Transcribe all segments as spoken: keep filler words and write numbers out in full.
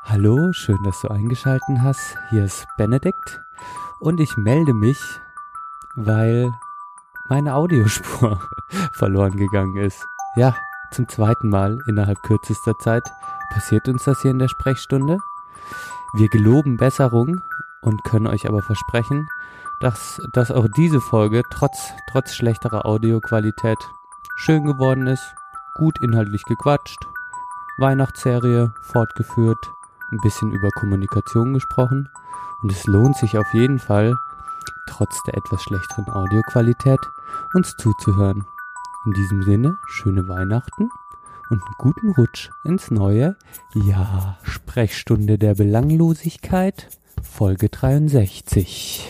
Hallo, schön, dass du eingeschaltet hast. Hier ist Benedikt und ich melde mich, weil meine Audiospur verloren gegangen ist. Ja, zum zweiten Mal innerhalb kürzester Zeit passiert uns das hier in der Sprechstunde. Wir geloben Besserung und können euch aber versprechen, dass, dass auch diese Folge trotz, trotz schlechterer Audioqualität schön geworden ist, gut inhaltlich gequatscht, Weihnachtsserie fortgeführt, ein bisschen über Kommunikation gesprochen und es lohnt sich auf jeden Fall, trotz der etwas schlechteren Audioqualität, uns zuzuhören. In diesem Sinne, schöne Weihnachten und einen guten Rutsch ins neue Jahr. Sprechstunde der Belanglosigkeit, Folge dreiundsechzig.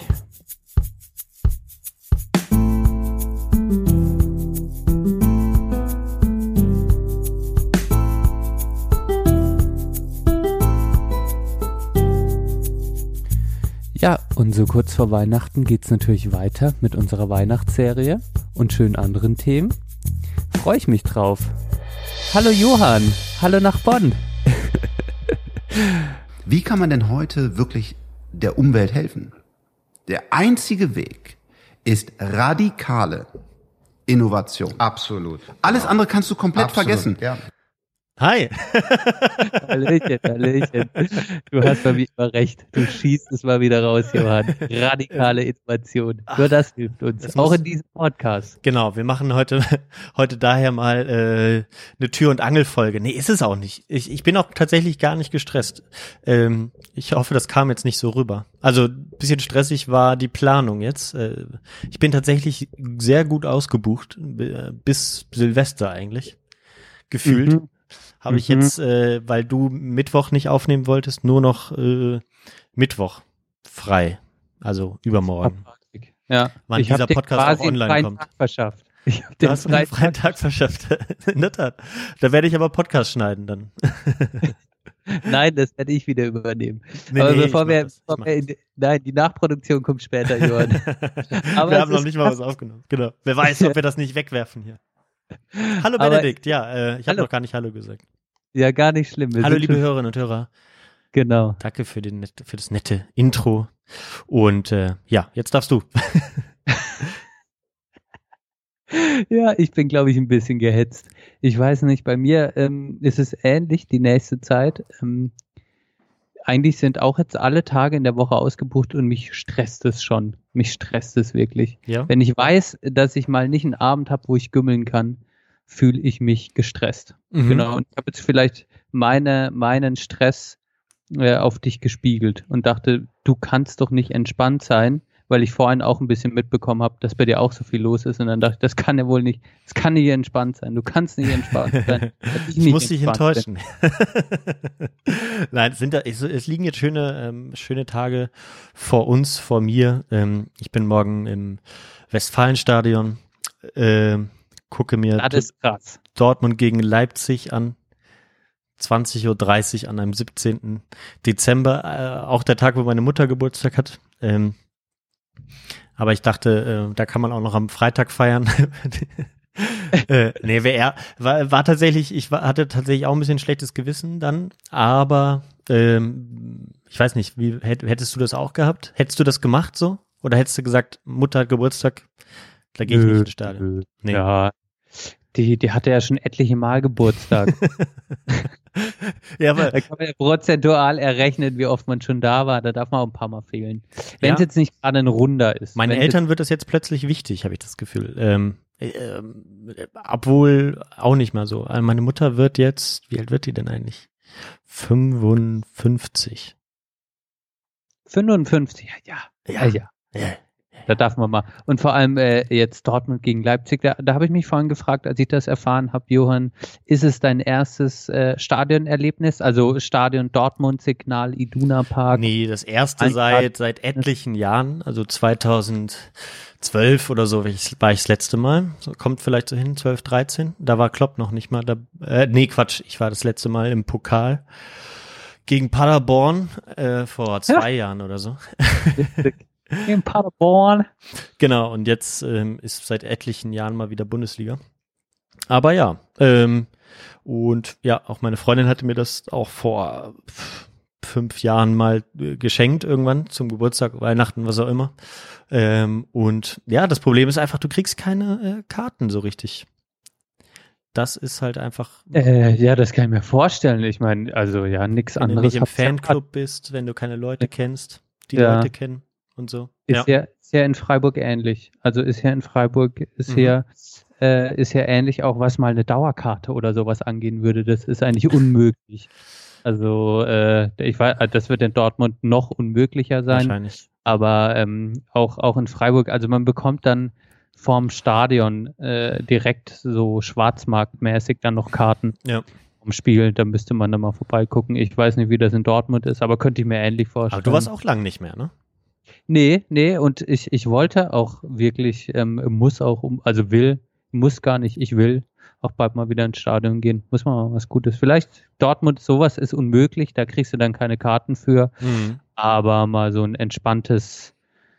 Ja, und so kurz vor Weihnachten geht's natürlich weiter mit unserer Weihnachtsserie und schönen anderen Themen. Freue ich mich drauf. Hallo Johann, hallo nach Bonn. Wie kann man denn heute wirklich der Umwelt helfen? Der einzige Weg ist radikale Innovation. Absolut. Alles andere kannst du komplett Absolut, vergessen. Ja. Hi. Hallöchen, Hallöchen. Du hast mal wieder recht. Du schießt es mal wieder raus, Johann. Radikale Innovation. Nur das hilft uns. Das Auch muss- in diesem Podcast. Genau, wir machen heute heute daher mal äh, eine Tür- und Angelfolge. Nee, ist es auch nicht. Ich, ich bin auch tatsächlich gar nicht gestresst. Ähm, ich hoffe, das kam jetzt nicht so rüber. Also ein bisschen stressig war die Planung jetzt. Äh, ich bin tatsächlich sehr gut ausgebucht, b- bis Silvester eigentlich. Gefühlt. Mhm. Habe ich Mhm. jetzt, äh, weil du Mittwoch nicht aufnehmen wolltest, nur noch äh, Mittwoch frei. Also übermorgen. Ja, Wann ich dieser hab dir Podcast auch quasi einen online freien kommt. Tag verschafft. Ich habe Du den hast mir einen freien Tag verschafft. In der Tat. Da werde ich aber Podcast schneiden dann. Nein, das werde ich wieder übernehmen. Nee, aber nee, bevor ich mach wir, das, ich bevor mach wir in, nein, die Nachproduktion kommt später, Johann. Aber wir es haben noch ist nicht mal was aufgenommen. Genau. Wer weiß, ob wir das nicht wegwerfen hier. Hallo Aber- Benedikt. Ja, äh, ich habe Hallo. noch gar nicht Hallo gesagt. Ja, gar nicht schlimm. Wir Hallo sind liebe schon- Hörerinnen und Hörer. Genau. Danke für, den, net- für das nette Intro. Und äh, ja, jetzt darfst du. Ja, ich bin, glaube ich, ein bisschen gehetzt. Ich weiß nicht, bei mir ähm, ist es ähnlich die nächste Zeit. Ähm, eigentlich sind auch jetzt alle Tage in der Woche ausgebucht und mich stresst es schon. Mich stresst es wirklich. Ja. Wenn ich weiß, dass ich mal nicht einen Abend habe, wo ich gümmeln kann, fühle ich mich gestresst. Mhm. Genau. Und ich habe jetzt vielleicht meine, meinen Stress äh, auf dich gespiegelt und dachte, du kannst doch nicht entspannt sein, weil ich vorhin auch ein bisschen mitbekommen habe, dass bei dir auch so viel los ist. Und dann dachte ich, das kann ja wohl nicht, das kann nicht entspannt sein. Du kannst nicht entspannt sein. dass Ich muss dich entspannt bin. enttäuschen. Nein, es, sind da, es, es liegen jetzt schöne, ähm, schöne Tage vor uns, vor mir. Ähm, ich bin morgen im Westfalenstadion, ähm, gucke mir Das ist krass. Dortmund gegen Leipzig an. zwanzig Uhr dreißig an einem siebzehnten Dezember, äh, auch der Tag, wo meine Mutter Geburtstag hat. Ähm, aber ich dachte, äh, da kann man auch noch am Freitag feiern. äh, nee, W R war, war tatsächlich, ich war, hatte tatsächlich auch ein bisschen schlechtes Gewissen dann, aber ähm, ich weiß nicht, wie hätt, hättest du das auch gehabt? Hättest du das gemacht so? Oder hättest du gesagt, Mutter hat Geburtstag, da gehe ich nicht ins Stadion? Nee. Ja, die, die hatte ja schon etliche Mal Geburtstag. Ja, aber Da kann man ja prozentual errechnen, wie oft man schon da war. Da darf man auch ein paar Mal fehlen. Wenn es Ja. jetzt nicht gerade ein Runder ist. meinen Wenn's Eltern wird das jetzt plötzlich wichtig, habe ich das Gefühl. Ähm, äh, ähm, obwohl auch nicht mal so. Also meine Mutter wird jetzt, wie alt wird die denn eigentlich? fünfundfünfzig. Jetzt fünfundfünfzig, ja, ja, ja, ja. Ja. Da darf man mal. Und vor allem äh, jetzt Dortmund gegen Leipzig, da, da habe ich mich vorhin gefragt, als ich das erfahren habe, Johann, ist es dein erstes äh, Stadionerlebnis? Also Stadion Dortmund, Signal Iduna Park? Nee, das erste Ein seit seit etlichen Jahren, also zweitausendzwölf oder so war ich, war ich das letzte Mal. So, kommt vielleicht so hin, zwölf, dreizehn. Da war Klopp noch nicht mal da. Äh, nee, Quatsch, ich war das letzte Mal im Pokal gegen Paderborn äh, vor zwei Jahren oder so. In Paderborn. Genau, und jetzt ähm, ist seit etlichen Jahren mal wieder Bundesliga. Aber ja, ähm, und ja, auch meine Freundin hatte mir das auch vor pff, fünf Jahren mal äh, geschenkt irgendwann zum Geburtstag, Weihnachten, was auch immer. Ähm, und ja, das Problem ist einfach, du kriegst keine äh, Karten so richtig. Das ist halt einfach. Äh, ja, das kann ich mir vorstellen. Ich meine, also ja, nichts Wenn anderes. du nicht im Fanclub bist, wenn du keine Leute kennst, die ja. Leute kennen und so. Ist ja. ja, ist ja in Freiburg ähnlich. Also ist ja in Freiburg, ist Mhm. ja, äh, ist ja ähnlich auch, was mal eine Dauerkarte oder sowas angehen würde. Das ist eigentlich unmöglich. Also äh, ich weiß, das wird in Dortmund noch unmöglicher sein. Wahrscheinlich. Aber ähm, auch, auch in Freiburg, also man bekommt dann vorm Stadion äh, direkt so schwarzmarktmäßig dann noch Karten Ja. vom Spiel. Da müsste man dann mal vorbeigucken. Ich weiß nicht, wie das in Dortmund ist, aber könnte ich mir ähnlich vorstellen. Aber du warst auch lang nicht mehr, ne? Nee, nee, und ich, ich wollte auch wirklich, ähm, muss auch, um, also will, muss gar nicht, ich will auch bald mal wieder ins Stadion gehen. Muss man mal was Gutes. Vielleicht Dortmund, sowas ist unmöglich, da kriegst du dann keine Karten für, Mhm. aber mal so ein entspanntes,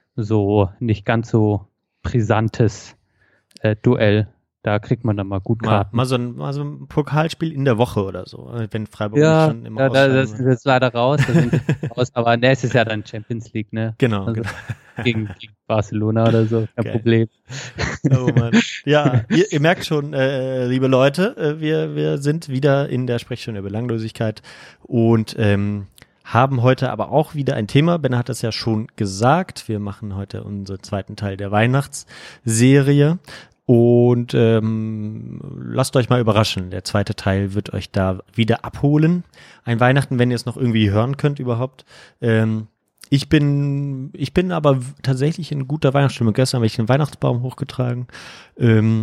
so nicht ganz so brisantes äh, Duell, da kriegt man dann mal gut Mal, Karten. mal, so ein, mal so ein Pokalspiel in der Woche oder so, wenn Freiburg Ja, nicht schon immer da, da, ausscheiden das ist will. jetzt leider raus, das sind raus, aber nächstes Jahr dann Champions League, ne? Genau, Also genau. gegen, gegen Barcelona oder so, kein Geil. Problem. Oh Mann. Ja, ihr, ihr merkt schon, äh, liebe Leute, äh, wir, wir sind wieder in der Sprechstunde über Belanglosigkeit und ähm, haben heute aber auch wieder ein Thema. Ben hat das ja schon gesagt. Wir machen heute unseren zweiten Teil der Weihnachtsserie. Und ähm, lasst euch mal überraschen. Der zweite Teil wird euch da wieder abholen. Ein Weihnachten, wenn ihr es noch irgendwie hören könnt überhaupt. Ähm, ich bin ich bin aber w- tatsächlich in guter Weihnachtsstimmung. Gestern habe ich den Weihnachtsbaum hochgetragen. Ähm,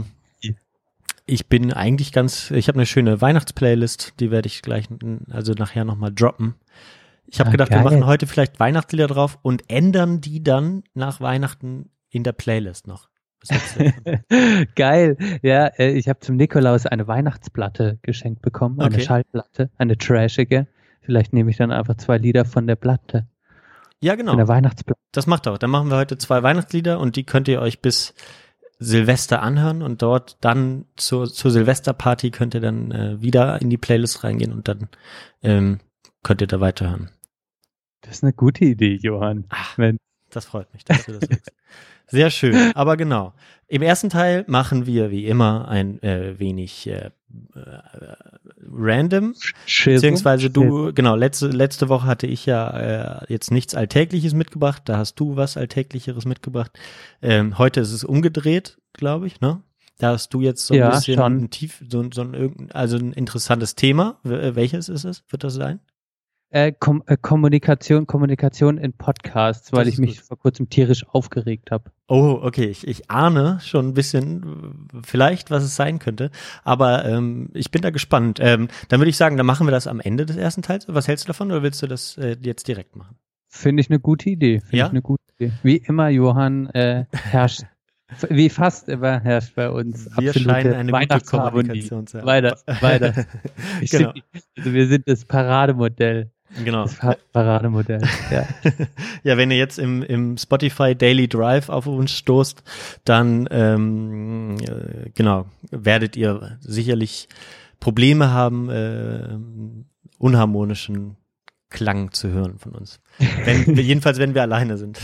ich bin eigentlich ganz, ich habe eine schöne Weihnachtsplaylist, die werde ich gleich, n- also nachher nochmal droppen. Ich habe Ah, gedacht, wir geil. machen heute vielleicht Weihnachtslieder drauf und ändern die dann nach Weihnachten in der Playlist noch. Was hältst du davon? Geil. Ja, äh, ich habe zum Nikolaus eine Weihnachtsplatte geschenkt bekommen, eine Okay. Schallplatte, eine trashige. Vielleicht nehme ich dann einfach zwei Lieder von der Platte, Ja, von der genau. Weihnachtsplatte. Das macht auch. Dann machen wir heute zwei Weihnachtslieder und die könnt ihr euch bis Silvester anhören und dort dann zur, zur Silvesterparty könnt ihr dann äh, wieder in die Playlist reingehen und dann ähm, könnt ihr da weiterhören. Das ist eine gute Idee, Johann. Ach, Wenn, das freut mich, dass du das sagst. Sehr schön, aber genau. Im ersten Teil machen wir wie immer ein äh, wenig äh, äh, random, beziehungsweise du, genau, letzte, letzte Woche hatte ich ja äh, jetzt nichts Alltägliches mitgebracht, da hast du was Alltäglicheres mitgebracht. Ähm, heute ist es umgedreht, glaube ich, ne? Da hast du jetzt so ein Ja, bisschen schon. ein tief, so, ein- so ein, irgendein- also ein interessantes Thema. W äh, welches ist es? Wird das sein? Äh, Kom äh, Kommunikation, Kommunikation in Podcasts, weil Das ich ist mich gut. vor kurzem tierisch aufgeregt habe. Oh, okay. Ich, ich ahne schon ein bisschen, äh, vielleicht, was es sein könnte. Aber ähm, ich bin da gespannt. Ähm, dann würde ich sagen, dann machen wir das am Ende des ersten Teils. Was hältst du davon oder willst du das äh, jetzt direkt machen? Finde ich eine gute Idee. Finde Ja? ich eine gute Idee. Wie immer, Johann, äh, herrscht, wie fast immer herrscht bei uns Wir absolute scheinen eine gute Weihnachtsharmonie. Kommunikation zu haben. Weiter, weiter. Ich Genau. sind, also wir sind das Parademodell. Genau. Das Pa- Parademodell. Ja. Ja, wenn ihr jetzt im, im Spotify Daily Drive auf uns stoßt, dann ähm, äh, genau, werdet ihr sicherlich Probleme haben, äh, unharmonischen Klang zu hören von uns. Wenn, jedenfalls, wenn wir alleine sind.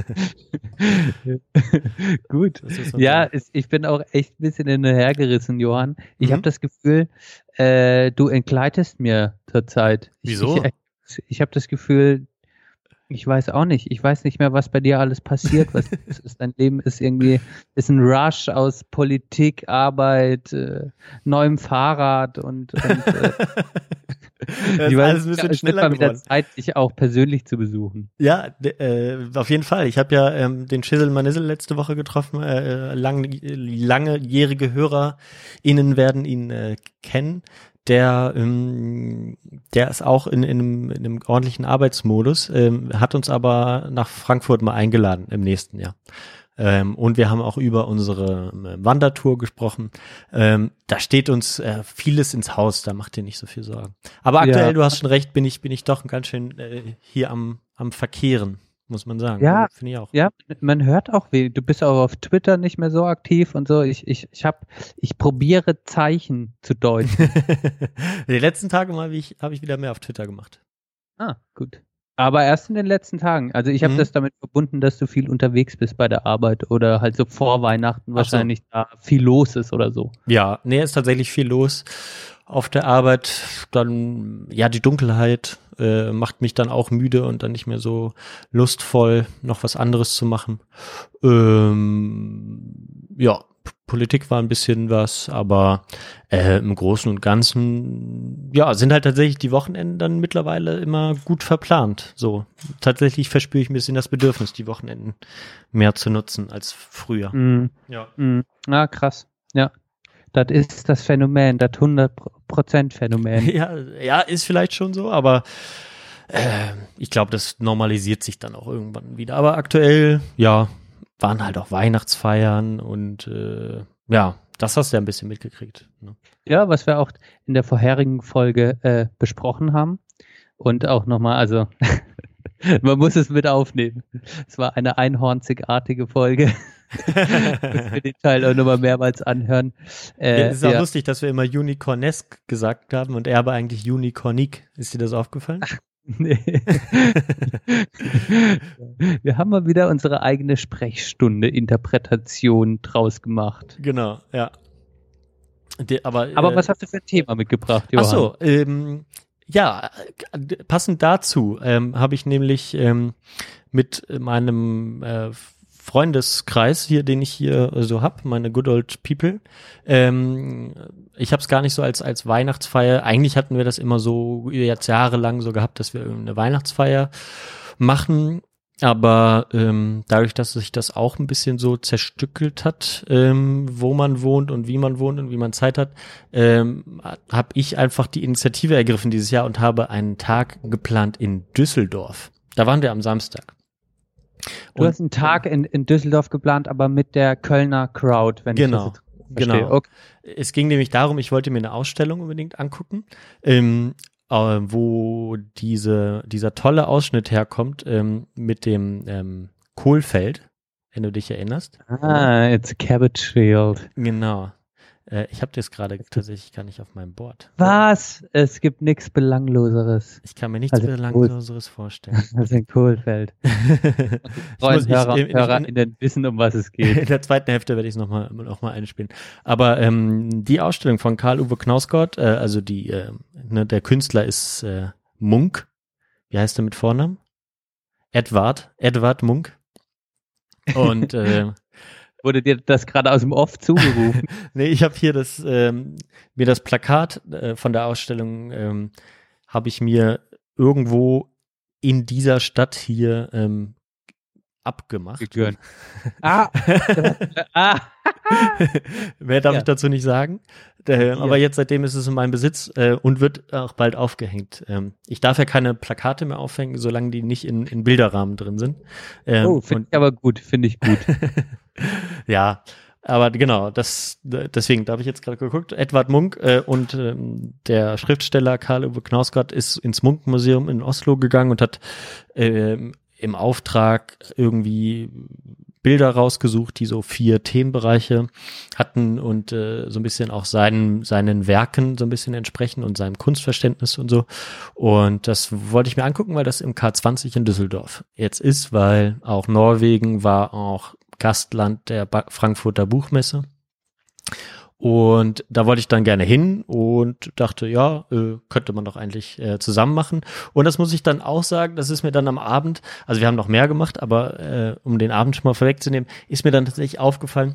Gut. Das muss man Ja, sagen. es, ich bin auch echt ein bisschen hinterhergerissen, Johann. Ich Mhm. habe das Gefühl, äh, du entgleitest mir zurzeit. Ich, Wieso? Ich, ich habe das Gefühl, ich weiß auch nicht. Ich weiß nicht mehr, was bei dir alles passiert. Was es ist, dein Leben ist irgendwie, ist ein Rush aus Politik, Arbeit, äh, neuem Fahrrad und, und äh, Das ist alles ein bisschen es wird schneller mal wieder geworden. Zeit, dich auch persönlich zu besuchen. Ja, d- äh, auf jeden Fall. Ich habe ja ähm, den Schissel Manissel letzte Woche getroffen. Äh, lang, langejährige HörerInnen werden ihn äh, kennen. Der, ähm, der ist auch in, in, einem, in einem ordentlichen Arbeitsmodus, ähm, hat uns aber nach Frankfurt mal eingeladen im nächsten Jahr. Ähm, und wir haben auch über unsere äh, Wandertour gesprochen. Ähm, da steht uns äh, vieles ins Haus, da macht ihr nicht so viel Sorgen. Aber aktuell, Ja. du hast schon recht, bin ich, bin ich doch ganz schön äh, hier am, am Verkehren, muss man sagen. Ja. Also, finde ich auch. Ja, man hört auch, wie du bist auch auf Twitter nicht mehr so aktiv und so. Ich, ich, ich hab, ich probiere Zeichen zu deuten. Die letzten Tage mal habe ich, hab ich wieder mehr auf Twitter gemacht. Ah, gut. Aber erst in den letzten Tagen. Also ich habe Mhm. das damit verbunden, dass du viel unterwegs bist bei der Arbeit oder halt so vor Weihnachten Ach so. wahrscheinlich da viel los ist oder so. Ja, nee, ist tatsächlich viel los auf der Arbeit. Dann, ja, die Dunkelheit äh, macht mich dann auch müde und dann nicht mehr so lustvoll, noch was anderes zu machen. Ähm, ja, P- Politik war ein bisschen was, aber äh, im Großen und Ganzen, ja, sind halt tatsächlich die Wochenenden dann mittlerweile immer gut verplant. So, tatsächlich verspüre ich ein bisschen das Bedürfnis, die Wochenenden mehr zu nutzen als früher. Mhm. Ja. Mhm. Ah, krass. Ja. Das ist das Phänomen, das hundert Prozent Phänomen. Ja, ja, ist vielleicht schon so, aber äh, ich glaube, das normalisiert sich dann auch irgendwann wieder. Aber aktuell, ja, waren halt auch Weihnachtsfeiern und äh, ja, das hast du ja ein bisschen mitgekriegt. Ne? Ja, was wir auch in der vorherigen Folge äh, besprochen haben. Und auch nochmal, also man muss es mit aufnehmen. Es war eine einhornzigartige Folge. Muss mir den Teil auch nochmal mehrmals anhören. Äh, Ja, es ist auch ja. lustig, dass wir immer Unicornesque gesagt haben und er aber eigentlich Unicornique. Ist dir das aufgefallen? Nee. Wir haben mal wieder unsere eigene Sprechstunde, Interpretation draus gemacht. Genau, ja. Die, aber Aber äh, was hast du für ein Thema mitgebracht, Ach Johann? so, ähm, ja, äh, passend dazu ähm, habe ich nämlich ähm, mit meinem äh, Freundeskreis hier, den ich hier so hab, meine Good Old People, ähm, ich habe es gar nicht so als als Weihnachtsfeier, eigentlich hatten wir das immer so jetzt jahrelang so gehabt, dass wir irgendeine Weihnachtsfeier machen, aber ähm, dadurch, dass sich das auch ein bisschen so zerstückelt hat, ähm, wo man wohnt und wie man wohnt und wie man Zeit hat, ähm, habe ich einfach die Initiative ergriffen dieses Jahr und habe einen Tag geplant in Düsseldorf. Da waren wir am Samstag. Du hast einen Tag in, in Düsseldorf geplant, aber mit der Kölner Crowd, wenn Genau, ich das jetzt verstehe. genau. Okay. Es ging nämlich darum, ich wollte mir eine Ausstellung unbedingt angucken, ähm, äh, wo diese, dieser tolle Ausschnitt herkommt ähm, mit dem ähm, Kohlfeld, wenn du dich erinnerst. Ah, it's a cabbage field. Genau. Äh, ich habe das gerade tatsächlich gar nicht auf meinem Board. Was? Es gibt nichts Belangloseres Ich kann mir nichts Also, Belangloseres vorstellen. als ein Kohlfeld. Freunde, Hörer, in, in, HörerInnen wissen, um was es geht. in der zweiten Hälfte werde ich es nochmal noch mal einspielen. Aber ähm, die Ausstellung von Karl-Uwe Knausgott, äh, also die, äh, ne, der Künstler ist äh, Munk. Wie heißt er mit Vornamen? Edward. Edward Munk. Und äh, Wurde dir das gerade aus dem Off zugerufen? nee, ich habe hier das, ähm, mir das Plakat äh, von der Ausstellung ähm, habe ich mir irgendwo in dieser Stadt hier ähm, abgemacht. Gegönnt. Ah! ah! Mehr darf Ja. ich dazu nicht sagen. Äh, Ja. Aber jetzt seitdem ist es in meinem Besitz äh, und wird auch bald aufgehängt. Ähm, ich darf ja keine Plakate mehr aufhängen, solange die nicht in, in Bilderrahmen drin sind. Ähm, Oh, finde und- ich aber gut, finde ich gut. Ja, aber genau, das deswegen, da habe ich jetzt gerade geguckt, Edward Munk äh, und ähm, der Schriftsteller Karl-Uwe Knausgott ist ins Munk-Museum in Oslo gegangen und hat ähm, im Auftrag irgendwie Bilder rausgesucht, die so vier Themenbereiche hatten und äh, so ein bisschen auch seinen seinen Werken so ein bisschen entsprechen und seinem Kunstverständnis und so. Und das wollte ich mir angucken, weil das im K zwanzig in Düsseldorf jetzt ist, weil auch Norwegen war auch Gastland der ba- Frankfurter Buchmesse. Und da wollte ich dann gerne hin und dachte, ja, äh, könnte man doch eigentlich äh, zusammen machen. Und das muss ich dann auch sagen, das ist mir dann am Abend, also wir haben noch mehr gemacht, aber äh, um den Abend schon mal vorwegzunehmen, ist mir dann tatsächlich aufgefallen,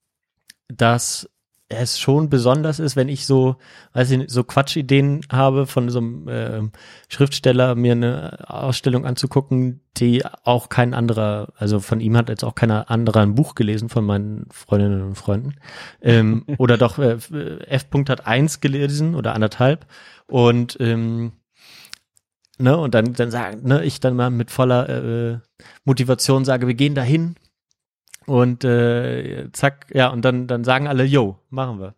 dass es schon besonders ist, wenn ich so, weiß ich nicht, so Quatschideen habe von so einem äh, Schriftsteller, mir eine Ausstellung anzugucken, die auch kein anderer, also von ihm hat jetzt auch keiner anderer ein Buch gelesen von meinen Freundinnen und Freunden. Ähm, oder doch äh, F. hat eins gelesen oder anderthalb und ähm, ne, und dann, dann sagen, ne, ich dann mal mit voller äh, Motivation sage, wir gehen dahin. Und äh, zack, ja, und dann dann sagen alle, yo, machen wir.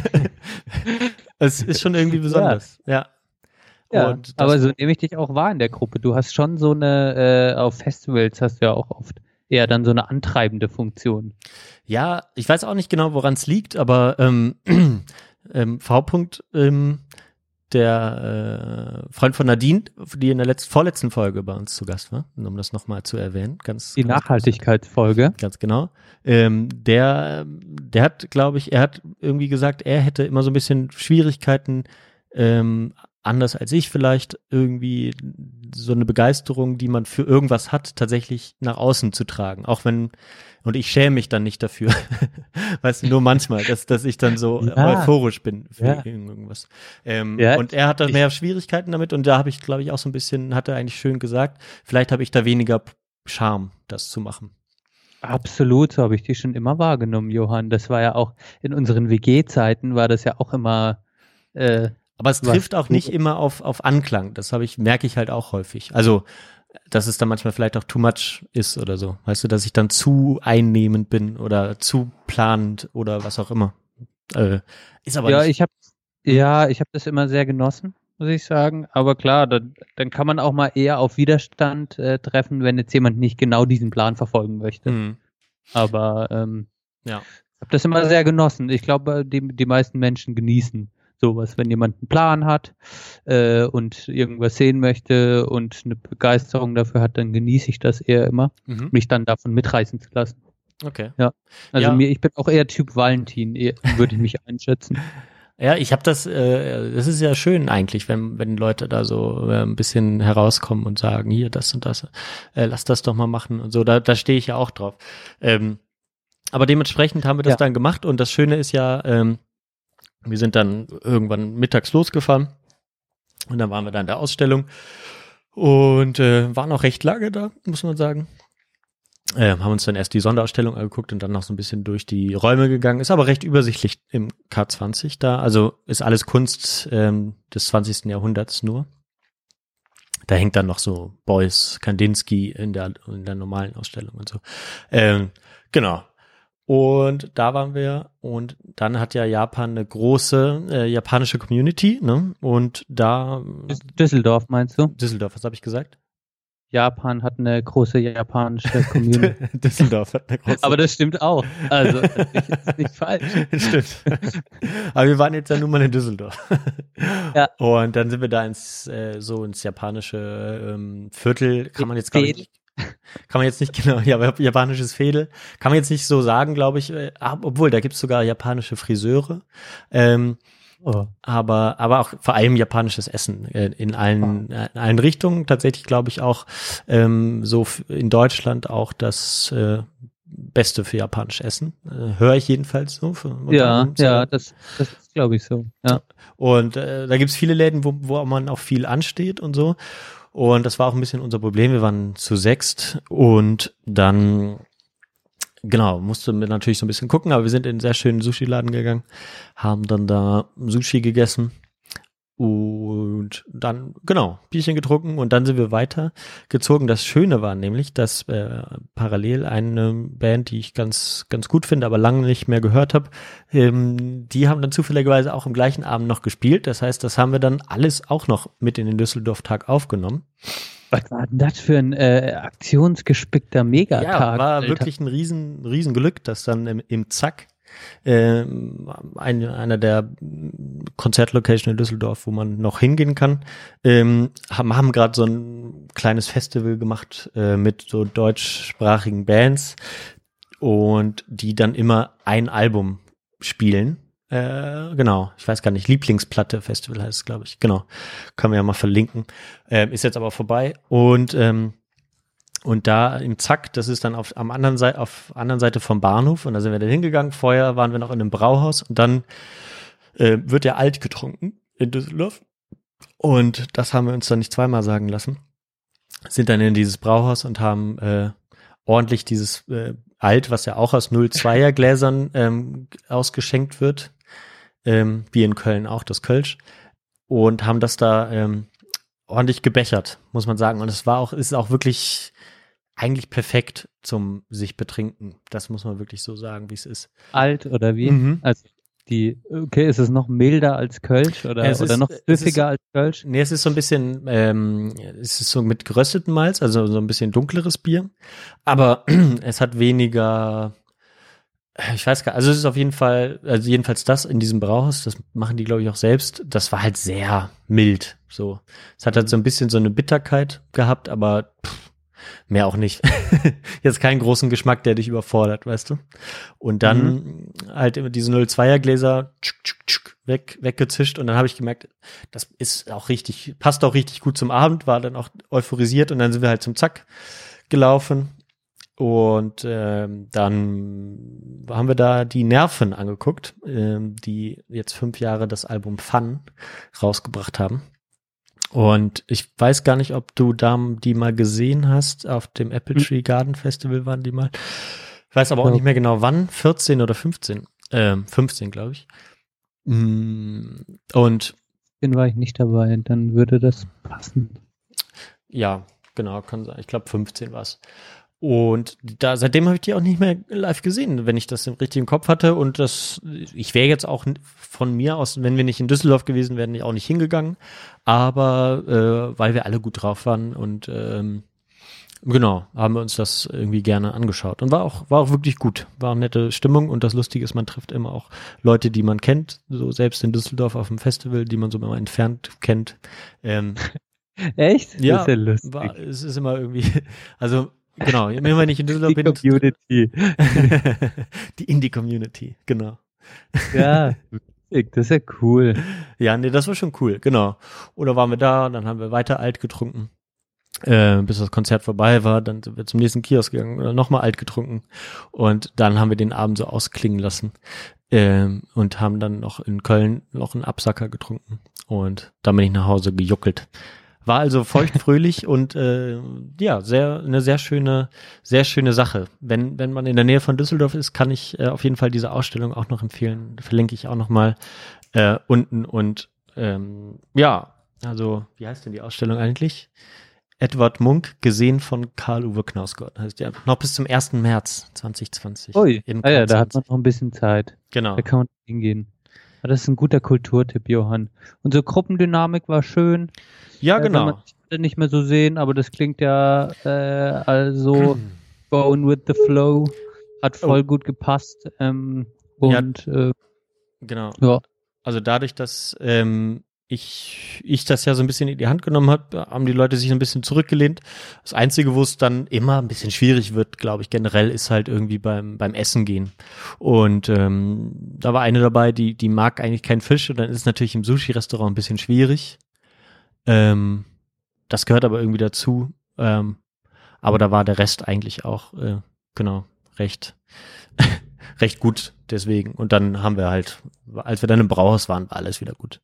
Es ist schon irgendwie besonders, ja. Ja, Und das- aber so nehme ich dich auch wahr in der Gruppe. Du hast schon so eine, äh, auf Festivals hast du ja auch oft eher dann so eine antreibende Funktion. Ja, ich weiß auch nicht genau, woran es liegt, aber ähm, ähm, V. Ähm, der äh, Freund von Nadine, die in der letzten, vorletzten Folge bei uns zu Gast war, um das nochmal zu erwähnen. Ganz, Die ganz Nachhaltigkeitsfolge. Ganz genau. Ähm, der, der hat, glaube ich, er hat irgendwie gesagt, er hätte immer so ein bisschen Schwierigkeiten, ähm, anders als ich vielleicht, irgendwie so eine Begeisterung, die man für irgendwas hat, tatsächlich nach außen zu tragen. Auch wenn, und ich schäme mich dann nicht dafür, weißt du, nur manchmal, dass, dass ich dann so Ja. euphorisch bin für Ja. irgendwas. Ähm, Ja, und er hat da ich- mehr Schwierigkeiten damit und da habe ich, glaube ich, auch so ein bisschen, hat er eigentlich schön gesagt, vielleicht habe ich da weniger Charme, das zu machen. Absolut, so habe ich die schon immer wahrgenommen, Johann. Das war ja auch in unseren W G-Zeiten war das ja auch immer äh, Aber es Was trifft auch du- nicht immer auf, auf Anklang. Das habe ich, merke ich halt auch häufig. Also, dass es dann manchmal vielleicht auch too much ist oder so. Weißt du, dass ich dann zu einnehmend bin oder zu planend oder was auch immer. Äh, ist aber ja, nicht. ich habe ja, ich habe das immer sehr genossen, muss ich sagen. Aber klar, dann, dann kann man auch mal eher auf Widerstand äh, treffen, wenn jetzt jemand nicht genau diesen Plan verfolgen möchte. Hm, Aber ähm, ja. ich habe das immer sehr genossen. Ich glaube, die, die meisten Menschen genießen sowas, wenn jemand einen Plan hat äh, und irgendwas sehen möchte und eine Begeisterung dafür hat, dann genieße ich das eher immer, Mhm. mich dann davon mitreißen zu lassen. Okay. Also Ja. mir, ich bin auch eher Typ Valentin, eher, würde ich mich einschätzen. Ja, ich habe das, äh, das ist ja schön eigentlich, wenn, wenn Leute da so äh, ein bisschen herauskommen und sagen, hier, das und das, äh, lass das doch mal machen und so, da, da stehe ich ja auch drauf. Ähm, aber dementsprechend haben wir das Ja. dann gemacht und das Schöne ist ja, ähm, wir sind dann irgendwann mittags losgefahren und dann waren wir da in der Ausstellung und äh, waren auch recht lange da, muss man sagen. Äh, haben uns dann erst die Sonderausstellung angeguckt und dann noch so ein bisschen durch die Räume gegangen. Ist aber recht übersichtlich im K zwanzig da. Also ist alles Kunst ähm, des zwanzigsten Jahrhunderts nur. Da hängt dann noch so Beuys, Kandinsky in der, in der normalen Ausstellung und so. Ähm, genau. Und da waren wir und dann hat ja Japan eine große äh, japanische Community, ne? Und da Düsseldorf meinst du? Düsseldorf, was habe ich gesagt? Japan hat eine große japanische Community. Düsseldorf hat eine große. Aber das stimmt auch. Also, das ist nicht falsch. Stimmt. Aber wir waren jetzt ja nun mal in Düsseldorf. Ja. Und dann sind wir da ins äh, so ins japanische ähm, Viertel, kann man jetzt glaube ich, kann man jetzt nicht genau, ja, aber japanisches Veedel, kann man jetzt nicht so sagen, glaube ich, äh, obwohl da gibt's sogar japanische Friseure. Ähm, Oh. aber aber auch vor allem japanisches Essen äh, in allen äh, in allen Richtungen, tatsächlich glaube ich auch ähm, so f- in Deutschland auch das äh, Beste für japanisch Essen, äh, höre ich jedenfalls so. Für, unter Ja, uns, ja, äh. das, das ist glaube ich so. Ja. Und äh, da gibt's viele Läden, wo, wo man auch viel ansteht und so. Und das war auch ein bisschen unser Problem. Wir waren zu sechst und dann, genau, mussten wir natürlich so ein bisschen gucken, aber wir sind in einen sehr schönen Sushi-Laden gegangen, haben dann da Sushi gegessen und dann, genau, Bierchen getrunken und dann sind wir weitergezogen. Das Schöne war nämlich, dass äh, parallel eine Band, die ich ganz ganz gut finde, aber lange nicht mehr gehört habe, ähm, die haben dann zufälligerweise auch am gleichen Abend noch gespielt. Das heißt, das haben wir dann alles auch noch mit in den Düsseldorf-Tag aufgenommen. Was war denn das für ein äh, aktionsgespickter Megatag? Ja, war Alter. wirklich ein riesen, riesen Glück, dass dann im, im Zack ähm, ein, einer der Konzertlocation in Düsseldorf, wo man noch hingehen kann, ähm, haben, haben gerade so ein kleines Festival gemacht äh, mit so deutschsprachigen Bands und die dann immer ein Album spielen. Äh, genau, ich weiß gar nicht, Lieblingsplatte Festival heißt es, glaube ich. Genau, können wir ja mal verlinken. Ähm, ist jetzt aber vorbei und ähm, Und da im Zack, das ist dann auf am anderen Seite, auf anderen Seite vom Bahnhof und da sind wir dann hingegangen. Vorher waren wir noch in einem Brauhaus und dann äh, wird der alt getrunken in Düsseldorf. Und das haben wir uns dann nicht zweimal sagen lassen. Sind dann in dieses Brauhaus und haben äh, ordentlich dieses äh, Alt, was ja auch aus null Komma zweier Gläsern ähm, ausgeschenkt wird, ähm, wie in Köln auch das Kölsch, und haben das da ähm, ordentlich gebechert, muss man sagen. Und es war auch, ist auch wirklich eigentlich perfekt zum sich betrinken. Das muss man wirklich so sagen, wie es ist. Alt oder wie? Mhm. Also die, okay, ist es noch milder als Kölsch oder, Es oder ist- noch es ist- süffiger als Kölsch? Nee, es ist so ein bisschen, ähm, es ist so mit geröstetem Malz, also so ein bisschen dunkleres Bier. Aber es hat weniger, Ich weiß gar nicht, also es ist auf jeden Fall, also jedenfalls das in diesem Brauhaus, das machen die, glaube ich, auch selbst, das war halt sehr mild, so. Es hat halt so ein bisschen so eine Bitterkeit gehabt, aber pff, mehr auch nicht. Jetzt keinen großen Geschmack, der dich überfordert, weißt du? Und dann mhm. halt immer diese null Zweier Gläser tschuk, tschuk, tschuk, weg, weggezischt und dann habe ich gemerkt, das ist auch richtig, passt auch richtig gut zum Abend, war dann auch euphorisiert und dann sind wir halt zum Zack gelaufen. Und ähm, dann haben wir da die Nerven angeguckt, ähm, die jetzt fünf Jahre das Album Fun rausgebracht haben. Und ich weiß gar nicht, ob du da die mal gesehen hast. Auf dem Apple Tree Garden Festival waren die mal. Ich weiß aber auch ja. nicht mehr genau wann. vierzehn oder fünfzehn. Ähm, fünfzehn, glaube ich. Und den war ich nicht dabei. Dann würde das passen. Ja, genau, kann sein. Ich glaube fünfzehn war es. Und da, seitdem habe ich die auch nicht mehr live gesehen, wenn ich das im richtigen Kopf hatte. Und das, ich wäre jetzt auch von mir aus, wenn wir nicht in Düsseldorf gewesen wären, auch nicht hingegangen. Aber äh, weil wir alle gut drauf waren und ähm, genau, haben wir uns das irgendwie gerne angeschaut. Und war auch, war auch wirklich gut. War eine nette Stimmung. Und das Lustige ist, man trifft immer auch Leute, die man kennt. So selbst in Düsseldorf auf dem Festival, die man so mal entfernt kennt. Ähm, Echt? Ja, das ist ja lustig. War, es ist immer irgendwie, also genau, wenn man nicht in Düsseldorf die bin. Community. Die Indie-Community, genau. Ja, das ist ja cool. Ja, nee, das war schon cool, genau. Oder waren wir da, dann haben wir weiter alt getrunken, äh, bis das Konzert vorbei war. Dann sind wir zum nächsten Kiosk gegangen oder nochmal alt getrunken. Und dann haben wir den Abend so ausklingen lassen ähm, und haben dann noch in Köln noch einen Absacker getrunken. Und dann bin ich nach Hause gejuckelt. War also feuchtfröhlich und äh, ja, sehr eine sehr schöne, sehr schöne Sache. Wenn wenn man in der Nähe von Düsseldorf ist, kann ich äh, auf jeden Fall diese Ausstellung auch noch empfehlen. Verlinke ich auch noch mal äh, unten. Und ähm, ja, also wie heißt denn die Ausstellung eigentlich? Edward Munk, gesehen von Karl-Uwe Knausgott. Heißt ja noch bis zum ersten März zwanzig zwanzig. Ui, ah ja, da hat man noch ein bisschen Zeit. Genau. Da kann man hingehen. Das ist ein guter Kulturtipp, Johann. Unsere Gruppendynamik war schön. Ja, genau. Äh, kann man nicht mehr so sehen, aber das klingt ja äh, also going with the flow. Hat voll oh. gut gepasst. Ähm, und ja, äh, genau. Ja. Also dadurch, dass ähm, ich ich das ja so ein bisschen in die Hand genommen habe, haben die Leute sich ein bisschen zurückgelehnt. Das Einzige, wo es dann immer ein bisschen schwierig wird, glaube ich, generell, ist halt irgendwie beim beim Essen gehen. Und ähm, da war eine dabei, die die mag eigentlich keinen Fisch und dann ist es natürlich im Sushi-Restaurant ein bisschen schwierig. Ähm, das gehört aber irgendwie dazu. Ähm, aber da war der Rest eigentlich auch, äh, genau, recht recht gut deswegen. Und dann haben wir halt, als wir dann im Brauhaus waren, war alles wieder gut.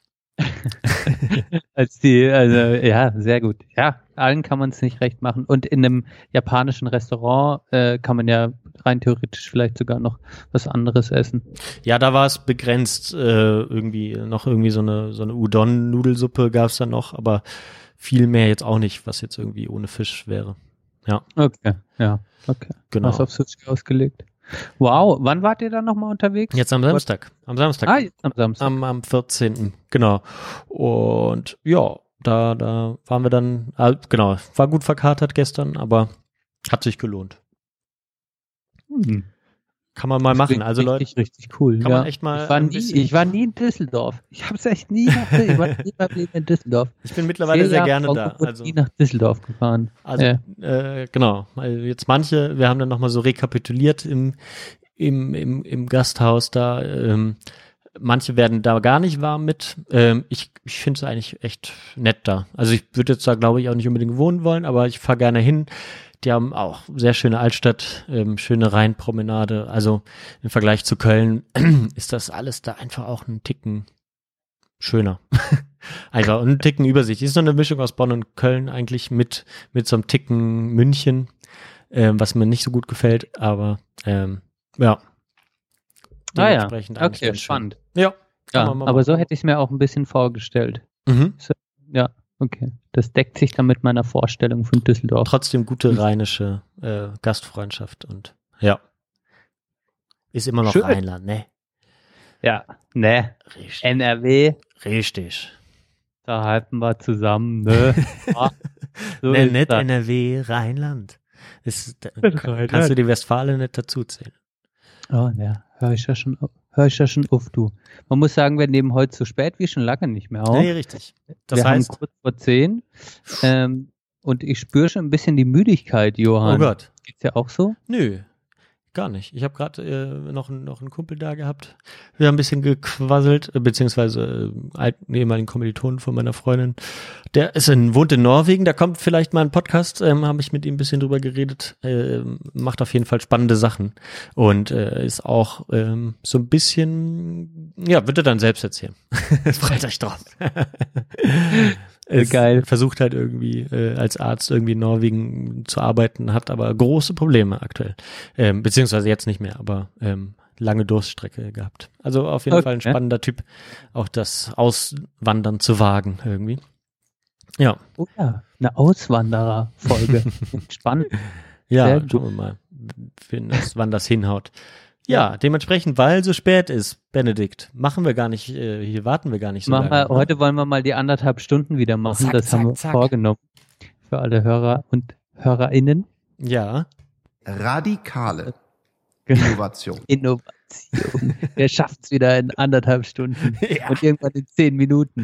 Als die, also ja, sehr gut. Ja, allen kann man es nicht recht machen. Und in einem japanischen Restaurant äh, kann man ja rein theoretisch vielleicht sogar noch was anderes essen. Ja, da war es begrenzt. Äh, irgendwie noch irgendwie so eine so eine Udon-Nudelsuppe gab es dann noch, aber viel mehr jetzt auch nicht, was jetzt irgendwie ohne Fisch wäre. Ja. Okay, ja, okay. Genau. Was auf Sushi ausgelegt. Wow, wann wart ihr dann nochmal unterwegs? Jetzt am Samstag. Am Samstag. Ah, jetzt am Samstag. Am, am vierzehnten Genau. Und ja, da, da waren wir dann, äh, genau, war gut verkatert gestern, aber hat sich gelohnt. Hm. Kann man mal machen. Also Leute, richtig, richtig cool. Kann ja. man echt mal. Ich war, nie, ich war nie in Düsseldorf. Ich habe es echt nie nach, ich war nie beim Leben in Düsseldorf. Ich bin mittlerweile sehr, sehr gerne da. Also nie nach Düsseldorf gefahren. Also ja. äh, genau. Weil jetzt manche, wir haben dann nochmal so rekapituliert im im im im Gasthaus da. Ähm, manche werden da gar nicht warm mit. Ähm, ich ich finde es eigentlich echt nett da. Also ich würde jetzt da, glaube ich, auch nicht unbedingt wohnen wollen, aber ich fahre gerne hin. Die haben auch sehr schöne Altstadt, ähm, schöne Rheinpromenade. Also im Vergleich zu Köln ist das alles da einfach auch ein Ticken schöner. Einfach ein Ticken Übersicht. Ist so eine Mischung aus Bonn und Köln eigentlich mit mit so einem Ticken München, ähm, was mir nicht so gut gefällt. Aber ähm, ja. Ah ja, okay, spannend. Ja, ja aber machen. So hätte ich es mir auch ein bisschen vorgestellt. Mhm. So, ja. Okay, das deckt sich dann mit meiner Vorstellung von Düsseldorf. Trotzdem gute rheinische äh, Gastfreundschaft und ja, ist immer noch Schön. Rheinland, ne? Ja, ne? Richtig. N R W. Richtig. Da halten wir zusammen, ne? Ja, so ne, nicht das. N R W, Rheinland. Ist, kann, Rheinland. Kannst du die Westfalen nicht dazu zählen? Oh ja, höre ich ja schon, höre ich ja schon auf, du. Man muss sagen, wir nehmen heute so spät wie schon lange nicht mehr auf. Nee, richtig. Das wir heißt, haben kurz vor zehn ähm, und ich spüre schon ein bisschen die Müdigkeit, Johann. oh Gott. Geht's dir auch so? Nö, gar nicht. Ich habe gerade äh, noch, noch einen Kumpel da gehabt. Wir haben ein bisschen gequasselt, äh, beziehungsweise äh, alten ehemaligen Kommilitonen von meiner Freundin. Der ist in, wohnt in Norwegen, da kommt vielleicht mal ein Podcast, ähm, habe ich mit ihm ein bisschen drüber geredet. Äh, macht auf jeden Fall spannende Sachen und äh, ist auch ähm, so ein bisschen, ja, wird er dann selbst erzählen. Freut euch drauf. Es Geil. Versucht halt irgendwie äh, als Arzt irgendwie in Norwegen zu arbeiten, hat aber große Probleme aktuell. Ähm, beziehungsweise jetzt nicht mehr, aber ähm, lange Durststrecke gehabt. Also auf jeden Okay. Fall ein spannender Typ, auch das Auswandern zu wagen irgendwie. Ja, Oh ja, eine Auswanderer-Folge. Spannend. ja, Sehr schauen wir mal, wenn das, wann das hinhaut. Ja, dementsprechend, weil so spät ist, Benedikt, machen wir gar nicht, äh, hier warten wir gar nicht so Machen lange. wir, heute wollen wir mal die anderthalb Stunden wieder machen. Zack, das zack, haben wir zack. vorgenommen. Für alle Hörer und HörerInnen. Ja, Radikale Innovation. Innovation. Wer schafft es wieder in anderthalb Stunden? Ja. Und irgendwann in zehn Minuten.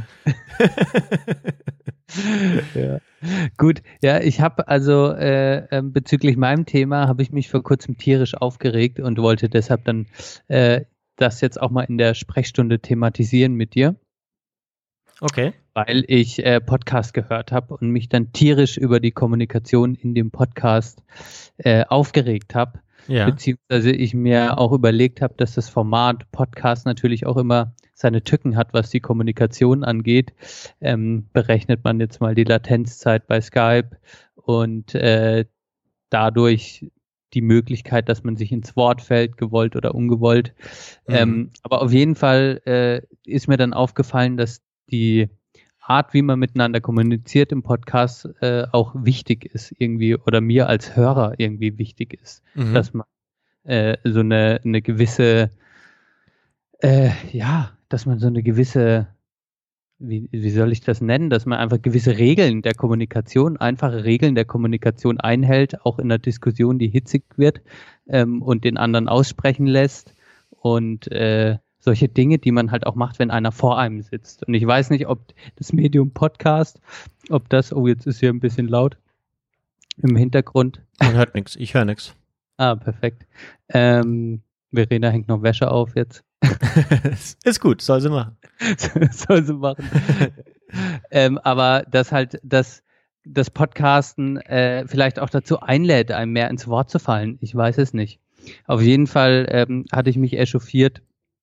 Ja. Gut, ja, ich habe also äh, ähm, bezüglich meinem Thema habe ich mich vor kurzem tierisch aufgeregt und wollte deshalb dann äh, das jetzt auch mal in der Sprechstunde thematisieren mit dir, okay. weil ich äh, Podcast gehört habe und mich dann tierisch über die Kommunikation in dem Podcast äh, aufgeregt habe. Ja, Beziehungsweise ich mir auch überlegt habe, dass das Format Podcast natürlich auch immer seine Tücken hat, was die Kommunikation angeht. Ähm, berechnet man jetzt mal die Latenzzeit bei Skype und äh, dadurch die Möglichkeit, dass man sich ins Wort fällt, gewollt oder ungewollt. Mhm. Ähm, aber auf jeden Fall äh, ist mir dann aufgefallen, dass die Art, wie man miteinander kommuniziert im Podcast, äh, auch wichtig ist irgendwie oder mir als Hörer irgendwie wichtig ist, Mhm. dass man äh, so eine, eine gewisse, äh, ja, dass man so eine gewisse, wie, wie soll ich das nennen, dass man einfach gewisse Regeln der Kommunikation, einfache Regeln der Kommunikation einhält, auch in einer Diskussion, die hitzig wird ähm, und den anderen aussprechen lässt und äh, solche Dinge, die man halt auch macht, wenn einer vor einem sitzt. Und ich weiß nicht, ob das Medium Podcast, ob das, oh, jetzt ist hier ein bisschen laut im Hintergrund. Man hört nichts, ich höre nichts. Ah, perfekt. Ähm, Verena hängt noch Wäsche auf jetzt. Ist gut, soll sie machen. Soll sie machen. ähm, aber dass halt das, das Podcasten äh, vielleicht auch dazu einlädt, einem mehr ins Wort zu fallen. Ich weiß es nicht. Auf jeden Fall ähm, hatte ich mich echauffiert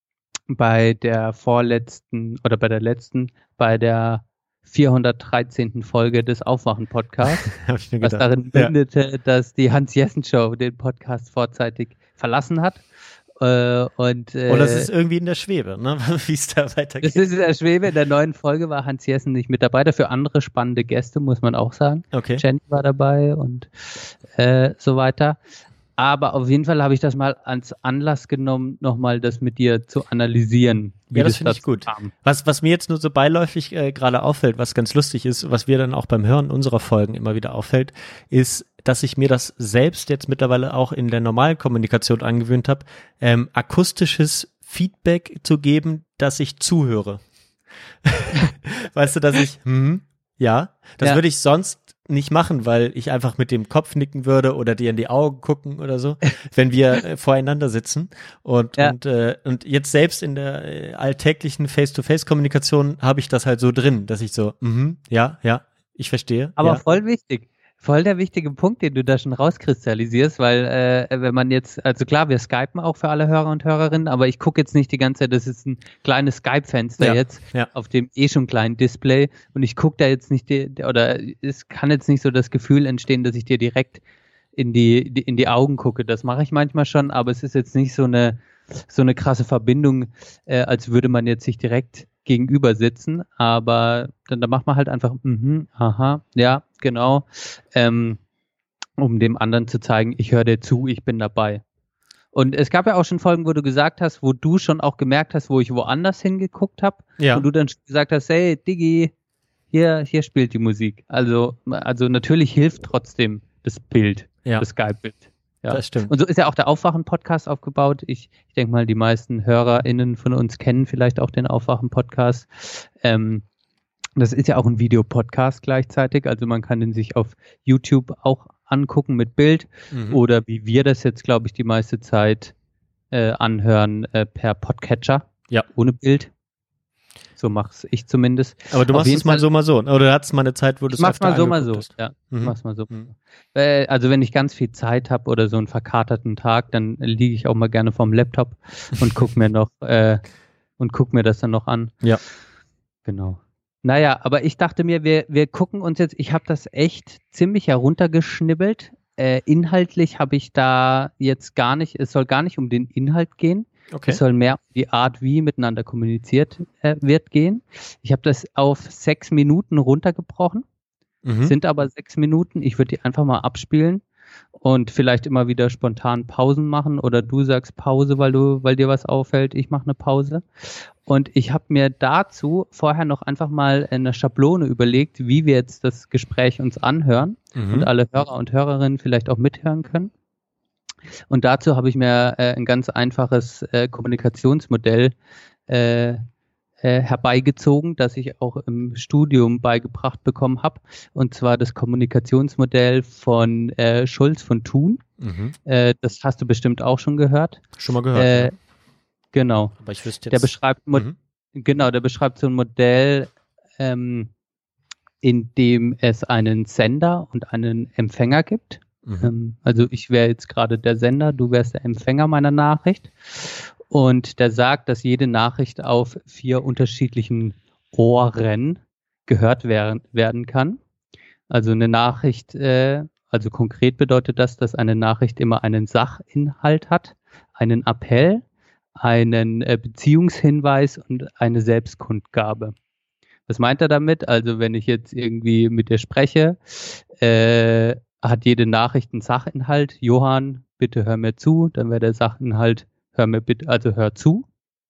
bei der vorletzten oder bei der letzten, bei der vierhundertdreizehnten Folge des Aufwachen-Podcasts, Hab ich mir was gedacht. darin Ja. mündete, dass die Hans-Jessen-Show den Podcast vorzeitig verlassen hat. Äh, und, äh, Oder es ist irgendwie in der Schwebe, ne? Wie es da weitergeht. das ist in der Schwebe. In der neuen Folge war Hans Jessen nicht mit dabei. Dafür andere spannende Gäste, muss man auch sagen. Okay. Jenny war dabei und äh, so weiter. Aber auf jeden Fall habe ich das mal als Anlass genommen, nochmal das mit dir zu analysieren. Wie Ja, das finde ich dazu gut. kam. Was, was mir jetzt nur so beiläufig äh, gerade auffällt, was ganz lustig ist, was wir dann auch beim Hören unserer Folgen immer wieder auffällt, ist, dass ich mir das selbst jetzt mittlerweile auch in der normalen Kommunikation angewöhnt habe, ähm, akustisches Feedback zu geben, dass ich zuhöre. Weißt du, dass ich, hm, ja, das Ja. würde ich sonst nicht machen, weil ich einfach mit dem Kopf nicken würde oder dir in die Augen gucken oder so, wenn wir äh, voreinander sitzen. Und, Ja. und, äh, und jetzt selbst in der äh, alltäglichen Face-to-Face-Kommunikation habe ich das halt so drin, dass ich so, mhm, ja, ja, ich verstehe. Aber ja. voll wichtig. Voll der wichtige Punkt, den du da schon rauskristallisierst, weil äh, wenn man jetzt, also klar, wir skypen auch für alle Hörer und Hörerinnen, aber ich gucke jetzt nicht die ganze Zeit, das ist ein kleines Skype-Fenster Ja, jetzt ja. auf dem eh schon kleinen Display und ich gucke da jetzt nicht, die, oder es kann jetzt nicht so das Gefühl entstehen, dass ich dir direkt in die, die in die Augen gucke. Das mache ich manchmal schon, aber es ist jetzt nicht so eine so eine krasse Verbindung, äh, als würde man jetzt sich direkt gegenüber sitzen, aber dann da macht man halt einfach, mhm, aha, ja, genau, ähm, um dem anderen zu zeigen, ich höre dir zu, ich bin dabei. Und es gab ja auch schon Folgen, wo du gesagt hast, wo du schon auch gemerkt hast, wo ich woanders hingeguckt habe, Ja. wo du dann gesagt hast, hey, Diggi, hier, hier spielt die Musik. Also, also natürlich hilft trotzdem das Bild, Ja. das Skype-Bild. Ja. Das stimmt. Und so ist ja auch der Aufwachen-Podcast aufgebaut. Ich, ich denke mal, die meisten HörerInnen von uns kennen vielleicht auch den Aufwachen-Podcast. Ähm, das ist ja auch ein Videopodcast gleichzeitig. Also man kann den sich auf YouTube auch angucken mit Bild. Mhm. Oder wie wir das jetzt, glaube ich, die meiste Zeit äh, anhören äh, per Podcatcher. Ja. Ohne Bild. So mach's ich zumindest. Aber du Auf machst jeden es mal Fall- so, mal so. Oder du hattest mal eine Zeit, wo du Ich es mach's öfter mal so, mal so. angeguckt hast. Ja, Mhm. ich mach's mal so. Mhm. Äh, also wenn ich ganz viel Zeit habe oder so einen verkaterten Tag, dann liege ich auch mal gerne vorm Laptop und guck mir noch äh, und guck mir das dann noch an. Ja. Genau. Naja, aber ich dachte mir, wir, wir gucken uns jetzt, ich habe das echt ziemlich heruntergeschnibbelt. Äh, inhaltlich habe ich da jetzt gar nicht, es soll gar nicht um den Inhalt gehen. Okay. Es soll mehr um die Art, wie miteinander kommuniziert äh, wird, gehen. Ich habe das auf sechs Minuten runtergebrochen, Mhm. sind aber sechs Minuten. Ich würde die einfach mal abspielen und vielleicht immer wieder spontan Pausen machen oder du sagst Pause, weil du, weil dir was auffällt. Ich mache eine Pause. Und ich habe mir dazu vorher noch einfach mal eine Schablone überlegt, wie wir jetzt das Gespräch uns anhören Mhm. und alle Hörer und Hörerinnen vielleicht auch mithören können. Und dazu habe ich mir äh, ein ganz einfaches äh, Kommunikationsmodell äh, äh, herbeigezogen, das ich auch im Studium beigebracht bekommen habe. Und zwar das Kommunikationsmodell von äh, Schulz von Thun. Mhm. Äh, das hast du bestimmt auch schon gehört. Schon mal gehört. Äh, ja. Genau. Aber ich wüsste Der jetzt. beschreibt Mo- Mhm. Genau, der beschreibt so ein Modell, ähm, in dem es einen Sender und einen Empfänger gibt. Mhm. Ähm, also ich wäre jetzt gerade der Sender, du wärst der Empfänger meiner Nachricht. Und der sagt, dass jede Nachricht auf vier unterschiedlichen Ohren gehört werden, werden kann. Also eine Nachricht, äh, also konkret bedeutet das, dass eine Nachricht immer einen Sachinhalt hat, einen Appell, einen äh, Beziehungshinweis und eine Selbstkundgabe. Was meint er damit? Also wenn ich jetzt irgendwie mit dir spreche, äh, hat jede Nachricht einen Sachinhalt. Johann, bitte hör mir zu. Dann wäre der Sachinhalt, hör mir bitte, also hör zu.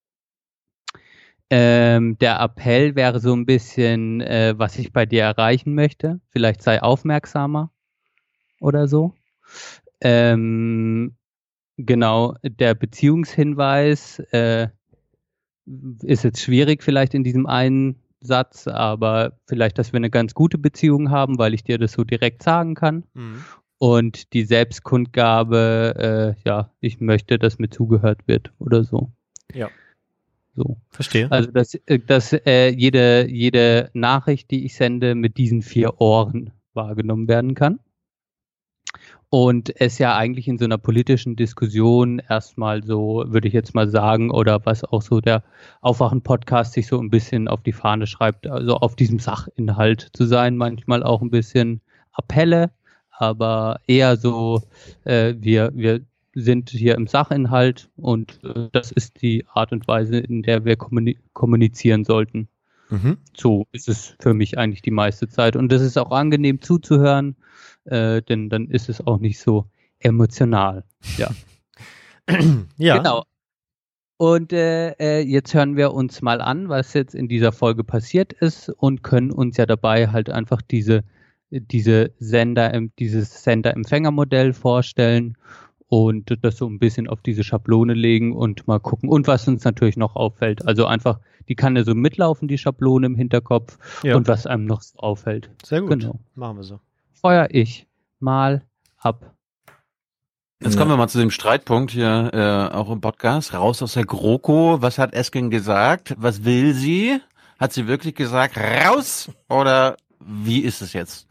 Ähm, der Appell wäre so ein bisschen, äh, was ich bei dir erreichen möchte. Vielleicht sei aufmerksamer oder so. Ähm, genau, der Beziehungshinweis äh, ist jetzt schwierig vielleicht in diesem einen Satz, aber vielleicht, dass wir eine ganz gute Beziehung haben, weil ich dir das so direkt sagen kann. Mhm. Und die Selbstkundgabe, äh, ja, ich möchte, dass mir zugehört wird oder so. Ja. So. Verstehe. Also, dass, äh, dass äh, jede, jede Nachricht, die ich sende, mit diesen vier Ohren wahrgenommen werden kann. Und es ja eigentlich in so einer politischen Diskussion erstmal so, würde ich jetzt mal sagen, oder was auch so der Aufwachen-Podcast sich so ein bisschen auf die Fahne schreibt, also auf diesem Sachinhalt zu sein, manchmal auch ein bisschen Appelle, aber eher so, äh, wir, wir sind hier im Sachinhalt und äh, das ist die Art und Weise, in der wir kommuni- kommunizieren sollten. Mhm. So ist es für mich eigentlich die meiste Zeit. Und das ist auch angenehm zuzuhören, äh, denn dann ist es auch nicht so emotional. Ja, Ja. genau. Und äh, äh, jetzt hören wir uns mal an, was jetzt in dieser Folge passiert ist und können uns ja dabei halt einfach diese, diese Sender, dieses Sender-Empfänger-Modell vorstellen und das so ein bisschen auf diese Schablone legen und mal gucken. Und was uns natürlich noch auffällt. Also einfach, die kann ja so mitlaufen, die Schablone im Hinterkopf Ja. und was einem noch so auffällt. Sehr gut. Genau. Machen wir so. Feuer ich mal ab. Jetzt kommen wir mal zu dem Streitpunkt hier, äh, auch im Podcast. Raus aus der GroKo. Was hat Esken gesagt? Was will sie? Hat sie wirklich gesagt, raus? Oder wie ist es jetzt?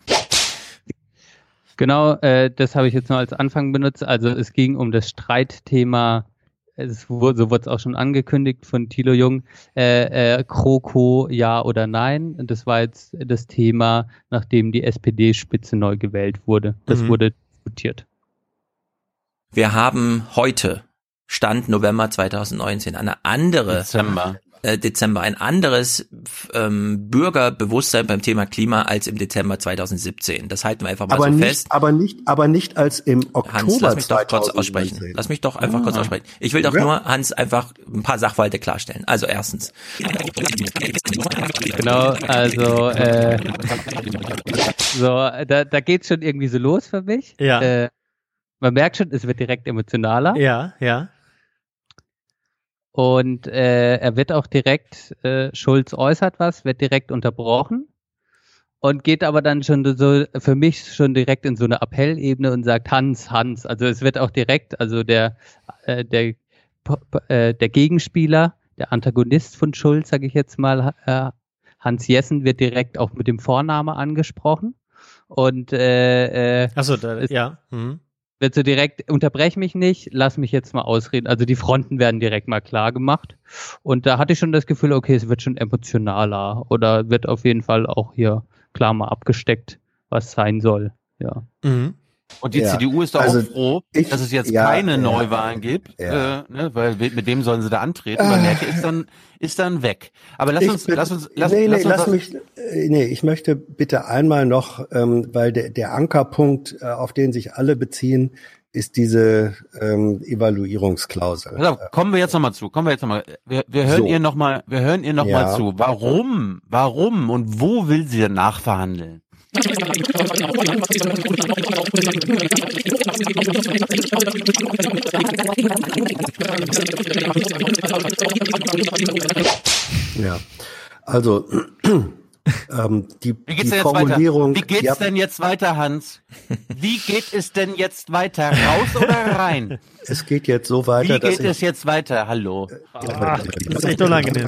Genau, äh, das habe ich jetzt nur als Anfang benutzt. Also es ging um das Streitthema, es wurde, so wurde es auch schon angekündigt von Thilo Jung, äh, äh, GroKo, ja oder nein. Das war jetzt das Thema, nachdem die S P D-Spitze neu gewählt wurde. Das Mhm. wurde diskutiert. Wir haben heute, Stand November zweitausendneunzehn, eine andere, Dezember. äh, Dezember, ein anderes ähm, Bürgerbewusstsein beim Thema Klima als im Dezember zweitausendsiebzehn. Das halten wir einfach mal aber so nicht, fest. aber nicht, aber nicht als im Oktober Hans, lass mich doch kurz aussprechen. zweitausendneunzehn. Lass mich doch einfach kurz aussprechen. Ich will doch Ja. nur, Hans, einfach ein paar Sachverhalte klarstellen. Also erstens. Genau, also äh, so, da, da geht's schon irgendwie so los für mich. Ja. Äh, Man merkt schon, es wird direkt emotionaler. Ja, ja. Und äh, er wird auch direkt, äh, Schulz äußert was, wird direkt unterbrochen und geht aber dann schon so, für mich schon direkt in so eine Appellebene und sagt Hans, Hans. Also es wird auch direkt, also der, äh, der, äh, der Gegenspieler, der Antagonist von Schulz, sage ich jetzt mal, äh, Hans Jessen, wird direkt auch mit dem Vorname angesprochen. Und äh, äh, Achso, da, ja. Mhm. wird so direkt, unterbrech mich nicht, lass mich jetzt mal ausreden. Also die Fronten werden direkt mal klar gemacht. Und da hatte ich schon das Gefühl, okay, es wird schon emotionaler oder wird auf jeden Fall auch hier klar mal abgesteckt, was sein soll. Ja. Mhm. Und die Ja, C D U ist doch also auch froh, ich- dass es jetzt ja, keine ja, Neuwahlen gibt, ja. äh, ne, weil mit wem sollen sie da antreten? Weil Merkel ist dann ist dann weg. Aber lass Ich uns, bin- lass uns, lass, nee, nee, lass uns lass mich, äh, nee, ich möchte bitte einmal noch, ähm, weil der, der Ankerpunkt, äh, auf den sich alle beziehen, ist diese ähm, Evaluierungsklausel. Pass auf, kommen wir jetzt nochmal zu. Kommen wir jetzt nochmal. Wir, wir hören So. ihr nochmal, wir hören ihr nochmal Ja. zu. Warum? Warum und wo will sie denn nachverhandeln? Ja, also ähm, die, Wie geht's die denn jetzt Formulierung. weiter? Wie geht's ja, denn jetzt weiter, Hans? Wie geht es denn jetzt weiter? Raus oder rein? Es geht jetzt so weiter, Wie dass geht es jetzt weiter? Hallo. Das ist echt unangenehm.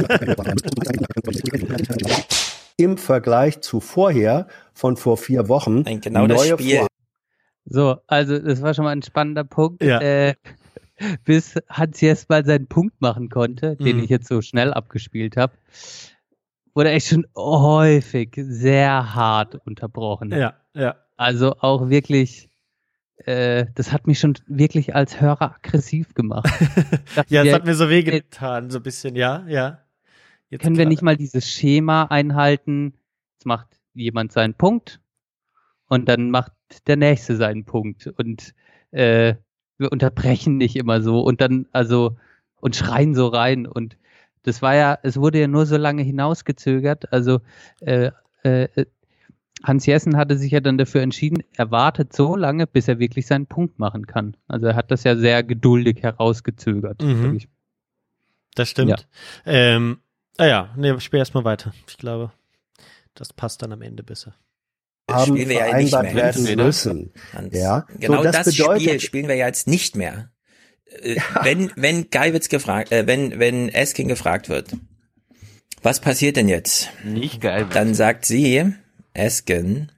im Vergleich zu vorher von vor vier Wochen Nein, genau das neue Spiel. Vor So, also das war schon mal ein spannender Punkt. Ja. Äh, bis Hans jetzt mal seinen Punkt machen konnte, den Mhm. ich jetzt so schnell abgespielt habe, wurde echt schon häufig sehr hart unterbrochen. Ja, ja. Also auch wirklich, äh, das hat mich schon wirklich als Hörer aggressiv gemacht. Dachte Ja, es mir, hat mir so wehgetan, so ein bisschen, ja, ja. Jetzt können wir gerade. nicht mal dieses Schema einhalten? Jetzt macht jemand seinen Punkt und dann macht der Nächste seinen Punkt und äh, wir unterbrechen nicht immer so und dann, also, und schreien so rein und das war ja, es wurde ja nur so lange hinausgezögert, also äh, äh, Hans Jessen hatte sich ja dann dafür entschieden, er wartet so lange, bis er wirklich seinen Punkt machen kann. Also er hat das ja sehr geduldig herausgezögert. Mhm. sag ich. Das stimmt. Ja. Ähm, ah ja, nee, spiel erst mal weiter. Ich glaube, das passt dann am Ende besser. haben Spielen wir ja nicht vereinbart mehr. werden Entweder. müssen. Hans. Ja, Genau so, das das, bedeutet- Spiel spielen wir ja jetzt nicht mehr. Äh, Wenn, wenn Geiwitz gefragt, äh, wenn, wenn Eskin gefragt wird, was passiert denn jetzt? Nicht geil. Dann sagt sie, Esken,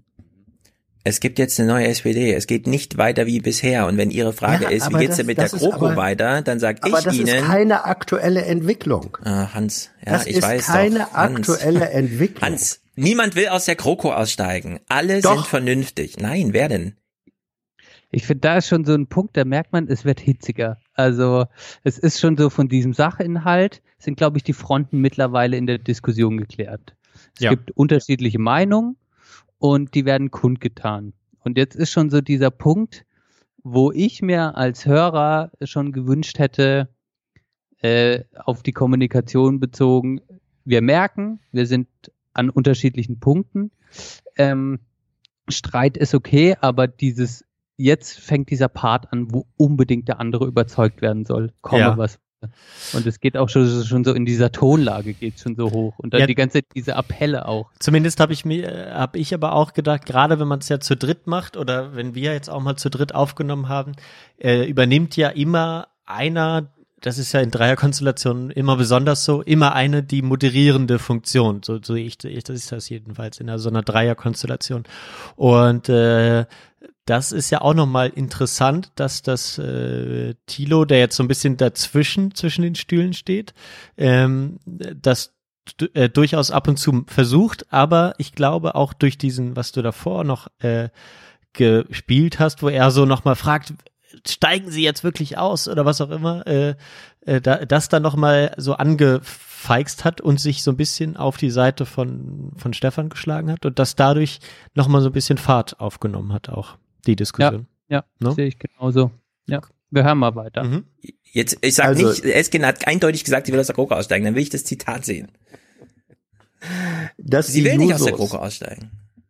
es gibt jetzt eine neue S P D. Es geht nicht weiter wie bisher. Und wenn Ihre Frage Ja, ist, wie aber geht's das- denn mit das der ist GroKo aber- weiter, dann sag Aber ich das ist Ihnen, keine aktuelle Entwicklung. ah, Hans, ja, Das ich ist weiß keine doch, Hans, aktuelle Entwicklung. Hans, niemand will aus der GroKo aussteigen. Alle Doch. sind vernünftig. Nein, wer denn? Ich finde, da ist schon so ein Punkt, da merkt man, es wird hitziger. Also es ist schon so von diesem Sachinhalt, sind, glaube ich, die Fronten mittlerweile in der Diskussion geklärt. Es Ja. gibt unterschiedliche Meinungen und die werden kundgetan. Und jetzt ist schon so dieser Punkt, wo ich mir als Hörer schon gewünscht hätte, äh, auf die Kommunikation bezogen, wir merken, wir sind an unterschiedlichen Punkten. Ähm, Streit ist okay, aber dieses jetzt fängt dieser Part an, wo unbedingt der andere überzeugt werden soll. Komme Ja. was. Und es geht auch schon, schon so in dieser Tonlage geht schon so hoch. Und dann Ja. die ganze Zeit diese Appelle auch. Zumindest habe ich mir, habe ich aber auch gedacht, gerade wenn man es ja zu dritt macht oder wenn wir jetzt auch mal zu dritt aufgenommen haben, äh, übernimmt ja immer einer, das ist ja in Dreierkonstellationen immer besonders so, immer eine die moderierende Funktion. So, so ich, ich, das ist das jedenfalls in einer, so einer Dreierkonstellation. Und äh, das ist ja auch nochmal interessant, dass das äh, Thilo, der jetzt so ein bisschen dazwischen, zwischen den Stühlen steht, ähm, das d- äh, durchaus ab und zu versucht, aber ich glaube auch durch diesen, was du davor noch äh, gespielt hast, wo er so nochmal fragt, steigen sie jetzt wirklich aus oder was auch immer, äh, äh, da, das dann nochmal so angefeixt hat und sich so ein bisschen auf die Seite von, von Stefan geschlagen hat und das dadurch nochmal so ein bisschen Fahrt aufgenommen hat auch, die Diskussion. Ja, No? sehe ich genauso. Ja, wir hören mal weiter. Mhm. Jetzt, ich sag Also- nicht, Eskin hat eindeutig gesagt, sie will aus der GroKo aussteigen. Dann will ich das Zitat sehen. Dass Sie die will nicht aus der Jusos- GroKo aussteigen.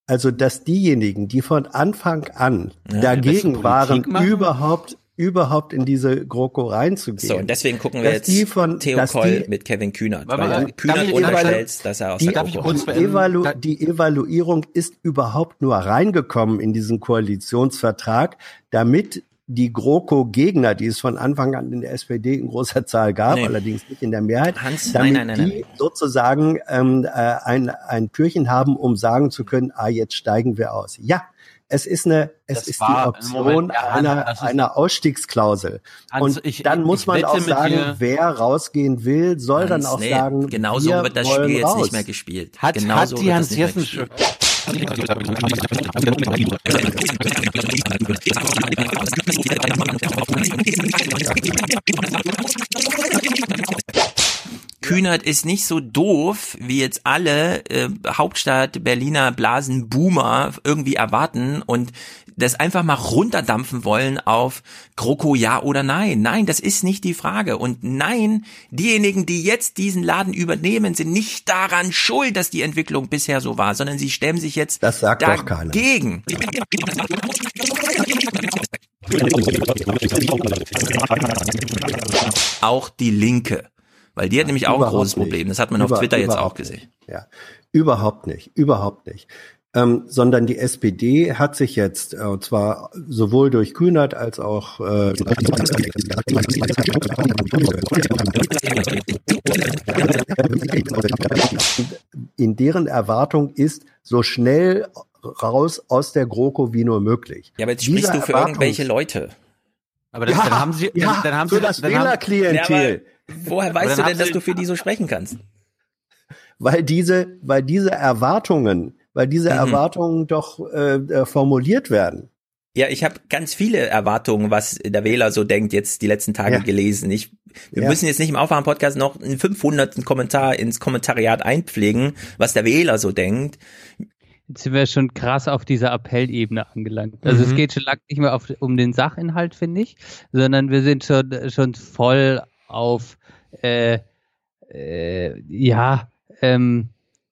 Also, dass diejenigen, die von Anfang an Ja, dagegen waren, machen? überhaupt überhaupt in diese GroKo reinzugehen. So, und deswegen gucken wir dass jetzt die von, Theo dass Koll die, mit Kevin Kühnert, Warte weil mal, du darf Kühnert ich- unterstellst, dass er aus die, der Darf ich GroKo kurz die, beenden? Evalu Da- die Evaluierung ist überhaupt nur reingekommen in diesen Koalitionsvertrag, damit die GroKo-Gegner, die es von Anfang an in der S P D in großer Zahl gab, Nee. allerdings nicht in der Mehrheit, Hans, damit nein, nein, nein, die sozusagen ähm, äh, ein, ein Türchen haben, um sagen zu können, ah, jetzt steigen wir aus. Ja, es ist eine, es Das ist war- die Option Moment, ja, einer, das ist- einer Ausstiegsklausel. Hans, Und ich- dann muss ich man wette auch mit sagen, dir- wer rausgehen will, soll dann Hans, auch nee, sagen, genau so wir wird das wollen Spiel jetzt raus. nicht mehr gespielt. Hat, genau hat so die wird Hans das nicht mehr Jessen gespielt. Kühnert ist nicht so doof, wie jetzt alle äh, Hauptstadt Berliner Blasenboomer irgendwie erwarten und das einfach mal runterdampfen wollen auf GroKo ja oder nein. Nein, das ist nicht die Frage. Und nein, diejenigen, die jetzt diesen Laden übernehmen, sind nicht daran schuld, dass die Entwicklung bisher so war, sondern sie stemmen sich jetzt Das sagt doch keiner. dagegen. Auch die Linke. Weil die hat nämlich auch ein Überhaupt großes nicht. Problem. Das hat man auf Über- Twitter jetzt auch überhaupt gesehen. nicht. Ja, überhaupt nicht, überhaupt nicht. Ähm, sondern die S P D hat sich jetzt, äh, und zwar sowohl durch Kühnert als auch äh, in deren Erwartung ist, so schnell raus aus der GroKo wie nur möglich. Ja, aber jetzt Dieser sprichst du für Erwartungs- irgendwelche Leute. Aber dann, Ja, dann haben sie, dann, ja, dann haben für sie, das dann haben, Wählerklientel. Woher weißt dann du haben denn, dass sie- du für die so sprechen kannst? Weil diese, weil diese Erwartungen, weil diese Mhm. Erwartungen doch äh, äh, formuliert werden. Ja, ich habe ganz viele Erwartungen, was der Wähler so denkt, jetzt die letzten Tage Ja. gelesen. Ich, wir Ja. müssen jetzt nicht im Aufwachen-Podcast noch einen fünfhunderten Kommentar ins Kommentariat einpflegen, was der Wähler so denkt. Jetzt sind wir schon krass auf dieser Appellebene angelangt. Also Mhm. es geht schon lange nicht mehr auf, um den Sachinhalt, finde ich, sondern wir sind schon, schon voll auf, äh, äh, ja, ähm,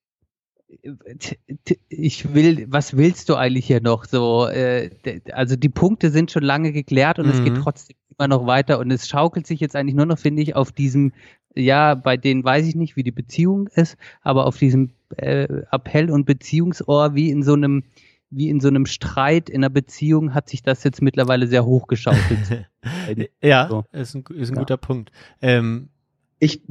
t- t- ich will, was willst du eigentlich hier noch? So, äh, d- also die Punkte sind schon lange geklärt und es geht Mhm. trotzdem immer noch weiter und es schaukelt sich jetzt eigentlich nur noch, finde ich, auf diesem, ja, bei denen weiß ich nicht, wie die Beziehung ist, aber auf diesem äh, Appell und Beziehungsohr wie in so einem, wie in so einem Streit in einer Beziehung hat sich das jetzt mittlerweile sehr hochgeschaukelt. Ja, So. ist ein, ist ein Ja. guter Punkt. Ähm, Ich,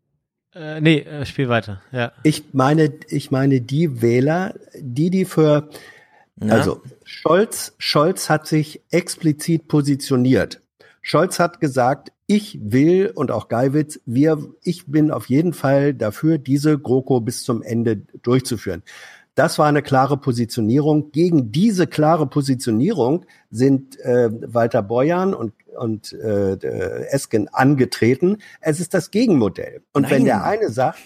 äh, nee, äh, spiel weiter. Ja. ich meine, ich meine die Wähler, die die für, Ja? also Scholz, Scholz hat sich explizit positioniert. Scholz hat gesagt, ich will und auch Geiwitz, wir, ich bin auf jeden Fall dafür, diese GroKo bis zum Ende durchzuführen. Das war eine klare Positionierung. Gegen diese klare Positionierung sind äh, Walter Beuern und und äh, äh, Esken angetreten. Es ist das Gegenmodell. Und Nein. wenn der eine sagt,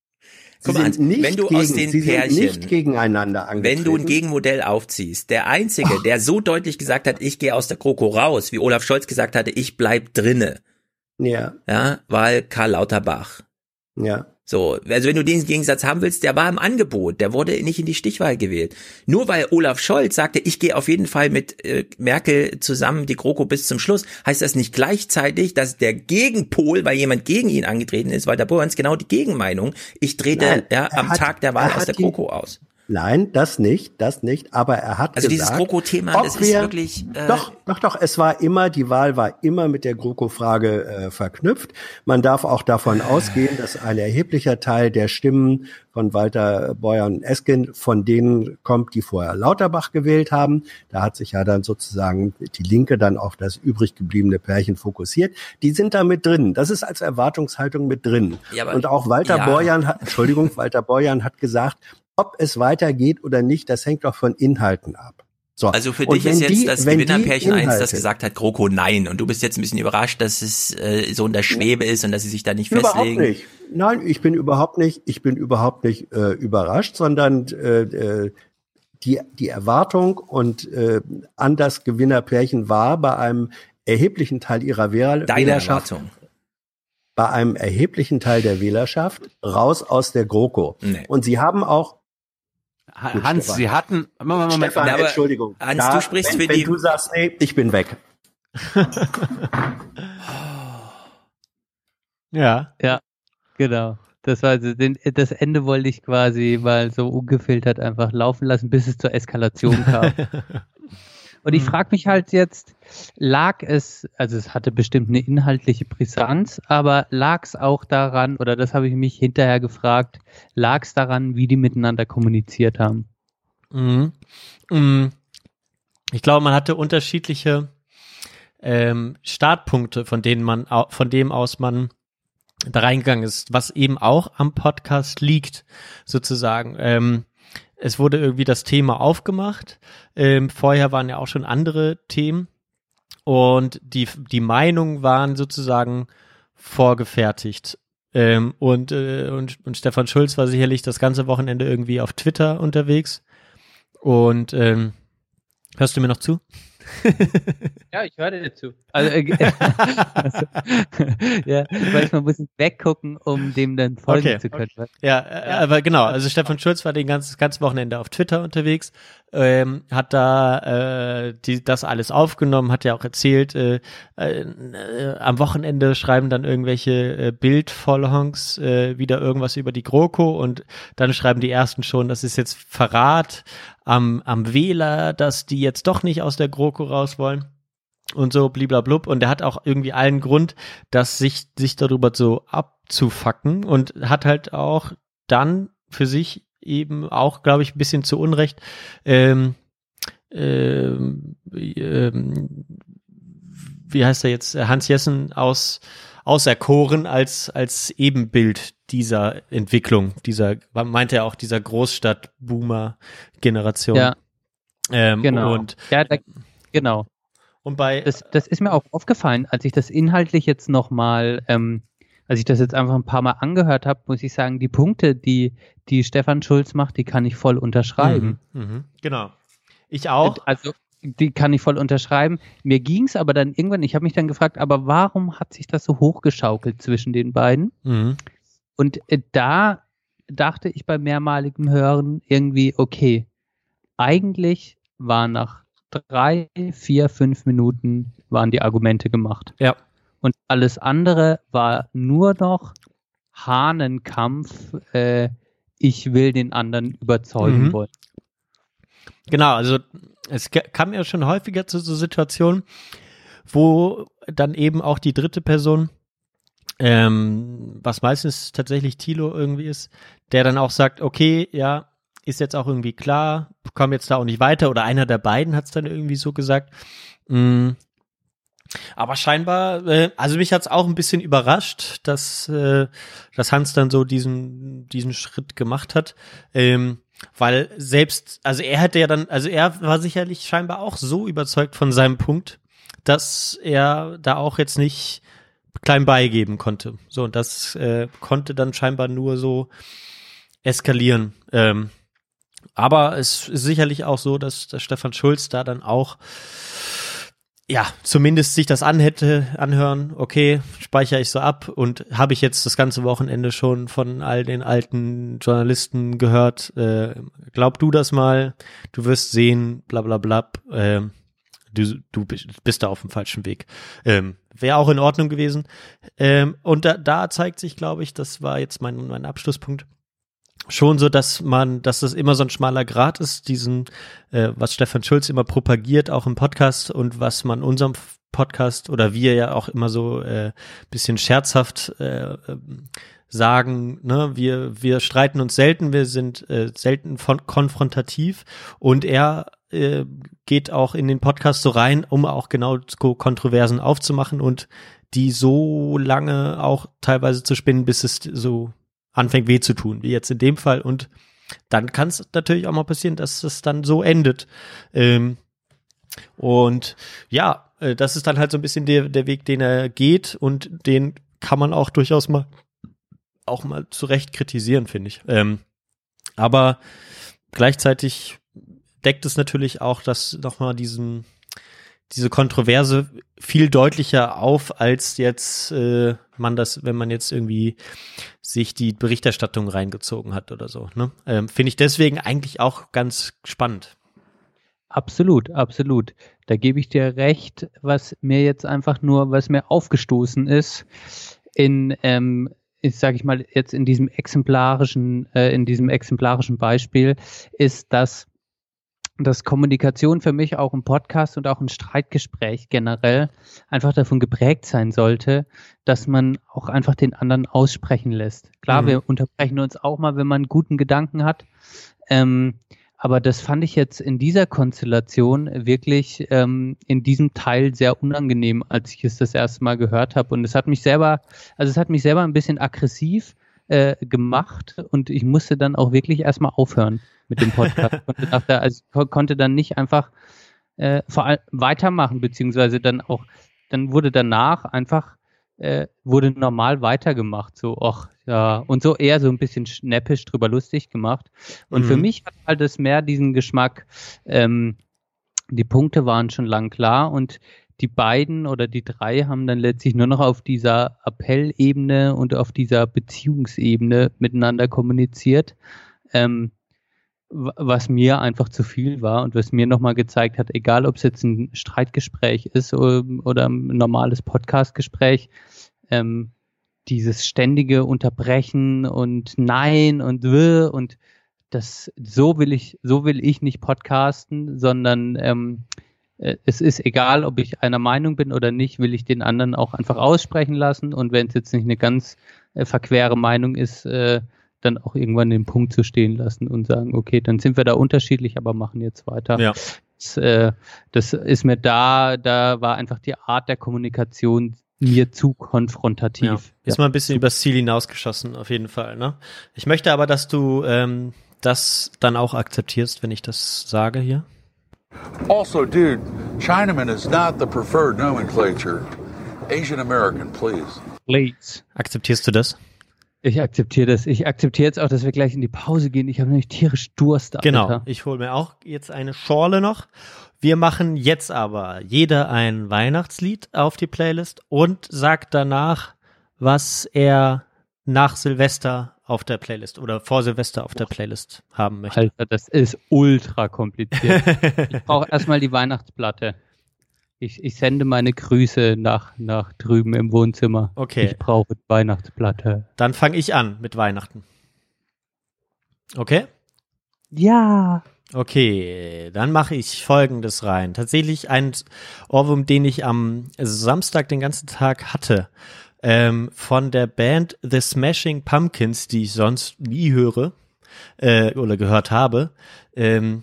Guck sie mal, sind nicht wenn du gegen, aus den sie sind Pärchen- nicht gegeneinander angetreten. Wenn du ein Gegenmodell aufziehst, der Einzige, der so deutlich gesagt hat, ich gehe aus der GroKo raus, wie Olaf Scholz gesagt hatte, ich bleib drinne, ja, ja, war Karl Lauterbach. ja. So, also wenn du den Gegensatz haben willst, der war im Angebot, der wurde nicht in die Stichwahl gewählt. Nur weil Olaf Scholz sagte, ich gehe auf jeden Fall mit äh, Merkel zusammen die GroKo bis zum Schluss, heißt das nicht gleichzeitig, dass der Gegenpol, weil jemand gegen ihn angetreten ist, Walter Borjans, genau die Gegenmeinung, ich trete Nein, ja, er am hat- Tag der Wahl er aus hat der die- GroKo aus. Nein, das nicht, das nicht. Aber er hat Also gesagt, dieses GroKo-Thema, ob das ist wir- wirklich... Äh, Doch, doch, doch. Es war immer, die Wahl war immer mit der GroKo-Frage äh, verknüpft. Man darf auch davon ausgehen, dass ein erheblicher Teil der Stimmen von Walter Beuern und Esken von denen kommt, die vorher Lauterbach gewählt haben. Da hat sich ja dann sozusagen die Linke dann auf das übrig gebliebene Pärchen fokussiert. Die sind da mit drin. Das ist als Erwartungshaltung mit drin. Ja, aber- und auch Walter ja. Beuern hat, Entschuldigung, Walter Beuern hat gesagt, ob es weitergeht oder nicht, das hängt doch von Inhalten ab. So. Also für Und dich ist wenn jetzt die- das wenn die Gewinnerpärchen eins, das Inhalte- gesagt hat, GroKo nein. Und du bist jetzt ein bisschen überrascht, dass es äh, so in der Schwebe ist und dass sie sich da nicht Überhaupt festlegen. nicht. Nein, ich bin überhaupt nicht, ich bin überhaupt nicht äh, überrascht, sondern äh, äh, die, die Erwartung und äh, an das Gewinnerpärchen war bei einem erheblichen Teil ihrer Wähler Deine Wählerschaft, Erwartung. bei einem erheblichen Teil der Wählerschaft raus aus der GroKo. Nee. Und sie haben auch Gut, Hans, Stefan. Sie hatten, Moment, Moment, Stefan, aber Entschuldigung. Hans, du sprichst wenn, für wenn die- du sagst, nee, ich bin weg. Ja. Genau. Das war also den, das Ende wollte ich quasi mal so ungefiltert einfach laufen lassen, bis es zur Eskalation kam. Und ich frage mich halt jetzt, lag es, also es hatte bestimmt eine inhaltliche Brisanz, aber lag es auch daran, oder das habe ich mich hinterher gefragt, lag es daran, wie die miteinander kommuniziert haben? Mhm. Mhm. Ich glaube, man hatte unterschiedliche ähm, Startpunkte, von denen man, au- von dem aus man da reingegangen ist, was eben auch am Podcast liegt, sozusagen. Ähm, es wurde irgendwie das Thema aufgemacht. Ähm, vorher waren ja auch schon andere Themen und die, die Meinungen waren sozusagen vorgefertigt. Ähm, und, äh, und, und Stefan Schulz war sicherlich das ganze Wochenende irgendwie auf Twitter unterwegs. Und ähm, hörst du mir noch zu? Ja, ich höre dir zu. Also, äh, also, ja, manchmal muss ich weggucken, um dem dann folgen Okay. zu können. Ja, äh, aber genau, also Stefan Schulz war den ganzen, das ganze Wochenende auf Twitter unterwegs, ähm, hat da äh, die, das alles aufgenommen, hat ja auch erzählt, äh, äh, äh, am Wochenende schreiben dann irgendwelche äh, Bildvollhongs äh, wieder irgendwas über die GroKo und dann schreiben die ersten schon, das ist jetzt Verrat am, am Wähler, dass die jetzt doch nicht aus der GroKo raus wollen. Und so bliblablub. Und er hat auch irgendwie allen Grund, dass sich, sich darüber so abzufacken und hat halt auch dann für sich eben auch, glaube ich, ein bisschen zu Unrecht ähm, ähm, ähm, wie heißt er jetzt, Hans Jessen aus auserkoren als als Ebenbild dieser Entwicklung, dieser, meinte er auch, dieser Großstadt-Boomer-Generation. Ja, ähm, genau. Und, ja, da, genau. und bei Das, das ist mir auch aufgefallen, als ich das inhaltlich jetzt nochmal, ähm, als ich das jetzt einfach ein paar Mal angehört habe, muss ich sagen, die Punkte, die, die Stefan Schulz macht, die kann ich voll unterschreiben. Mhm, mhm, genau. Ich auch. Also, die kann ich voll unterschreiben. Mir ging es aber dann irgendwann, ich habe mich dann gefragt, aber warum hat sich das so hochgeschaukelt zwischen den beiden? Mhm. Und äh, da dachte ich bei mehrmaligem Hören irgendwie, okay, eigentlich war nach drei, vier, fünf Minuten waren die Argumente gemacht. Ja. Und alles andere war nur noch Hahnenkampf, äh, ich will den anderen überzeugen Mhm. wollen. Genau, also es k- kam ja schon häufiger zu so Situationen, wo dann eben auch die dritte Person, ähm, was meistens tatsächlich Thilo irgendwie ist, der dann auch sagt, okay, ja, ist jetzt auch irgendwie klar, komm jetzt da auch nicht weiter, oder einer der beiden hat es dann irgendwie so gesagt. Mm. Aber scheinbar, äh, also mich hat's auch ein bisschen überrascht, dass, äh, dass Hans dann so diesen, diesen Schritt gemacht hat. Ähm, weil selbst, also er hätte ja dann, also er war sicherlich scheinbar auch so überzeugt von seinem Punkt, dass er da auch jetzt nicht klein beigeben konnte. So, und das äh, konnte dann scheinbar nur so eskalieren. Ähm, aber es ist sicherlich auch so, dass, dass Stefan Schulz da dann auch ja, zumindest sich das an hätte anhören, okay, speichere ich so ab, und habe ich jetzt das ganze Wochenende schon von all den alten Journalisten gehört, äh, glaub du das mal, du wirst sehen, bla bla bla, äh, du, du bist da auf dem falschen Weg. Ähm, wäre auch in Ordnung gewesen. Ähm, und da, da zeigt sich, glaube ich, das war jetzt mein, mein Abschlusspunkt, schon so, dass man, dass das immer so ein schmaler Grat ist, diesen, äh, was Stefan Schulz immer propagiert, auch im Podcast, und was man unserem Podcast oder wir ja auch immer so äh, bisschen scherzhaft äh, sagen, ne, wir wir streiten uns selten, wir sind äh, selten von, konfrontativ, und er äh, geht auch in den Podcast so rein, um auch genau so Kontroversen aufzumachen und die so lange auch teilweise zu spinnen, bis es so anfängt weh zu tun, wie jetzt in dem Fall. Und dann kann es natürlich auch mal passieren, dass es dann so endet. Ähm, und ja, äh, das ist dann halt so ein bisschen der, der Weg, den er geht, und den kann man auch durchaus mal auch mal zu Recht kritisieren, finde ich. Ähm, aber gleichzeitig deckt es natürlich auch das nochmal diesen diese Kontroverse viel deutlicher auf, als jetzt äh, man das, wenn man jetzt irgendwie sich die Berichterstattung reingezogen hat oder so. Ne? Ähm, finde ich deswegen eigentlich auch ganz spannend. Absolut, absolut. Da gebe ich dir recht, was mir jetzt einfach nur, was mir aufgestoßen ist, in, ähm, ist, sage ich mal, jetzt in diesem exemplarischen, äh, in diesem exemplarischen Beispiel, ist, dass dass Kommunikation für mich auch im Podcast und auch ein Streitgespräch generell einfach davon geprägt sein sollte, dass man auch einfach den anderen aussprechen lässt. Klar, mhm. wir unterbrechen uns auch mal, wenn man einen guten Gedanken hat, ähm, aber das fand ich jetzt in dieser Konstellation wirklich ähm, in diesem Teil sehr unangenehm, als ich es das erste Mal gehört habe. Und es hat mich selber, also es hat mich selber ein bisschen aggressiv äh, gemacht und ich musste dann auch wirklich erstmal aufhören mit dem Podcast. konnte, nach der, also konnte dann nicht einfach äh, vor allem weitermachen, beziehungsweise dann auch, dann wurde danach einfach, äh, wurde normal weitergemacht, so, ach, ja, und so eher so ein bisschen schnäppisch drüber lustig gemacht. Und mhm. für mich hat halt das mehr diesen Geschmack, ähm, die Punkte waren schon lang klar und die beiden oder die drei haben dann letztlich nur noch auf dieser Appellebene und auf dieser Beziehungsebene miteinander kommuniziert, ähm, was mir einfach zu viel war und was mir nochmal gezeigt hat, egal ob es jetzt ein Streitgespräch ist oder, oder ein normales Podcastgespräch, ähm, dieses ständige Unterbrechen und Nein und w und das, so will ich, so will ich nicht podcasten, sondern ähm, es ist egal, ob ich einer Meinung bin oder nicht, will ich den anderen auch einfach aussprechen lassen und wenn es jetzt nicht eine ganz äh, verquere Meinung ist, äh, dann auch irgendwann den Punkt zu stehen lassen und sagen, okay, dann sind wir da unterschiedlich, aber machen jetzt weiter. Ja. Das, äh, das ist mir da, da war einfach die Art der Kommunikation mir zu konfrontativ. Ja. Ist ja. mal ein bisschen übers Ziel hinausgeschossen, auf jeden Fall. Ne? Ich möchte aber, dass du ähm, das dann auch akzeptierst, wenn ich das sage hier. Also, dude, Chinaman is not the preferred nomenclature. Asian American, please. Please. Akzeptierst du das? Ich akzeptiere das. Ich akzeptiere jetzt auch, dass wir gleich in die Pause gehen. Ich habe nämlich tierisch Durst. Alter. Genau. Ich hole mir auch jetzt eine Schorle noch. Wir machen jetzt aber jeder ein Weihnachtslied auf die Playlist und sagt danach, was er nach Silvester auf der Playlist oder vor Silvester auf der Playlist haben möchte. Alter, das ist ultra kompliziert. Ich brauche erstmal die Weihnachtsplatte. Ich, ich sende meine Grüße nach, nach drüben im Wohnzimmer. Okay. Ich brauche die Weihnachtsplatte. Dann fange ich an mit Weihnachten. Okay? Ja. Okay, dann mache ich Folgendes rein. Tatsächlich ein Ohrwurm, den ich am Samstag den ganzen Tag hatte. Ähm, von der Band The Smashing Pumpkins, die ich sonst nie höre äh, oder gehört habe. Ähm,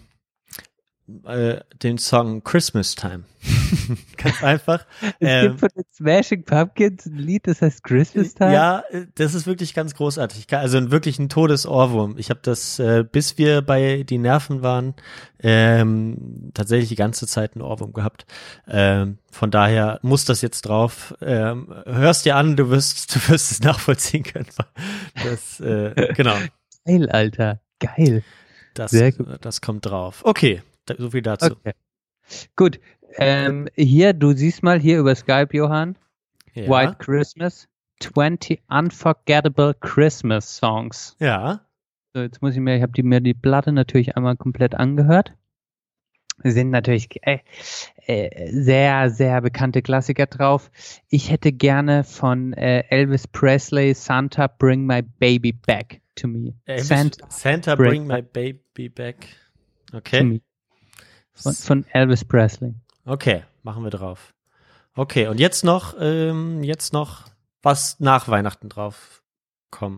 äh, den Song Christmas Time. Ganz einfach. Es ähm, gibt von den Smashing Pumpkins ein Lied, das heißt Christmas Time? Ja, das ist wirklich ganz großartig. Also wirklich ein Todesohrwurm. Ich habe das, äh, bis wir bei Die Nerven waren, ähm, tatsächlich die ganze Zeit einen Ohrwurm gehabt. Ähm, von daher muss das jetzt drauf. Ähm, hörst dir an, du wirst, du wirst es nachvollziehen können. Das, äh, genau. Geil, Alter. Geil. Das, Sehr gut. Das kommt drauf. Okay, da, so viel dazu. Okay. Gut. Ähm, hier, du siehst mal hier über Skype, Johann. Ja. White Christmas. twenty Unforgettable Christmas Songs. Ja. So, jetzt muss ich mir, ich habe die, mir die Platte natürlich einmal komplett angehört. Sind natürlich äh, äh, sehr, sehr bekannte Klassiker drauf. Ich hätte gerne von äh, Elvis Presley Santa Bring My Baby Back to Me. Elvis, Santa, Santa Bring, bring My Baby Back. Okay. Von, von Elvis Presley. Okay, machen wir drauf. Okay, und jetzt noch, ähm, jetzt noch was nach Weihnachten drauf kommt.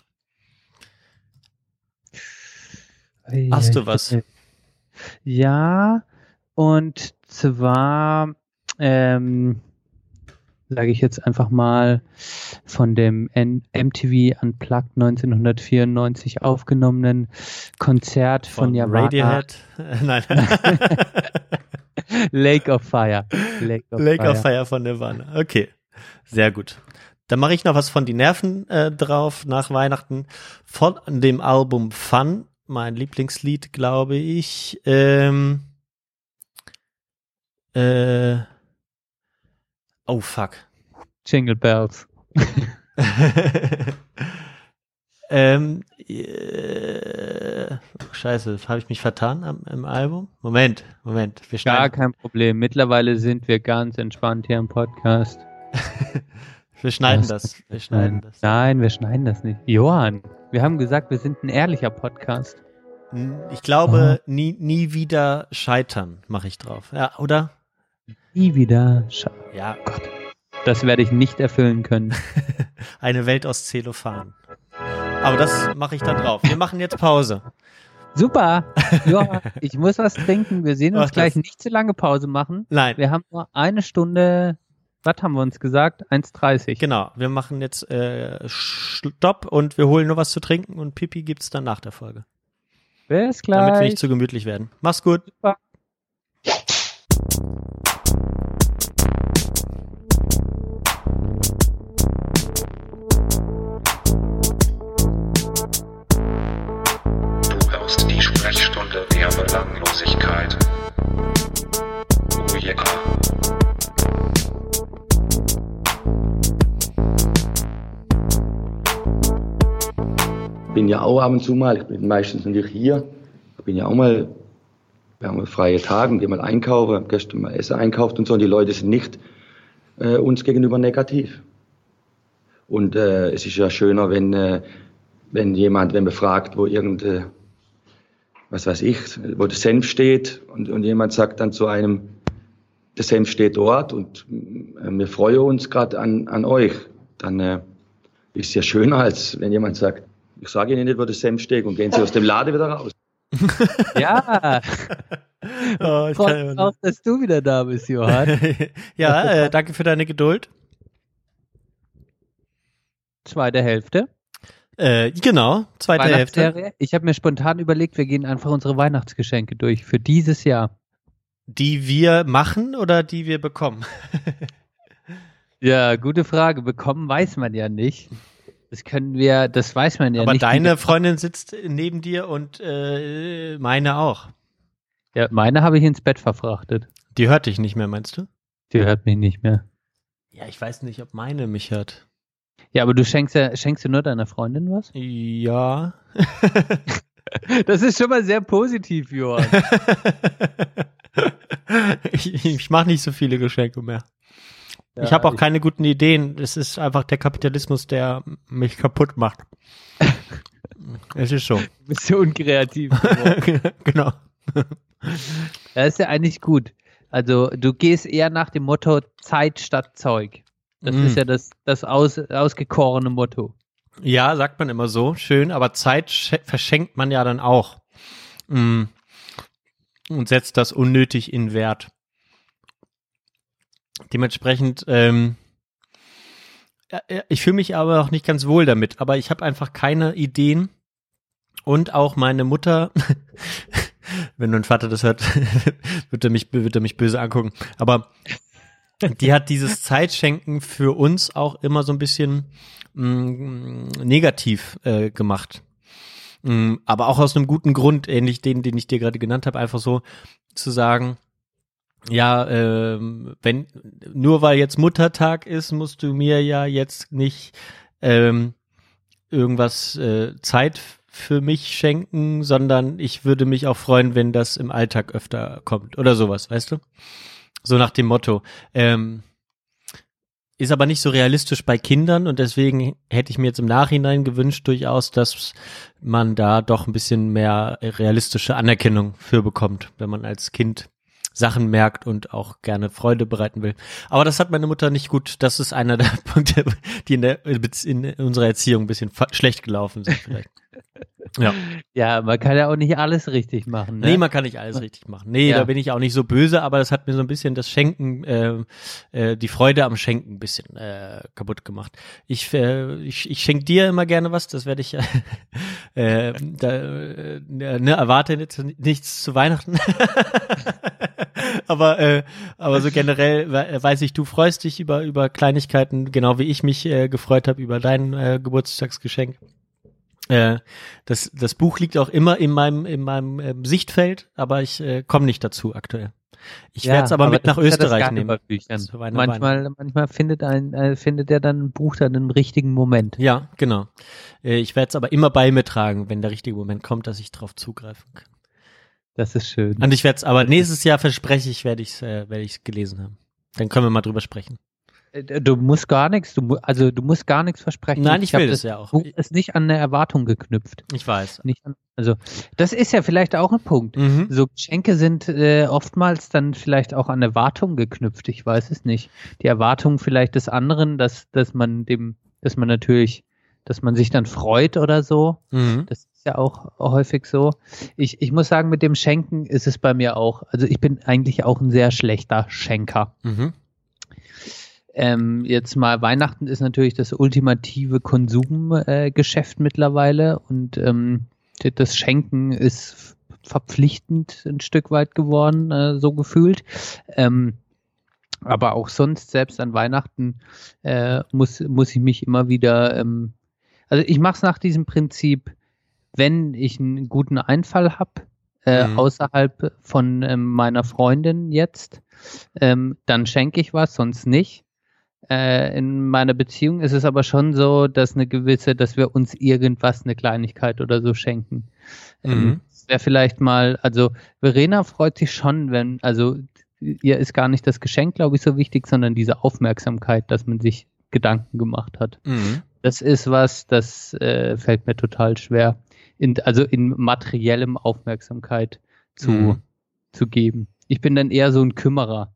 Hast du was? Ja, und zwar ähm, sage ich jetzt einfach mal von dem M T V Unplugged neunzehnhundertvierundneunzig aufgenommenen Konzert von, von Nirvana. Radiohead? Nein. Lake of Fire. Lake of Lake Fire. of Fire von Nirvana. Okay, sehr gut. Dann mache ich noch was von Die Nerven äh, drauf nach Weihnachten. Von dem Album Fun, mein Lieblingslied, glaube ich. Ähm, Äh, oh, fuck. Jingle Bells. ähm, äh, scheiße, habe ich mich vertan am, im Album? Moment, Moment. Wir Gar schneiden, kein Problem. Mittlerweile sind wir ganz entspannt hier im Podcast. wir schneiden Das- das. Wir schneiden das. Nein, wir schneiden das nicht. Johann, wir haben gesagt, wir sind ein ehrlicher Podcast. Ich glaube, nie, nie wieder scheitern mache ich drauf. Ja, oder? Nie wieder. Scha- Ja, Das werde ich nicht erfüllen können. eine Welt aus Zellophan. Aber das mache ich dann drauf. Wir machen jetzt Pause. Super. Johann, ich muss was trinken. Wir sehen uns Mach gleich das. nicht zu lange Pause machen. Nein, Wir haben nur eine Stunde, was haben wir uns gesagt? eins dreißig. genau. Wir machen jetzt äh, Stopp und wir holen nur was zu trinken und Pipi gibt's dann nach der Folge. Bis Damit wir gleich. nicht zu gemütlich werden. Mach's gut. Du hörst die Sprechstunde der Belanglosigkeit. Oh yeah. bin ja auch ab und zu mal, ich bin meistens natürlich hier, ich bin ja auch mal, wir haben mal freie Tage und gehe mal einkaufen, hab gestern mal Essen einkauft und so, und die Leute sind nicht äh, uns gegenüber negativ. Und äh, es ist ja schöner, wenn, äh, wenn jemand, wenn man fragt, wo irgendein, was weiß ich, wo der Senf steht, und, und jemand sagt dann zu einem, der Senf steht dort und äh, wir freuen uns gerade an, an euch, dann äh, ist es ja schöner, als wenn jemand sagt, ich sage Ihnen nicht, wo der Senf steht, und gehen Sie aus dem Laden wieder raus. Ja, Oh, ich freut kann mich auch, dass du wieder da bist, Johann. ja, äh, danke für deine Geduld. Zweite Hälfte. Äh, genau, zweite Hälfte. Weihnachtsserie. Ich habe mir spontan überlegt, wir gehen einfach unsere Weihnachtsgeschenke durch für dieses Jahr. Die wir machen oder die wir bekommen? Ja, gute Frage. Bekommen weiß man ja nicht. Das können wir, das weiß man ja Aber nicht. deine Freundin sitzt neben dir und äh, meine auch. Ja, meine habe ich ins Bett verfrachtet. Die hört dich nicht mehr, meinst du? Die hört mich nicht mehr. Ja, ich weiß nicht, ob meine mich hört. Ja, aber du schenkst ja, schenkst du nur deiner Freundin was? Ja. Das ist schon mal sehr positiv, Johann. ich ich mache nicht so viele Geschenke mehr. Ja, ich habe auch ich- keine guten Ideen. Es ist einfach der Kapitalismus, der mich kaputt macht. Es ist so. Du bist so unkreativ geworden. Genau. Das ist ja eigentlich gut. Also du gehst eher nach dem Motto Zeit statt Zeug. Das Mm. ist ja das, das aus, ausgekorene Motto. Ja, sagt man immer so. Schön, aber Zeit sch- verschenkt man ja dann auch. Mm. Und setzt das unnötig in Wert. Dementsprechend, ähm, ja, ja, ich fühle mich aber auch nicht ganz wohl damit, aber ich habe einfach keine Ideen. Und auch meine Mutter, wenn mein Vater das hört, wird er mich, wird er mich böse angucken. Aber die hat dieses Zeitschenken für uns auch immer so ein bisschen mh, negativ äh, gemacht. Mh, aber auch aus einem guten Grund, ähnlich den, den ich dir gerade genannt habe, einfach so zu sagen, ja, ähm, wenn nur weil jetzt Muttertag ist, musst du mir ja jetzt nicht ähm, irgendwas äh, Zeit für mich schenken, sondern ich würde mich auch freuen, wenn das im Alltag öfter kommt oder sowas, weißt du? So nach dem Motto. Ähm, ist aber nicht so realistisch bei Kindern und deswegen hätte ich mir jetzt im Nachhinein gewünscht durchaus, dass man da doch ein bisschen mehr realistische Anerkennung für bekommt, wenn man als Kind Sachen merkt und auch gerne Freude bereiten will. Aber das hat meine Mutter nicht gut. Das ist einer der Punkte, die in, der, in unserer Erziehung ein bisschen schlecht gelaufen sind vielleicht. Ja. Ja, man kann ja auch nicht alles richtig machen. Ne? Nee, man kann nicht alles richtig machen. Nee, Ja. da bin ich auch nicht so böse, aber das hat mir so ein bisschen das Schenken, äh, äh, die Freude am Schenken ein bisschen äh, kaputt gemacht. Ich, äh, ich, ich schenke dir immer gerne was, das werde ich, äh, da, äh, ne, erwarte jetzt nichts zu Weihnachten. aber, äh, aber so generell we- weiß ich, du freust dich über, über Kleinigkeiten, genau wie ich mich äh, gefreut habe über dein äh, Geburtstagsgeschenk. Äh, das, das Buch liegt auch immer in meinem, in meinem ähm, Sichtfeld, aber ich äh, komme nicht dazu aktuell. Ich werde es aber, aber mit nach Österreich ja nehmen. Manchmal, manchmal findet ein, äh, findet er dann ein Buch dann im richtigen Moment. Ja, genau. Äh, ich werde es aber immer bei mir tragen, wenn der richtige Moment kommt, dass ich drauf zugreifen kann. Das ist schön. Und ich werde es aber nächstes Jahr, verspreche ich, werde ich es äh, werde ich gelesen haben. Dann können wir mal drüber sprechen. Du musst gar nichts, du, also du musst gar nichts versprechen. Nein, ich, ich will das, das ja auch. Buch ist nicht an eine Erwartung geknüpft. Ich weiß. Nicht an, also das ist ja vielleicht auch ein Punkt. Mhm. So Geschenke sind äh, oftmals dann vielleicht auch an Erwartungen geknüpft. Ich weiß es nicht. Die Erwartung vielleicht des anderen, dass dass man dem, dass man natürlich, dass man sich dann freut oder so. Mhm. Das ist ja auch häufig so. Ich ich muss sagen, mit dem Schenken ist es bei mir auch. Also ich bin eigentlich auch ein sehr schlechter Schenker. Mhm. Ähm, jetzt mal Weihnachten ist natürlich das ultimative Konsumgeschäft äh, mittlerweile und ähm, das Schenken ist verpflichtend ein Stück weit geworden, äh, so gefühlt. Ähm, aber auch sonst, selbst an Weihnachten, äh, muss, muss ich mich immer wieder, ähm, also ich mache es nach diesem Prinzip, wenn ich einen guten Einfall habe, äh, mhm. außerhalb von ähm, meiner Freundin jetzt, ähm, dann schenke ich was, sonst nicht. In meiner Beziehung ist es aber schon so, dass eine gewisse, dass wir uns irgendwas, eine Kleinigkeit oder so schenken. Mhm. Das wäre vielleicht mal, also Verena freut sich schon, wenn, also ihr ist gar nicht das Geschenk, glaube ich, so wichtig, sondern diese Aufmerksamkeit, dass man sich Gedanken gemacht hat. Mhm. Das ist was, das äh, fällt mir total schwer, in, also in materiellem Aufmerksamkeit zu, mhm. zu geben. Ich bin dann eher so ein Kümmerer.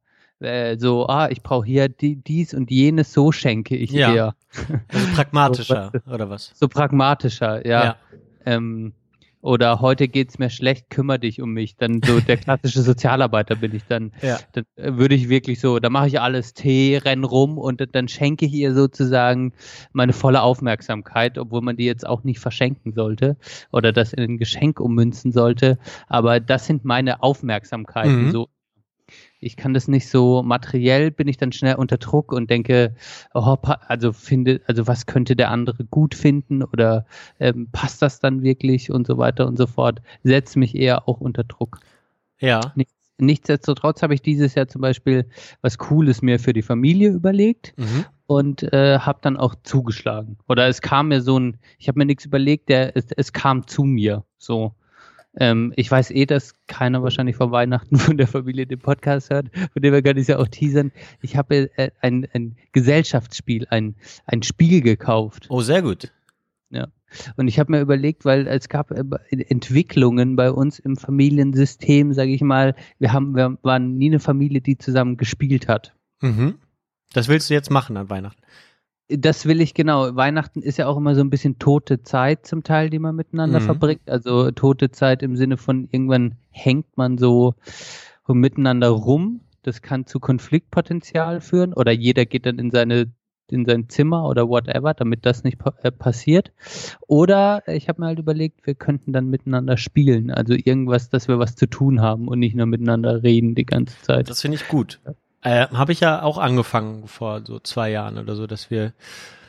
So, ah, ich brauche hier die, dies und jenes, so schenke ich ja. eher. Also pragmatischer, so, oder was? So pragmatischer, ja. ja. Ähm, oder heute geht's mir schlecht, kümmere dich um mich. Dann so der klassische Sozialarbeiter bin ich dann. Ja. Dann würde ich wirklich so, da mache ich alles Tee, renn rum und dann schenke ich ihr sozusagen meine volle Aufmerksamkeit, obwohl man die jetzt auch nicht verschenken sollte oder das in ein Geschenk ummünzen sollte. Aber das sind meine Aufmerksamkeiten, mhm. so. Ich kann das nicht so materiell, bin ich dann schnell unter Druck und denke, oh, also finde, also was könnte der andere gut finden oder ähm, passt das dann wirklich und so weiter und so fort. Setze mich eher auch unter Druck. Ja. Nichts, nichtsdestotrotz habe ich dieses Jahr zum Beispiel was Cooles mir für die Familie überlegt mhm. und äh, habe dann auch zugeschlagen. Oder es kam mir so ein, ich habe mir nichts überlegt, der, es, es kam zu mir so. Ähm, ich weiß eh, dass keiner wahrscheinlich vor Weihnachten von der Familie den Podcast hört, von dem wir kann ich es ja auch teasern. Ich habe äh, ein, ein Gesellschaftsspiel, ein, ein Spiel gekauft. Oh, sehr gut. Ja. Und ich habe mir überlegt, weil es gab äh, Entwicklungen bei uns im Familiensystem, sage ich mal, wir haben, wir waren nie eine Familie, die zusammen gespielt hat. Mhm. Das willst du jetzt machen an Weihnachten? Das will ich, genau. Weihnachten ist ja auch immer so ein bisschen tote Zeit zum Teil, die man miteinander mhm. verbringt. Also tote Zeit im Sinne von irgendwann hängt man so miteinander rum. Das kann zu Konfliktpotenzial führen oder jeder geht dann in seine in sein Zimmer oder whatever, damit das nicht äh, passiert. Oder ich habe mir halt überlegt, wir könnten dann miteinander spielen. Also irgendwas, dass wir was zu tun haben und nicht nur miteinander reden die ganze Zeit. Das finde ich gut. Äh, habe ich ja auch angefangen vor so zwei Jahren oder so, dass wir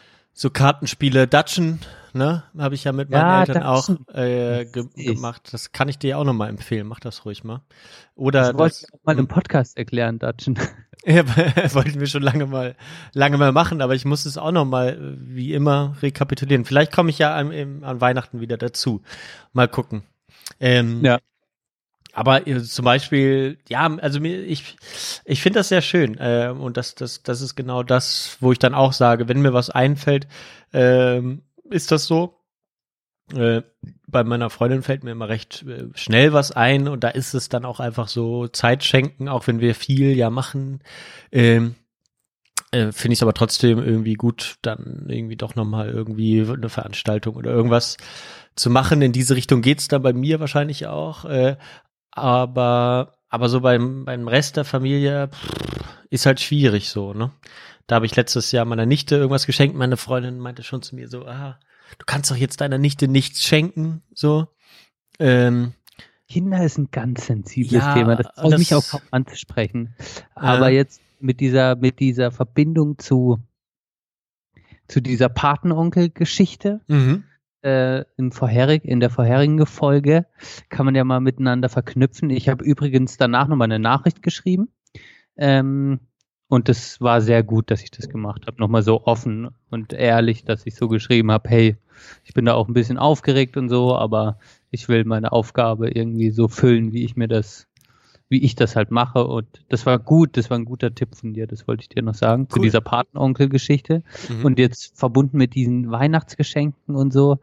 so Kartenspiele, Datschen, ne, habe ich ja mit meinen ja, Eltern Datschen. auch äh, ge- gemacht. Das kann ich dir auch nochmal empfehlen. Mach das ruhig mal. Oder das wollte das, ich auch mal im Podcast erklären, Datschen. Ja, wollten wir schon lange mal, lange mal machen, aber ich muss es auch nochmal, wie immer, rekapitulieren. Vielleicht komme ich ja an, an Weihnachten wieder dazu. Mal gucken. Ähm, ja. Aber äh, zum Beispiel, ja, also mir, ich, ich finde das sehr schön äh, und das, das, das ist genau das, wo ich dann auch sage, wenn mir was einfällt, ähm, ist das so. Äh, bei meiner Freundin fällt mir immer recht äh, schnell was ein und da ist es dann auch einfach so Zeit schenken, auch wenn wir viel ja machen. Ähm, äh, finde ich es aber trotzdem irgendwie gut, dann irgendwie doch nochmal irgendwie eine Veranstaltung oder irgendwas zu machen. In diese Richtung geht's dann bei mir wahrscheinlich auch. Äh, Aber, aber so beim, beim Rest der Familie pff, ist halt schwierig so, ne? Da habe ich letztes Jahr meiner Nichte irgendwas geschenkt. Meine Freundin meinte schon zu mir so, ah, du kannst doch jetzt deiner Nichte nichts schenken, so. Ähm, Kinder ist ein ganz sensibles ja, Thema. Das traue das- mich auch kaum anzusprechen. Aber Ja. jetzt mit dieser, mit dieser Verbindung zu, zu dieser Patenonkel-Geschichte, mhm. äh, im vorherig, in der vorherigen Folge kann man ja mal miteinander verknüpfen. Ich habe übrigens danach nochmal eine Nachricht geschrieben. Ähm, und das war sehr gut, dass ich das gemacht habe. Nochmal so offen und ehrlich, dass ich so geschrieben habe, hey, ich bin da auch ein bisschen aufgeregt und so, aber ich will meine Aufgabe irgendwie so füllen, wie ich mir das, wie ich das halt mache. Und das war gut, das war ein guter Tipp von dir, das wollte ich dir noch sagen, cool. Zu dieser Patenonkel-Geschichte. Mhm. Und jetzt verbunden mit diesen Weihnachtsgeschenken und so,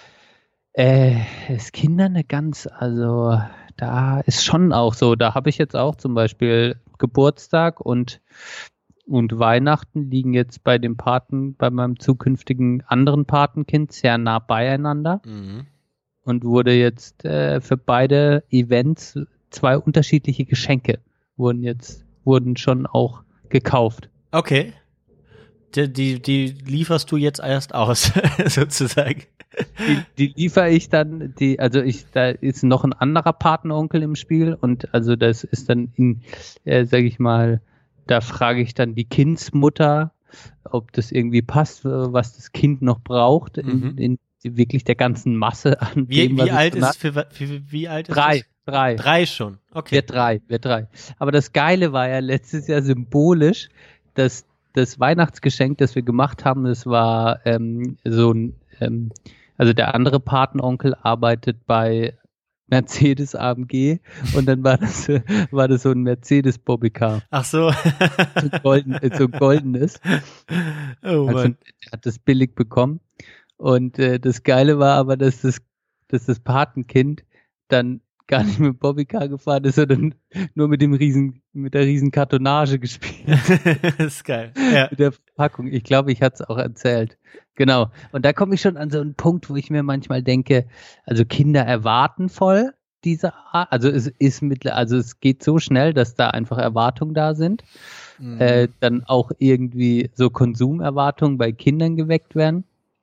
äh, ist Kinder eine ganz, also da ist schon auch so, da habe ich jetzt auch zum Beispiel Geburtstag und und Weihnachten liegen jetzt bei dem Paten, bei meinem zukünftigen anderen Patenkind sehr nah beieinander mhm. und wurde jetzt äh, für beide Events zwei unterschiedliche Geschenke wurden jetzt, wurden schon auch gekauft. Okay. Die, die, die lieferst du jetzt erst aus, sozusagen. Die, die liefere ich dann, die, also ich, da ist noch ein anderer Patenonkel im Spiel und also das ist dann in, äh, sag ich mal, da frage ich dann die Kindsmutter, ob das irgendwie passt, was das Kind noch braucht, in, in wirklich der ganzen Masse an wie, dem, wie alt ist für, für, für wie alt ist drei, das? Drei. Drei schon, okay. Wir drei, wir drei. Aber das Geile war ja letztes Jahr symbolisch, dass das Weihnachtsgeschenk, das wir gemacht haben, das war ähm, so ein, ähm, also der andere Patenonkel arbeitet bei Mercedes A M G und dann war das, war das so ein Mercedes Bobbycar. Ach so. so, golden, so goldenes. Oh Mann. Also, er hat das billig bekommen. Und äh, das Geile war aber, dass das, dass das Patenkind dann gar nicht mit Bobbycar gefahren ist, sondern nur mit dem riesen, mit der riesen Kartonage gespielt. Das ist geil. Ja. Mit der Verpackung. Ich glaube, ich hatte es auch erzählt. Genau. Und da komme ich schon an so einen Punkt, wo ich mir manchmal denke, also Kinder erwarten voll diese Art, also es ist mit, also es geht so schnell, dass da einfach Erwartungen da sind. Mhm. Äh, dann auch irgendwie so Konsumerwartungen bei Kindern geweckt werden.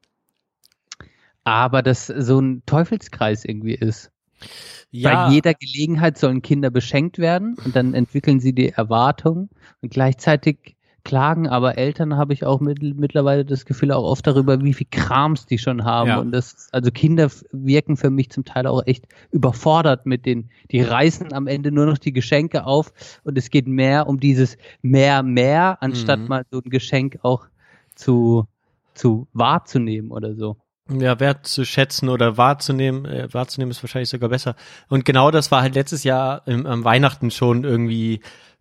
Aber das so ein Teufelskreis irgendwie ist. Ja. Bei jeder Gelegenheit sollen Kinder beschenkt werden und dann entwickeln sie die Erwartung und gleichzeitig klagen aber Eltern, habe ich auch mit, mittlerweile das Gefühl, auch oft darüber, wie viel Krams die schon haben. Ja. Und das, also Kinder wirken für mich zum Teil auch echt überfordert mit den, die reißen am Ende nur noch die Geschenke auf und es geht mehr um dieses mehr, mehr, anstatt mhm. mal so ein Geschenk auch zu, zu wahrzunehmen oder so. Ja, wertzuschätzen oder wahrzunehmen, äh, wahrzunehmen ist wahrscheinlich sogar besser. Und genau das war halt letztes Jahr im, am Weihnachten schon irgendwie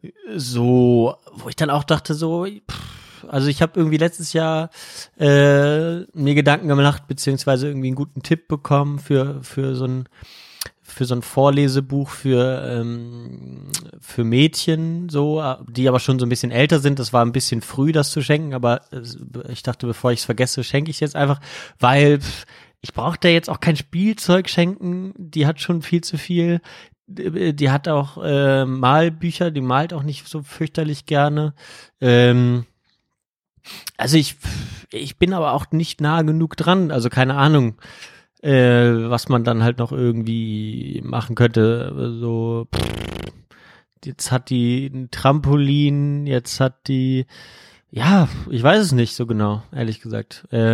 so, wo ich dann auch dachte so, pff, also ich habe irgendwie letztes Jahr äh, mir Gedanken gemacht, beziehungsweise irgendwie einen guten Tipp bekommen für für so ein für so ein Vorlesebuch für ähm, für Mädchen, so, die aber schon so ein bisschen älter sind. Das war ein bisschen früh, das zu schenken, aber ich dachte, bevor ich es vergesse, schenke ich es jetzt einfach, weil ich brauche da jetzt auch kein Spielzeug schenken. Die hat schon viel zu viel. Die hat auch äh, Malbücher, die malt auch nicht so fürchterlich gerne. Ähm, also ich ich bin aber auch nicht nah genug dran, also keine Ahnung. Äh, was man dann halt noch irgendwie machen könnte, so pff, jetzt hat die ein Trampolin, jetzt hat die, ja, ich weiß es nicht so genau, ehrlich gesagt. Äh,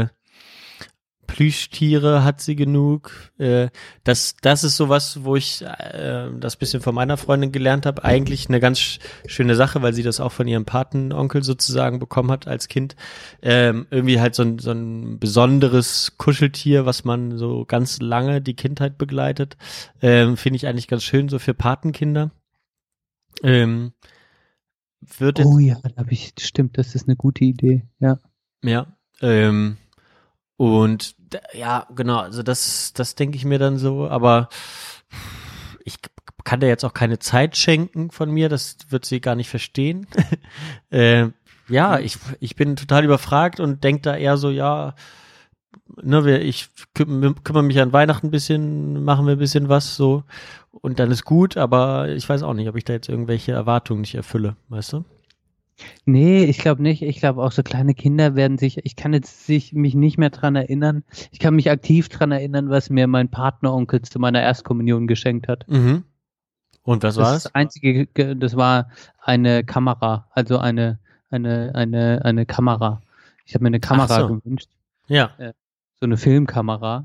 Plüschtiere hat sie genug. Äh, das, das ist sowas, wo ich äh, das bisschen von meiner Freundin gelernt habe. Eigentlich eine ganz sch- schöne Sache, weil sie das auch von ihrem Patenonkel sozusagen bekommen hat als Kind. Ähm, irgendwie halt so ein, so ein besonderes Kuscheltier, was man so ganz lange die Kindheit begleitet. Ähm, finde ich eigentlich ganz schön, so für Patenkinder. Ähm, wird oh ja, da habe ich, stimmt, das ist eine gute Idee, ja. Ja, ähm, und ja, genau, also das, das denke ich mir dann so, aber ich kann dir jetzt auch keine Zeit schenken von mir, das wird sie gar nicht verstehen. äh, ja, ich, ich bin total überfragt und denke da eher so, ja, ne, ich küm- kümmere mich an Weihnachten ein bisschen, machen wir ein bisschen was so und dann ist gut, aber ich weiß auch nicht, ob ich da jetzt irgendwelche Erwartungen nicht erfülle, weißt du? Nee, ich glaube nicht. Ich glaube auch so kleine Kinder werden sich, ich kann jetzt sich, mich nicht mehr dran erinnern. Ich kann mich aktiv dran erinnern, was mir mein Partneronkel zu meiner Erstkommunion geschenkt hat. Mhm. Und was war das? Das einzige, das war eine Kamera, also eine, eine, eine, eine Kamera. Ich habe mir eine Kamera Ach so. gewünscht. Ja. So eine Filmkamera.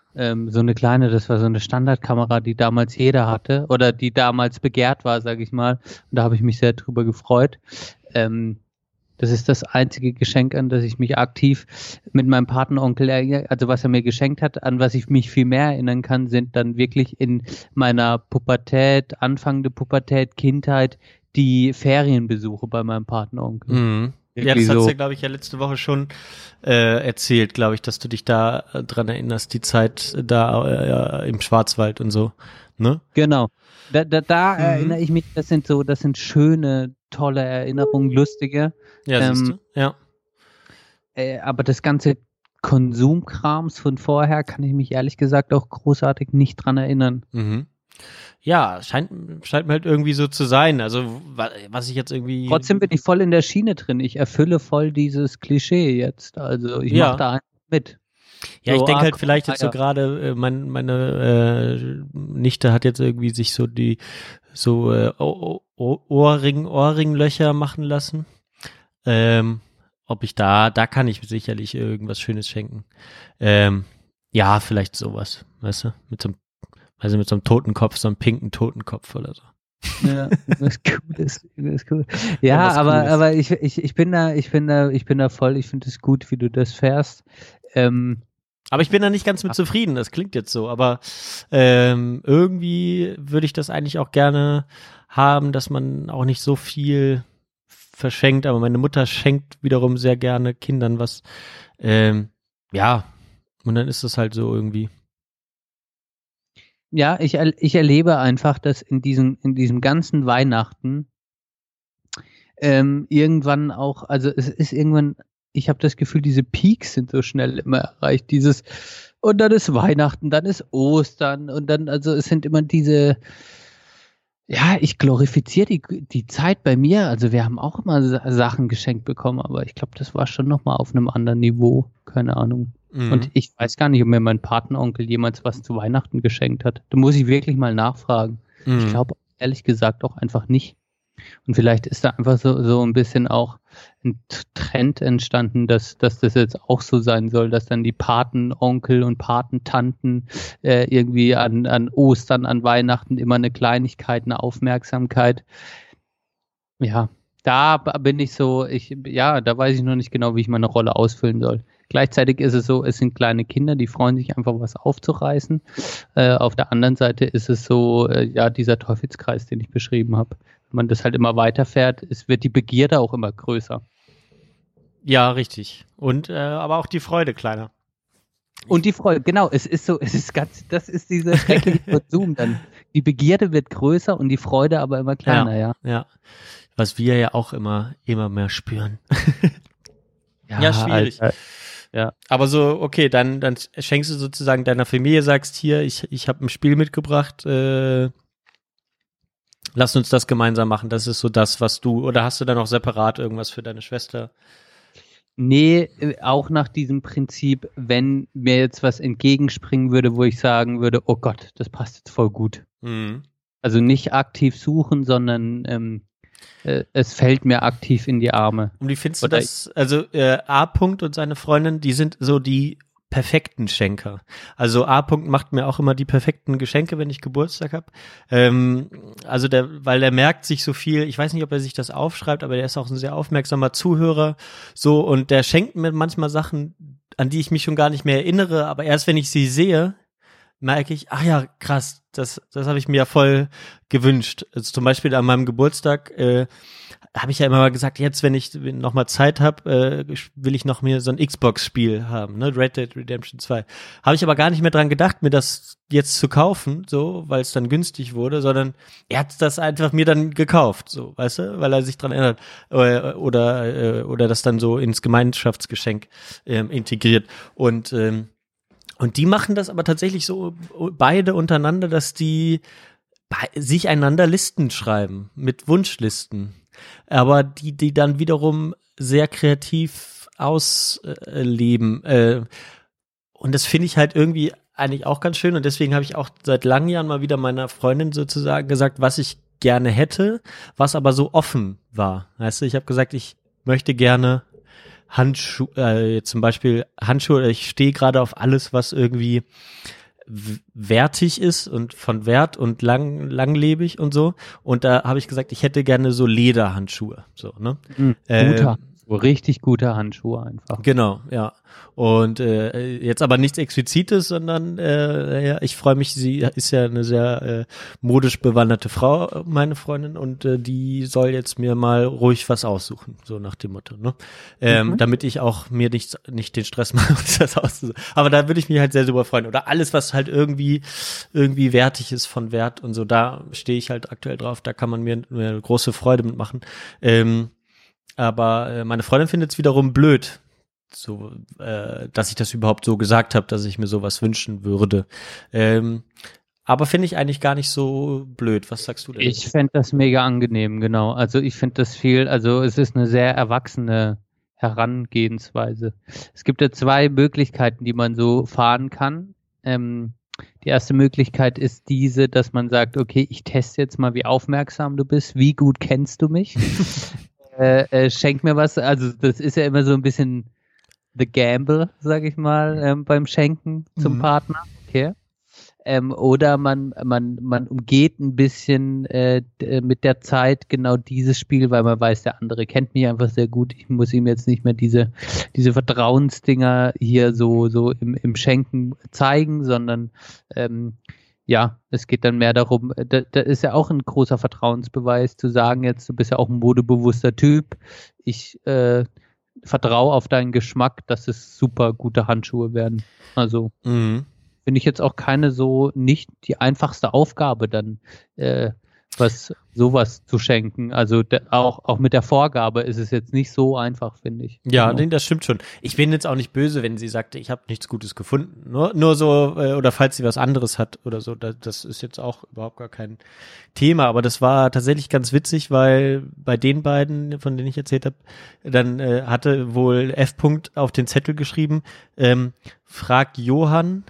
Ähm, so eine kleine, das war so eine Standardkamera, die damals jeder hatte oder die damals begehrt war, sage ich mal. Und da habe ich mich sehr drüber gefreut. Ähm, das ist das einzige Geschenk, an das ich mich aktiv mit meinem Patenonkel, also was er mir geschenkt hat, an was ich mich viel mehr erinnern kann, sind dann wirklich in meiner Pubertät, anfangende Pubertät, Kindheit, die Ferienbesuche bei meinem Patenonkel. Mhm. Ja, das so. hast du, glaube ich, ja letzte Woche schon äh, erzählt, glaube ich, dass du dich da äh, dran erinnerst, die Zeit da äh, im Schwarzwald und so, ne? Genau. Da, da, da Mhm. erinnere ich mich, das sind so, das sind schöne, tolle Erinnerungen, lustige. Ja, Ähm, siehst du? Ja. Äh, aber das ganze Konsumkrams von vorher kann ich mich ehrlich gesagt auch großartig nicht dran erinnern. Mhm. Ja, scheint, scheint mir halt irgendwie so zu sein. Also, wa- was ich jetzt irgendwie. Trotzdem bin ich voll in der Schiene drin. Ich erfülle voll dieses Klischee jetzt. Also ich Ja. mache da einfach mit. Ja, ich So, denke ah, halt guck, vielleicht ah, jetzt so ja. gerade, äh, mein, meine äh, Nichte hat jetzt irgendwie sich so die so äh, O- O- Ohrring, Ohrringlöcher machen lassen. Ähm, ob ich da, da kann ich sicherlich irgendwas Schönes schenken. Ähm, ja, vielleicht sowas, weißt du, mit so einem, also mit so einem Totenkopf, so einem pinken Totenkopf oder so. Ja, was Cooles, was cool. Ja, Ja, was aber Cooles. aber ich, ich ich bin da ich bin da ich bin da voll. Ich finde es gut, wie du das fährst. Ähm, Aber ich bin da nicht ganz mit zufrieden, das klingt jetzt so, aber ähm, irgendwie würde ich das eigentlich auch gerne haben, dass man auch nicht so viel verschenkt, aber meine Mutter schenkt wiederum sehr gerne Kindern was. Ähm, ja, und dann ist es halt so irgendwie. Ja, ich, er, ich erlebe einfach, dass in diesem, in diesem ganzen Weihnachten ähm, irgendwann auch, also es ist irgendwann, ich habe das Gefühl, diese Peaks sind so schnell immer erreicht. Dieses, und dann ist Weihnachten, dann ist Ostern und dann, also es sind immer diese, ja, ich glorifiziere die, die Zeit bei mir. Also wir haben auch immer Sa- Sachen geschenkt bekommen, aber ich glaube, das war schon nochmal auf einem anderen Niveau. Keine Ahnung. Mhm. Und ich weiß gar nicht, ob mir mein Patenonkel jemals was zu Weihnachten geschenkt hat. Da muss ich wirklich mal nachfragen. Mhm. Ich glaube ehrlich gesagt auch einfach nicht. Und vielleicht ist da einfach so, so ein bisschen auch ein T- Trend entstanden, dass, dass das jetzt auch so sein soll, dass dann die Patenonkel und Patentanten äh, irgendwie an, an Ostern, an Weihnachten immer eine Kleinigkeit, eine Aufmerksamkeit. Ja, da b- bin ich so, ich, ja, da weiß ich noch nicht genau, wie ich meine Rolle ausfüllen soll. Gleichzeitig ist es so, es sind kleine Kinder, die freuen sich einfach, was aufzureißen. Äh, auf der anderen Seite ist es so, äh, ja, dieser Teufelskreis, den ich beschrieben habe. Wenn man das halt immer weiterfährt, es wird die Begierde auch immer größer. Ja, richtig. Und äh, aber auch die Freude kleiner. Und die Freude, genau, es ist so, es ist ganz, das ist dieser schreckliche Konsum dann. Die Begierde wird größer und die Freude aber immer kleiner, ja. Ja. Was wir ja auch immer, immer mehr spüren. Ja, Ja, schwierig. Alter. Ja. Aber so, okay, dann, dann schenkst du sozusagen deiner Familie, sagst hier, ich, ich habe ein Spiel mitgebracht, äh, lass uns das gemeinsam machen. Das ist so das, was du, oder hast du dann noch separat irgendwas für deine Schwester? Nee, äh, auch nach diesem Prinzip, wenn mir jetzt was entgegenspringen würde, wo ich sagen würde, oh Gott, das passt jetzt voll gut. Mhm. Also nicht aktiv suchen, sondern ähm, äh, es fällt mir aktiv in die Arme. Und wie findest du Oder das? Also äh, A. -Punkt und seine Freundin, die sind so die perfekten Schenker. Also A. -Punkt macht mir auch immer die perfekten Geschenke, wenn ich Geburtstag habe. Ähm, also der, weil der merkt sich so viel. Ich weiß nicht, ob er sich das aufschreibt, aber der ist auch ein sehr aufmerksamer Zuhörer. So, und der schenkt mir manchmal Sachen, an die ich mich schon gar nicht mehr erinnere. Aber erst wenn ich sie sehe, merke ich, ach ja, krass, das, das habe ich mir ja voll gewünscht. Also zum Beispiel an meinem Geburtstag äh, habe ich ja immer mal gesagt, jetzt, wenn ich noch mal Zeit habe, äh, will ich noch mir so ein Xbox-Spiel haben, ne, Red Dead Redemption zwei. Habe ich aber gar nicht mehr dran gedacht, mir das jetzt zu kaufen, so, weil es dann günstig wurde, sondern er hat das einfach mir dann gekauft, so, weißt du, weil er sich dran erinnert oder oder, oder das dann so ins Gemeinschaftsgeschenk ähm, integriert und ähm, Und die machen das aber tatsächlich so beide untereinander, dass die bei, sich einander Listen schreiben mit Wunschlisten, aber die die dann wiederum sehr kreativ ausleben. Äh, und das finde ich halt irgendwie eigentlich auch ganz schön und deswegen habe ich auch seit langen Jahren mal wieder meiner Freundin sozusagen gesagt, was ich gerne hätte, was aber so offen war. Weißt du, ich habe gesagt, ich möchte gerne Handschuhe, äh, zum Beispiel Handschuhe, ich stehe gerade auf alles, was irgendwie w- wertig ist und von Wert und lang langlebig und so. Und da habe ich gesagt, ich hätte gerne so Lederhandschuhe. So, ne? Mhm, Äh, guter, richtig gute Handschuhe einfach. Genau, ja. Und äh, jetzt aber nichts Explizites, sondern äh, ja, ich freue mich, sie ist ja eine sehr äh, modisch bewanderte Frau, meine Freundin, und äh, die soll jetzt mir mal ruhig was aussuchen, so nach dem Motto, ne? Ähm, Mhm. damit ich auch mir nicht, nicht den Stress mache, das auszusuchen. Aber da würde ich mich halt sehr drüber freuen. Oder alles, was halt irgendwie irgendwie wertig ist von Wert und so, da stehe ich halt aktuell drauf, da kann man mir, mir eine große Freude mitmachen. Ähm, aber äh, meine Freundin findet es wiederum blöd, so, äh, dass ich das überhaupt so gesagt habe, dass ich mir sowas wünschen würde. Ähm, aber finde ich eigentlich gar nicht so blöd. Was sagst du denn? Ich fände das mega angenehm, genau. Also ich finde das viel, also es ist eine sehr erwachsene Herangehensweise. Es gibt ja zwei Möglichkeiten, die man so fahren kann. Ähm, die erste Möglichkeit ist diese, dass man sagt, okay, ich teste jetzt mal, wie aufmerksam du bist, wie gut kennst du mich? äh, äh, schenk mir was. Also das ist ja immer so ein bisschen the gamble, sag ich mal, ähm, beim Schenken zum Mhm. Partner. Okay. Ähm, oder man, man, man umgeht ein bisschen äh, d- mit der Zeit genau dieses Spiel, weil man weiß, der andere kennt mich einfach sehr gut. Ich muss ihm jetzt nicht mehr diese, diese Vertrauensdinger hier so, so im, im Schenken zeigen, sondern ähm, ja, es geht dann mehr darum, da, da ist ja auch ein großer Vertrauensbeweis zu sagen, jetzt, du bist ja auch ein modebewusster Typ. Ich äh, vertraue auf deinen Geschmack, dass es super gute Handschuhe werden. Also Mhm. finde ich jetzt auch keine so, nicht die einfachste Aufgabe dann, äh, was sowas zu schenken. Also de, auch, auch mit der Vorgabe ist es jetzt nicht so einfach, finde ich. Ja, Genau. nee, das stimmt schon. Ich bin jetzt auch nicht böse, wenn sie sagte, ich habe nichts Gutes gefunden. Nur, nur so, äh, oder falls sie was anderes hat oder so, das, das ist jetzt auch überhaupt gar kein Thema. Aber das war tatsächlich ganz witzig, weil bei den beiden, von denen ich erzählt habe, dann äh, hatte wohl F. -Punkt auf den Zettel geschrieben, ähm, frag Johann,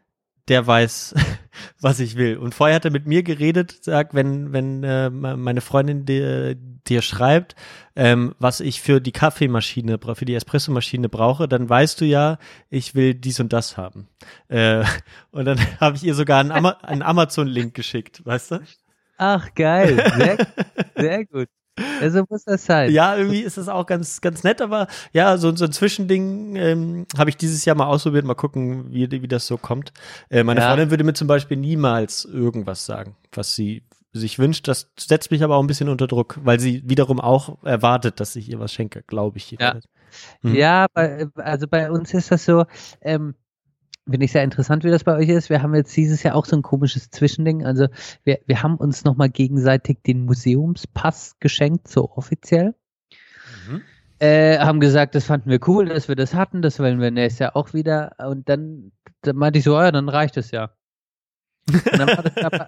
der weiß, was ich will. Und vorher hat er mit mir geredet, sagt, wenn wenn äh, meine Freundin dir, dir schreibt, ähm, was ich für die Kaffeemaschine, bra- für die Espressomaschine brauche, dann weißt du ja, ich will dies und das haben. Äh, und dann habe ich ihr sogar einen, Ama- einen Amazon-Link geschickt, weißt du? Ach, geil. Sehr, sehr gut. Ja, so muss das sein. Ja, irgendwie ist das auch ganz, ganz nett, aber ja, so, so ein Zwischending ähm, habe ich dieses Jahr mal ausprobiert, mal gucken, wie, wie das so kommt. Äh, meine Ja. Freundin würde mir zum Beispiel niemals irgendwas sagen, was sie sich wünscht. Das setzt mich aber auch ein bisschen unter Druck, weil sie wiederum auch erwartet, dass ich ihr was schenke, glaube ich. Ja. Mhm. Ja, bei, also bei uns ist das so, ähm, finde ich sehr interessant, wie das bei euch ist. Wir haben jetzt dieses Jahr auch so ein komisches Zwischending. Also wir, wir haben uns nochmal gegenseitig den Museumspass geschenkt, so offiziell. Mhm. Äh, haben gesagt, das fanden wir cool, dass wir das hatten, das wollen wir nächstes Jahr auch wieder. Und dann, dann meinte ich so, ja, dann reicht es ja. Und dann war das aber,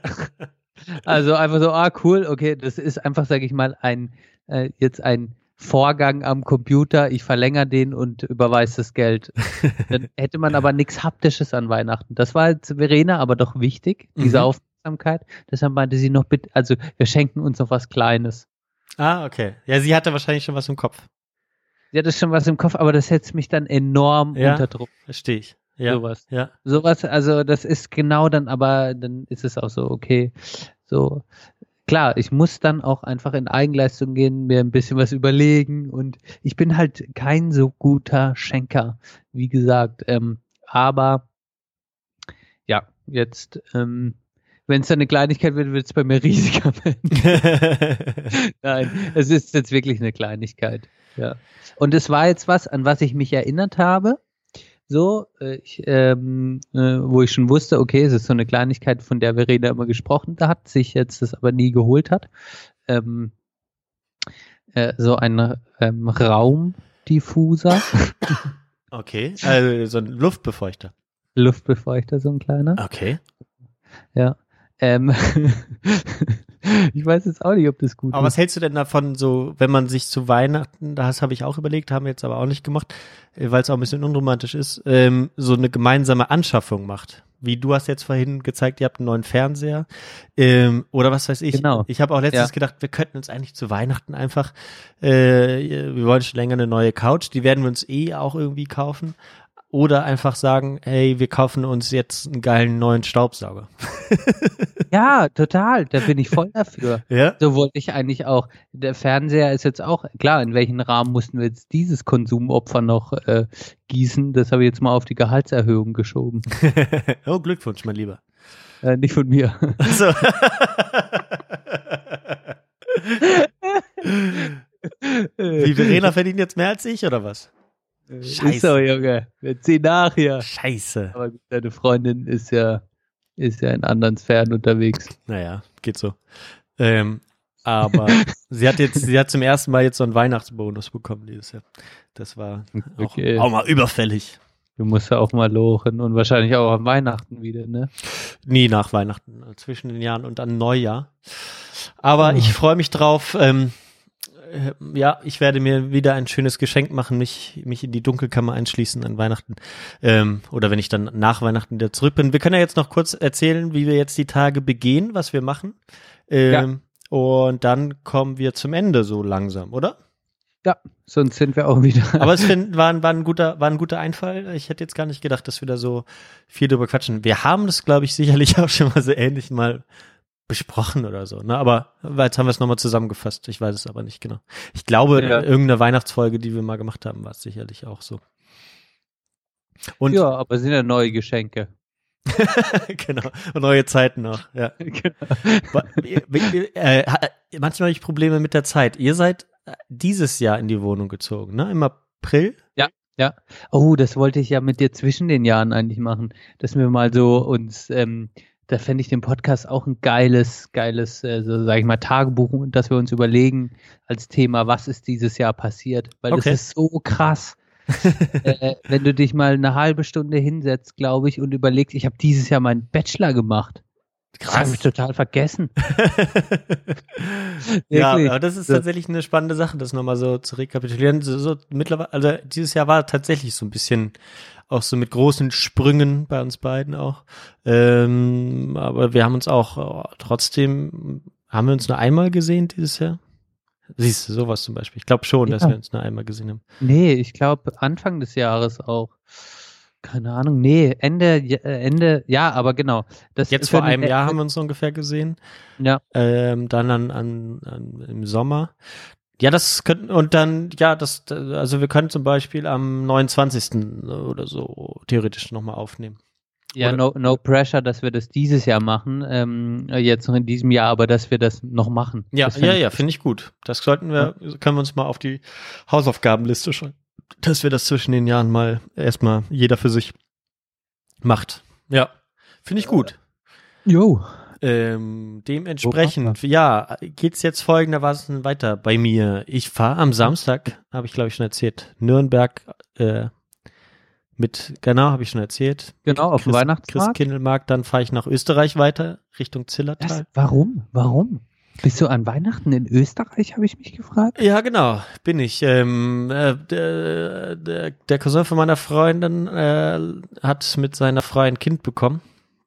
also einfach so, ah, cool, okay, das ist einfach, sage ich mal, ein äh, jetzt ein Vorgang am Computer, ich verlängere den und überweise das Geld. Dann hätte man aber nichts Haptisches an Weihnachten. Das war jetzt Verena aber doch wichtig, diese Mhm. Aufmerksamkeit. Deshalb meinte sie noch, bitte, also wir schenken uns noch was Kleines. Ah, okay. Ja, sie hatte wahrscheinlich schon was im Kopf. Sie hat schon was im Kopf, aber das setzt mich dann enorm Ja. unter Druck. Verstehe ich. Ja. Sowas. Ja. Sowas, also das ist genau dann, aber dann ist es auch so, okay, so, klar, ich muss dann auch einfach in Eigenleistung gehen, mir ein bisschen was überlegen und ich bin halt kein so guter Schenker, wie gesagt, ähm, aber ja, jetzt, ähm, wenn es dann eine Kleinigkeit wird, wird es bei mir riesiger werden. Nein, es ist jetzt wirklich eine Kleinigkeit, ja. Und es war jetzt was, an was ich mich erinnert habe, so, äh, ich, ähm, äh, wo ich schon wusste, okay, es ist so eine Kleinigkeit, von der Verena immer gesprochen hat, sich jetzt das aber nie geholt hat. Ähm, äh, so ein ähm, Raumdiffuser, Okay. Also so ein Luftbefeuchter. Luftbefeuchter, so ein kleiner. Okay. Ja. Ähm, ich weiß jetzt auch nicht, ob das gut Aber ist. was hältst du denn davon, so, wenn man sich zu Weihnachten, das habe ich auch überlegt, haben wir jetzt aber auch nicht gemacht, äh, weil es auch ein bisschen unromantisch ist, ähm, so eine gemeinsame Anschaffung macht? Wie du hast jetzt vorhin gezeigt, ihr habt einen neuen Fernseher, ähm, oder was weiß ich. Genau. Ich habe auch letztens Ja. gedacht, wir könnten uns eigentlich zu Weihnachten einfach, äh, wir wollen schon länger eine neue Couch, die werden wir uns eh auch irgendwie kaufen. oder einfach sagen, hey, wir kaufen uns jetzt einen geilen neuen Staubsauger. Ja, total. Da bin ich voll dafür. Ja? So wollte ich eigentlich auch. Der Fernseher ist jetzt auch, klar, in welchen Rahmen mussten wir jetzt dieses Konsumopfer noch äh, gießen? Das habe ich jetzt mal auf die Gehaltserhöhung geschoben. Oh, Glückwunsch, mein Lieber. Äh, nicht von mir. So. Wie, Verena verdient jetzt mehr als ich, oder was? Scheiße. Ist so, Junge. Wir ziehen nach hier. Scheiße. Aber deine Freundin ist ja, ist ja in anderen Sphären unterwegs. Naja, geht so. Ähm, aber sie hat jetzt, sie hat zum ersten Mal jetzt so einen Weihnachtsbonus bekommen dieses Jahr. Das war auch, Okay. auch mal überfällig. Du musst ja auch mal lochen und wahrscheinlich auch am Weihnachten wieder, ne? Nie nach Weihnachten, zwischen den Jahren und an Neujahr. Aber oh. ich freue mich drauf. Ähm, äh, ja, ich werde mir wieder ein schönes Geschenk machen, mich, mich in die Dunkelkammer einschließen an Weihnachten. Ähm, oder wenn ich dann nach Weihnachten wieder zurück bin. Wir können ja jetzt noch kurz erzählen, wie wir jetzt die Tage begehen, was wir machen. Ähm, ja. Und dann kommen wir zum Ende so langsam, oder? Ja, sonst sind wir auch wieder. Aber es find, war, war, ein guter, war ein guter Einfall. Ich hätte jetzt gar nicht gedacht, dass wir da so viel drüber quatschen. Wir haben das, glaube ich, sicherlich auch schon mal so ähnlich mal besprochen oder so. Ne? Aber jetzt haben wir es nochmal zusammengefasst. Ich weiß es aber nicht genau. Ich glaube, ja. irgendeine Weihnachtsfolge, die wir mal gemacht haben, war es sicherlich auch so. Und ja, aber es sind ja neue Geschenke. Genau, und neue Zeiten noch. Ja. Genau. äh, manchmal habe ich Probleme mit der Zeit. Ihr seid dieses Jahr in die Wohnung gezogen, ne? Im April? Ja, ja. Oh, das wollte ich ja mit dir zwischen den Jahren eigentlich machen, dass wir mal so uns, ähm, da fände ich den Podcast auch ein geiles, geiles, äh, so sag ich mal, Tagebuch, und dass wir uns überlegen als Thema, was ist dieses Jahr passiert, weil Okay. das ist so krass. äh, wenn du dich mal eine halbe Stunde hinsetzt, glaube ich, und überlegst, ich habe dieses Jahr meinen Bachelor gemacht. Krass. Das habe ich total vergessen. Ja, Wirklich. aber das ist So. tatsächlich eine spannende Sache, das nochmal so zu rekapitulieren. So, so mittlerweile, also dieses Jahr war tatsächlich so ein bisschen auch so mit großen Sprüngen bei uns beiden auch. Ähm, aber wir haben uns auch oh, trotzdem, haben wir uns nur einmal gesehen dieses Jahr? Siehst du, sowas zum Beispiel. Ich glaube schon, Ja. dass wir uns nur einmal gesehen haben. Nee, ich glaube Anfang des Jahres auch. Keine Ahnung, nee, Ende, äh, Ende, ja, aber genau. Das Jetzt für vor eine- einem Jahr haben wir uns ungefähr gesehen. Ja, Ähm, dann an, an, an, im Sommer. Ja, das könnten, und dann, ja, das, also wir können zum Beispiel am neunundzwanzigsten oder so theoretisch nochmal aufnehmen. ja, Oder- no, no pressure, dass wir das dieses Jahr machen, ähm, jetzt noch in diesem Jahr, aber dass wir das noch machen. Ja, Das fänd ja, ich- ja, finde ich gut. Das sollten wir, können wir uns mal auf die Hausaufgabenliste schreiben, dass wir das zwischen den Jahren mal erstmal jeder für sich macht. Ja, finde ich gut. Jo. Ähm, dementsprechend, ja, geht's jetzt folgendermaßen weiter bei mir. Ich fahre am Samstag, habe ich glaube ich schon erzählt, Nürnberg, äh, mit, genau, habe ich schon erzählt. Genau, auf dem Chris- Weihnachtsmarkt. Christkindlmarkt, dann fahre ich nach Österreich weiter, Richtung Zillertal. Was? Warum? Warum? Bist du an Weihnachten in Österreich, habe ich mich gefragt? Ja, genau, bin ich. Ähm, äh, der, der, der Cousin von meiner Freundin äh, hat mit seiner Frau ein Kind bekommen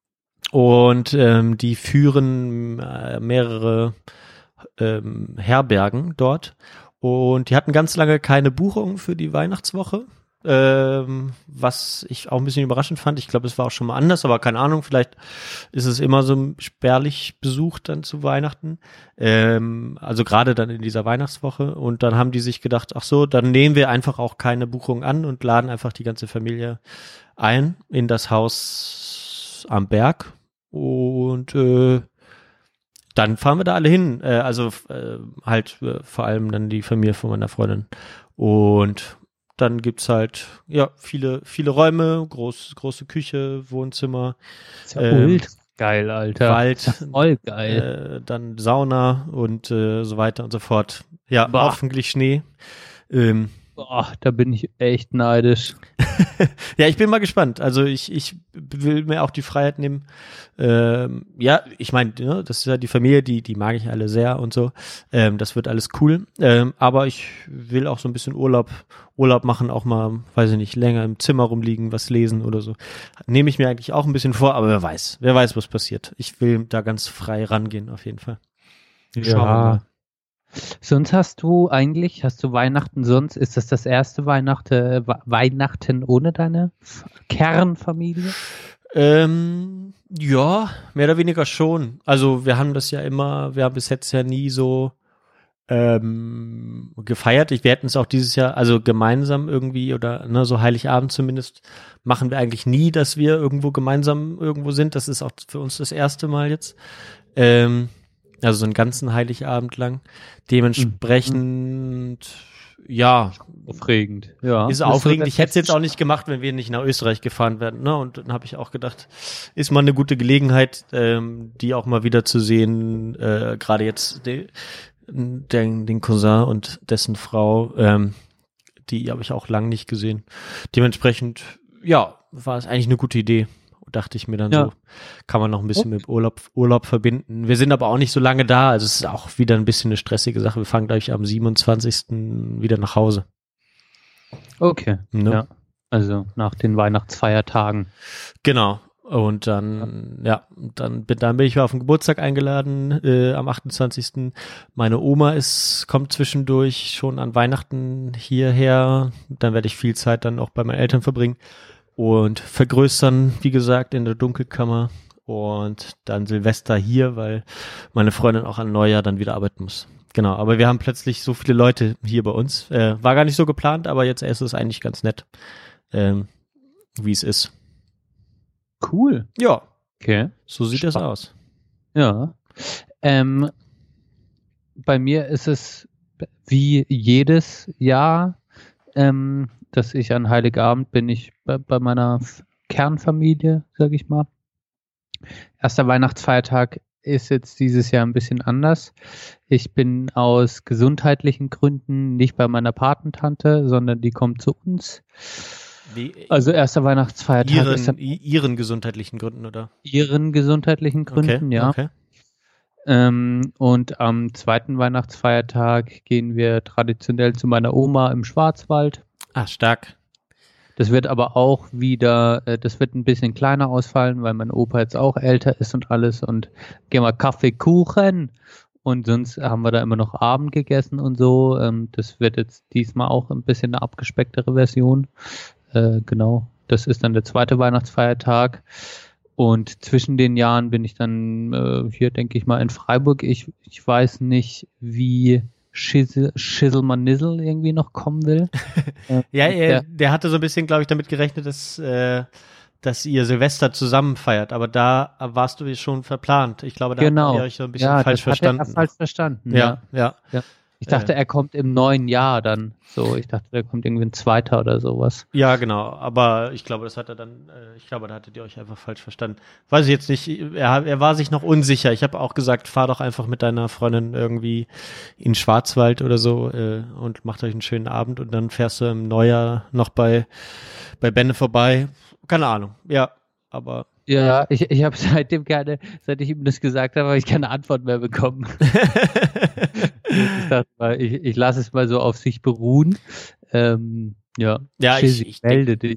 und ähm, die führen äh, mehrere ähm, Herbergen dort und die hatten ganz lange keine Buchung für die Weihnachtswoche. Ähm, was ich auch ein bisschen überraschend fand. Ich glaube, es war auch schon mal anders, aber keine Ahnung, vielleicht ist es immer so spärlich besucht dann zu Weihnachten. Ähm, also gerade dann in dieser Weihnachtswoche. Und dann haben die sich gedacht, ach so, dann nehmen wir einfach auch keine Buchung an und laden einfach die ganze Familie ein in das Haus am Berg. Und äh, dann fahren wir da alle hin. Äh, also äh, halt äh, vor allem dann die Familie von meiner Freundin. Und dann gibt's halt, ja, viele, viele Räume, groß, große Küche, Wohnzimmer, Ist ja Ähm, ultra geil, Alter. Wald, Ist ja voll geil. äh, dann Sauna und äh, so weiter und so fort. Ja, Boah. hoffentlich Schnee. Ähm, Boah, da bin ich echt neidisch. ja, ich bin mal gespannt. Also ich, ich will mir auch die Freiheit nehmen. Ähm, ja, ich meine, ne, das ist ja die Familie, die, die mag ich alle sehr und so. Ähm, das wird alles cool. Ähm, aber ich will auch so ein bisschen Urlaub, Urlaub machen, auch mal, weiß ich nicht, länger im Zimmer rumliegen, was lesen oder so. Nehme ich mir eigentlich auch ein bisschen vor, aber wer weiß, wer weiß, was passiert. Ich will da ganz frei rangehen, auf jeden Fall. Schauen wir mal. Sonst hast du eigentlich, hast du Weihnachten sonst, ist das das erste Weihnachten, Weihnachten ohne deine F- Kernfamilie? Ähm, ja, mehr oder weniger schon. Also wir haben das ja immer, wir haben bis jetzt ja nie so ähm, gefeiert. Ich, wir hätten es auch dieses Jahr, also gemeinsam irgendwie oder ne, so Heiligabend zumindest, machen wir eigentlich nie, dass wir irgendwo gemeinsam irgendwo sind. Das ist auch für uns das erste Mal jetzt. Ähm, also so einen ganzen Heiligabend lang. Dementsprechend, mhm. ja. Aufregend, ja. Ist aufregend. Ich hätte es jetzt auch nicht gemacht, wenn wir nicht nach Österreich gefahren wären. Ne? Und dann habe ich auch gedacht, ist mal eine gute Gelegenheit, ähm, die auch mal wieder zu sehen. Äh, Gerade jetzt de, den, den Cousin und dessen Frau, ähm, die habe ich auch lang nicht gesehen. Dementsprechend, ja, war es eigentlich eine gute Idee. Dachte ich mir dann ja. so, kann man noch ein bisschen mit Urlaub, Urlaub verbinden. Wir sind aber auch nicht so lange da, also es ist auch wieder ein bisschen eine stressige Sache. Wir fahren gleich am siebenundzwanzigsten wieder nach Hause. Okay, ne? Ja, also nach den Weihnachtsfeiertagen. Genau, und dann, ja, ja dann, bin, dann bin ich auf den Geburtstag eingeladen äh, am achtundzwanzigsten Meine Oma ist, kommt zwischendurch schon an Weihnachten hierher. Dann werde ich viel Zeit dann auch bei meinen Eltern verbringen. Und vergrößern, wie gesagt, in der Dunkelkammer und dann Silvester hier, weil meine Freundin auch an Neujahr dann wieder arbeiten muss. Genau, aber wir haben plötzlich so viele Leute hier bei uns. Äh, war gar nicht so geplant, aber jetzt ist es eigentlich ganz nett, ähm, wie es ist. Cool. Ja. Okay. So sieht es aus. Ja. Ähm, bei mir ist es wie jedes Jahr, ähm, dass ich an Heiligabend bin ich bei, bei meiner F- Kernfamilie, sag ich mal. Erster Weihnachtsfeiertag ist jetzt dieses Jahr ein bisschen anders. Ich bin aus gesundheitlichen Gründen nicht bei meiner Patentante, sondern die kommt zu uns. Wie, also erster Weihnachtsfeiertag ihren, ist dann ihren gesundheitlichen Gründen, oder? Ihren gesundheitlichen Gründen, okay, ja. Okay. Ähm, und am zweiten Weihnachtsfeiertag gehen wir traditionell zu meiner Oma im Schwarzwald. Ah, stark. Das wird aber auch wieder, äh, das wird ein bisschen kleiner ausfallen, weil mein Opa jetzt auch älter ist und alles und gehen wir Kaffee, Kuchen und sonst haben wir da immer noch Abend gegessen und so. Ähm, das wird jetzt diesmal auch ein bisschen eine abgespecktere Version. Äh, genau, das ist dann der zweite Weihnachtsfeiertag und zwischen den Jahren bin ich dann äh, hier, denke ich mal, in Freiburg. Ich, ich weiß nicht, wie Schissel, Schisselmann Nissel irgendwie noch kommen will. äh, ja, er, der, der hatte so ein bisschen, glaube ich, damit gerechnet, dass, äh, dass ihr Silvester zusammen feiert, aber da warst du schon verplant. Ich glaube, da genau. habt ihr euch so ein bisschen ja, falsch das verstanden. Hat er falsch verstanden. Ja, ja. ja. Ich dachte, äh. er kommt im neuen Jahr dann. So, ich dachte, der kommt irgendwie ein zweiter oder sowas. Ja, genau. Aber ich glaube, das hat er dann, äh, ich glaube, da hattet ihr euch einfach falsch verstanden. Weiß ich jetzt nicht. Er, er war sich noch unsicher. Ich habe auch gesagt, fahr doch einfach mit deiner Freundin irgendwie in Schwarzwald oder so äh, und macht euch einen schönen Abend und dann fährst du im Neujahr noch bei, bei Benne vorbei. Keine Ahnung. Ja, aber. Ja, ich, ich habe seitdem keine, seit ich ihm das gesagt habe, habe ich keine Antwort mehr bekommen. ich dachte mal, ich, ich lasse es mal so auf sich beruhen. Ähm, ja, ja Schizzy, ich, ich melde dich.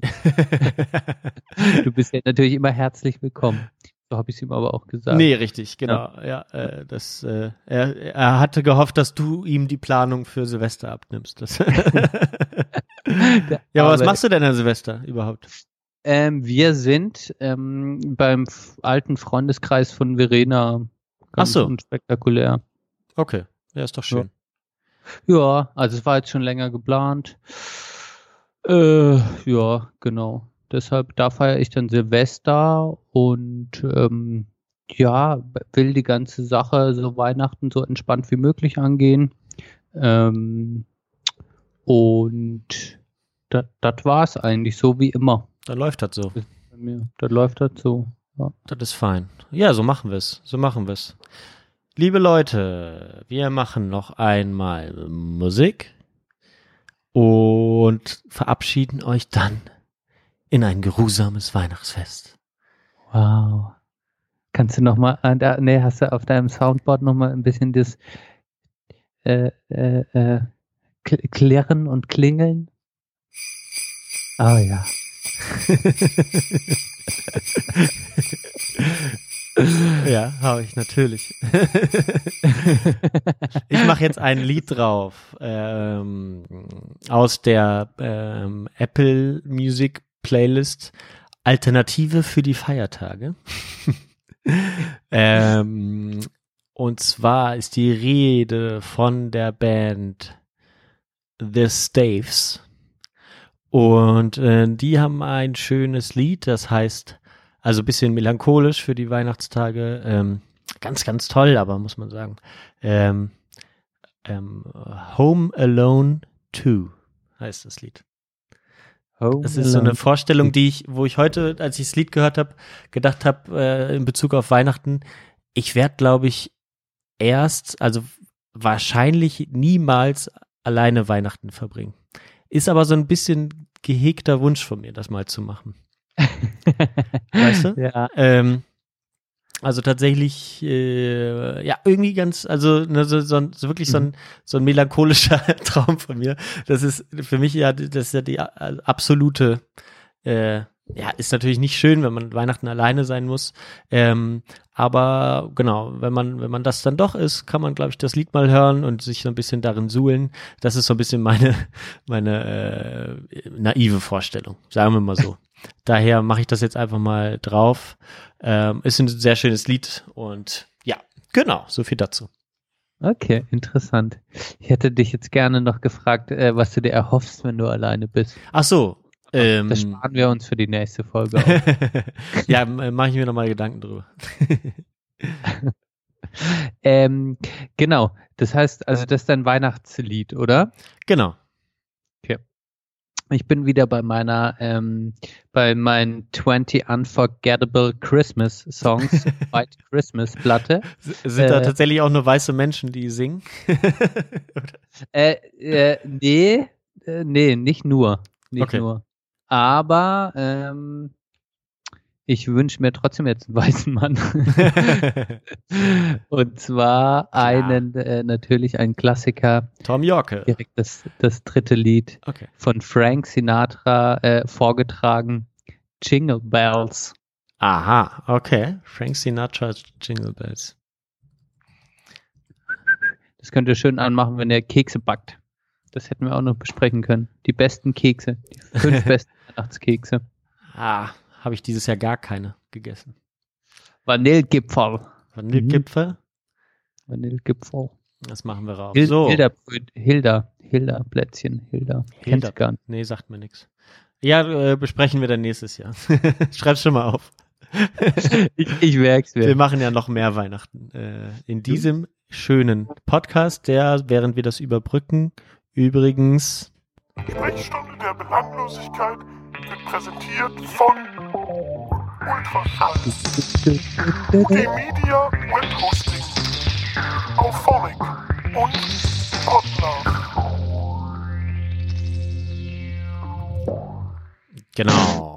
Du bist ja natürlich immer herzlich willkommen. So habe ich es ihm aber auch gesagt. Nee, richtig, genau. Ja, ja äh, das, äh, er, er hatte gehofft, dass du ihm die Planung für Silvester abnimmst. Das ja, aber was machst du denn an Silvester überhaupt? Ähm, wir sind ähm, beim f- alten Freundeskreis von Verena. Ganz Ach so. unspektakulär. Okay, ja, ist doch schön. Ja. ja, also es war jetzt schon länger geplant. Äh, ja, genau. Deshalb, da feiere ich dann Silvester und ähm, ja, will die ganze Sache so Weihnachten so entspannt wie möglich angehen. Ähm, und das war es eigentlich, so wie immer. Da läuft das so. Bei mir. Das läuft das so. Ja. Das ist fein. Ja, so machen wir es. So machen wir es. Liebe Leute, wir machen noch einmal Musik und verabschieden euch dann in ein geruhsames Weihnachtsfest. Wow. Kannst du nochmal, äh, nee, hast du auf deinem Soundboard nochmal ein bisschen das äh, äh, äh, klirren und klingeln? Ah ja. Ja, habe ich natürlich. Ich mache jetzt ein Lied drauf ähm, aus der ähm, Apple Music Playlist Alternative für die Feiertage. ähm, und zwar ist die Rede von der Band The Staves. Und äh, die haben ein schönes Lied, das heißt, also ein bisschen melancholisch für die Weihnachtstage, ähm, ganz, ganz toll, aber muss man sagen, ähm, ähm, Home Alone zwei heißt das Lied. Home Das ist so eine Vorstellung, die ich, wo ich heute, als ich das Lied gehört habe, gedacht habe, äh, in Bezug auf Weihnachten, ich werde, glaube ich, erst, also wahrscheinlich niemals alleine Weihnachten verbringen. Ist aber so ein bisschen gehegter Wunsch von mir, das mal zu machen. Weißt du? Ja. Ähm, also tatsächlich, äh, ja, irgendwie ganz, also ne, so, so, so wirklich so ein, so ein melancholischer Traum von mir. Das ist für mich ja, das ist ja die absolute, äh, ja, ist natürlich nicht schön, wenn man Weihnachten alleine sein muss. Ähm, aber genau, wenn man, wenn man das dann doch ist, kann man, glaube ich, das Lied mal hören und sich so ein bisschen darin suhlen. Das ist so ein bisschen meine, meine äh, naive Vorstellung, sagen wir mal so. Daher mache ich das jetzt einfach mal drauf. Ähm, ist ein sehr schönes Lied und ja, genau, so viel dazu. Okay, interessant. Ich hätte dich jetzt gerne noch gefragt, äh, was du dir erhoffst, wenn du alleine bist. Ach so. Ähm, Das sparen wir uns für die nächste Folge auf. Ja, mache ich mir nochmal Gedanken drüber. ähm, genau, das heißt, also das ist dein Weihnachtslied, oder? Genau. Okay. Ich bin wieder bei meiner, ähm, bei meinen zwanzig Unforgettable Christmas Songs, White Christmas Platte. Sind äh, da tatsächlich auch nur weiße Menschen, die singen? äh, äh, nee, äh, nee, nicht nur. Nicht Okay. nur. Aber ähm, ich wünsche mir trotzdem jetzt einen weißen Mann. Und zwar einen, äh, natürlich einen Klassiker. Tom Yorke. Direkt das, das dritte Lied Okay. von Frank Sinatra äh, vorgetragen. Jingle Bells. Aha, okay. Frank Sinatra, Jingle Bells. Das könnt ihr schön anmachen, wenn ihr Kekse backt. Das hätten wir auch noch besprechen können. Die besten Kekse. Die fünf besten Weihnachtskekse. Ah, habe ich dieses Jahr gar keine gegessen. Vanillegipfel. Vanillegipfel? Vanillegipfel. Das machen wir raus. Hil So. Hilda, Hilda, Hilda, Plätzchen, Hilda. Kennst du gar nicht. Nee, sagt mir nichts. Ja, äh, besprechen wir dann nächstes Jahr. Schreib's schon mal auf. ich, ich merk's mir. Wir machen ja noch mehr Weihnachten. Äh, in diesem schönen Podcast, der, während wir das überbrücken, übrigens Sprechstunde der Belanglosigkeit wird präsentiert von Ultraschall, Wikimedia Web Hosting, Auphonic und Podlove. Genau.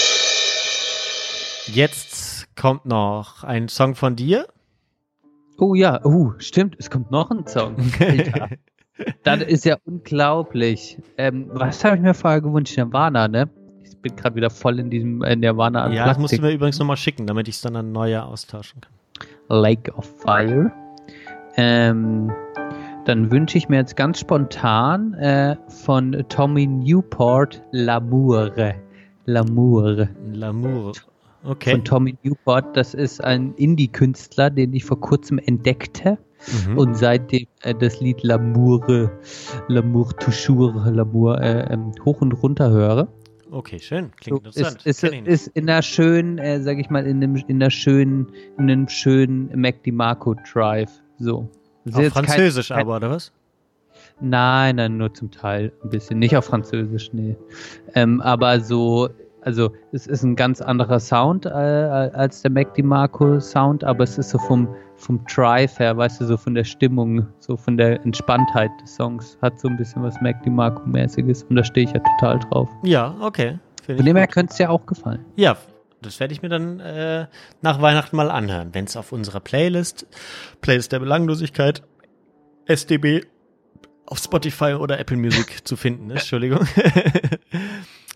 Jetzt kommt noch ein Song von dir. Oh ja, oh, stimmt, es kommt noch ein Song. Alter. Das ist ja unglaublich. Ähm, was habe ich mir vorher gewünscht? Nirvana, ne? Ich bin gerade wieder voll in diesem äh, Nirvana an Ja, das musst du Plastik. mir übrigens nochmal schicken, damit ich es dann an Neue austauschen kann. Lake of Fire. Ähm, dann wünsche ich mir jetzt ganz spontan äh, von Tommy Newport L'amour. L'amour. L'amour. Okay. Von Tommy Newport. Das ist ein Indie-Künstler, den ich vor kurzem entdeckte. Mhm. Und seitdem äh, das Lied L'amour, L'amour toujours, L'amour äh, ähm, hoch und runter höre. Okay, schön. Klingt So, interessant. Ist, ist, Kenn ich ist in einer schönen, äh, sag ich mal, in einem, in einer schönen, in einem schönen Mac DiMarco Drive. So. Das ist Auf jetzt kein- Französisch kein, aber, oder was? Nein, nein, nur zum Teil ein bisschen. Nicht auf Französisch, nee. Ähm, aber so, also es ist ein ganz anderer Sound äh, als der Mac DiMarco Sound, aber es ist so vom, vom Drive her, weißt du, so von der Stimmung, so von der Entspanntheit des Songs, hat so ein bisschen was Mac DiMarco-mäßiges und da stehe ich ja total drauf. Ja, okay. Find Von ich dem her gut. könnte es dir auch gefallen. Ja, das werde ich mir dann äh, nach Weihnachten mal anhören, wenn es auf unserer Playlist, Playlist der Belanglosigkeit, S D B, auf Spotify oder Apple Music zu finden ist. Entschuldigung.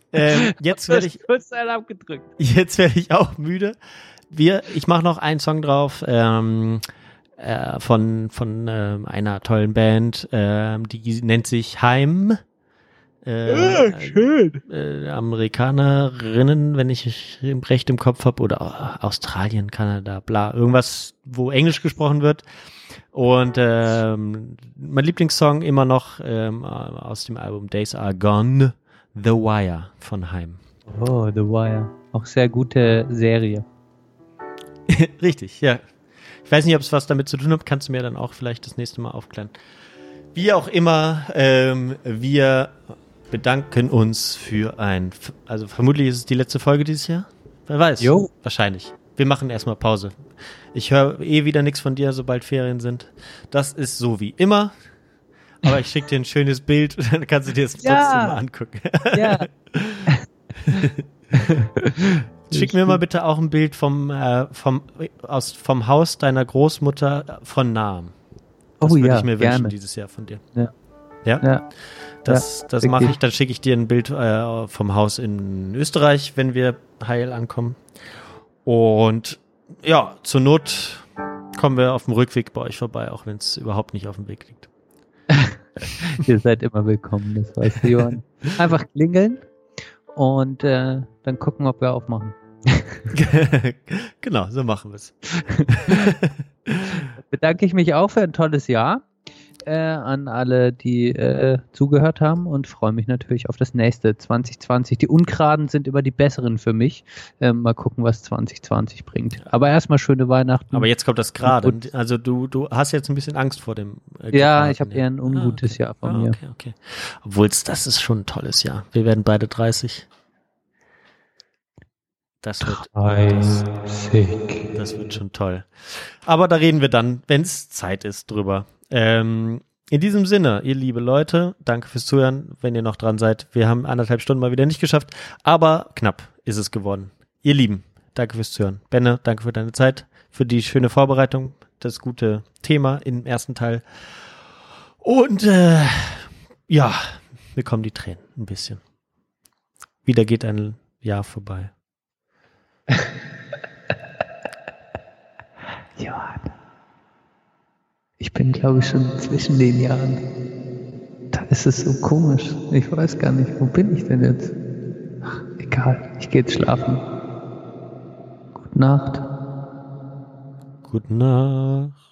ähm, jetzt werde ich, kurz einen abgedrückt. jetzt werde ich auch müde. Wir, ich mache noch einen Song drauf, ähm, äh, von, von äh, einer tollen Band, äh, die nennt sich Heim. Äh, Ja, schön. Äh, Amerikanerinnen, wenn ich recht im Kopf habe, oder Australien, Kanada, bla, irgendwas, wo Englisch gesprochen wird. Und ähm, mein Lieblingssong immer noch ähm, aus dem Album Days Are Gone, The Wire von Heim. Oh, The Wire. Auch sehr gute Serie. Richtig, ja. Ich weiß nicht, ob es was damit zu tun hat, kannst du mir dann auch vielleicht das nächste Mal aufklären. Wie auch immer, ähm, wir bedanken uns für ein, also vermutlich ist es die letzte Folge dieses Jahr. Wer weiß. Jo. Wahrscheinlich. Wir machen erstmal Pause. Ich höre eh wieder nichts von dir, sobald Ferien sind. Das ist so wie immer. Aber ich schicke dir ein schönes Bild und dann kannst du dir das trotzdem Ja. mal angucken. Ja. Schick mir mal bitte auch ein Bild vom, äh, vom, aus, vom Haus deiner Großmutter von nahem. Das Oh würde ja, ich mir gerne. wünschen dieses Jahr von dir. Ja. Ja? Ja. Das, Ja, das wirklich. mache ich. Dann schicke ich dir ein Bild äh, vom Haus in Österreich, wenn wir heil ankommen. Und ja, zur Not kommen wir auf dem Rückweg bei euch vorbei, auch wenn es überhaupt nicht auf dem Weg liegt. Ihr seid immer willkommen, das weißt du, Johann. Einfach klingeln und äh, dann gucken, ob wir aufmachen. Genau, so machen wir es. Bedanke ich mich auch für ein tolles Jahr äh, an alle, die äh, zugehört haben und freue mich natürlich auf das nächste zwanzig zwanzig. Die Ungeraden sind immer die besseren für mich. Ähm, mal gucken, was zwanzig zwanzig bringt. Aber erstmal schöne Weihnachten. Aber jetzt kommt das gerade. Und- Also du, du hast jetzt ein bisschen Angst vor dem. Äh, Ja, Geraden, ich habe eher ein ungutes Jahr von Ah, mir. okay, okay. Obwohl das ist schon ein tolles Jahr. Wir werden beide dreißig. Das wird, das, dreißig. das wird schon toll. Aber da reden wir dann, wenn es Zeit ist, drüber. Ähm, in diesem Sinne, ihr liebe Leute, danke fürs Zuhören, wenn ihr noch dran seid. Wir haben anderthalb Stunden mal wieder nicht geschafft, aber knapp ist es geworden. Ihr Lieben, danke fürs Zuhören. Benne, danke für deine Zeit, für die schöne Vorbereitung, das gute Thema im ersten Teil. Und äh, ja, mir kommen die Tränen ein bisschen. Wieder geht ein Jahr vorbei. Johann. Ich bin, glaube ich, schon zwischen den Jahren. Da ist es so komisch. Ich weiß gar nicht, wo bin ich denn jetzt? Ach, egal, ich gehe jetzt schlafen. Gute Nacht. Gute Nacht.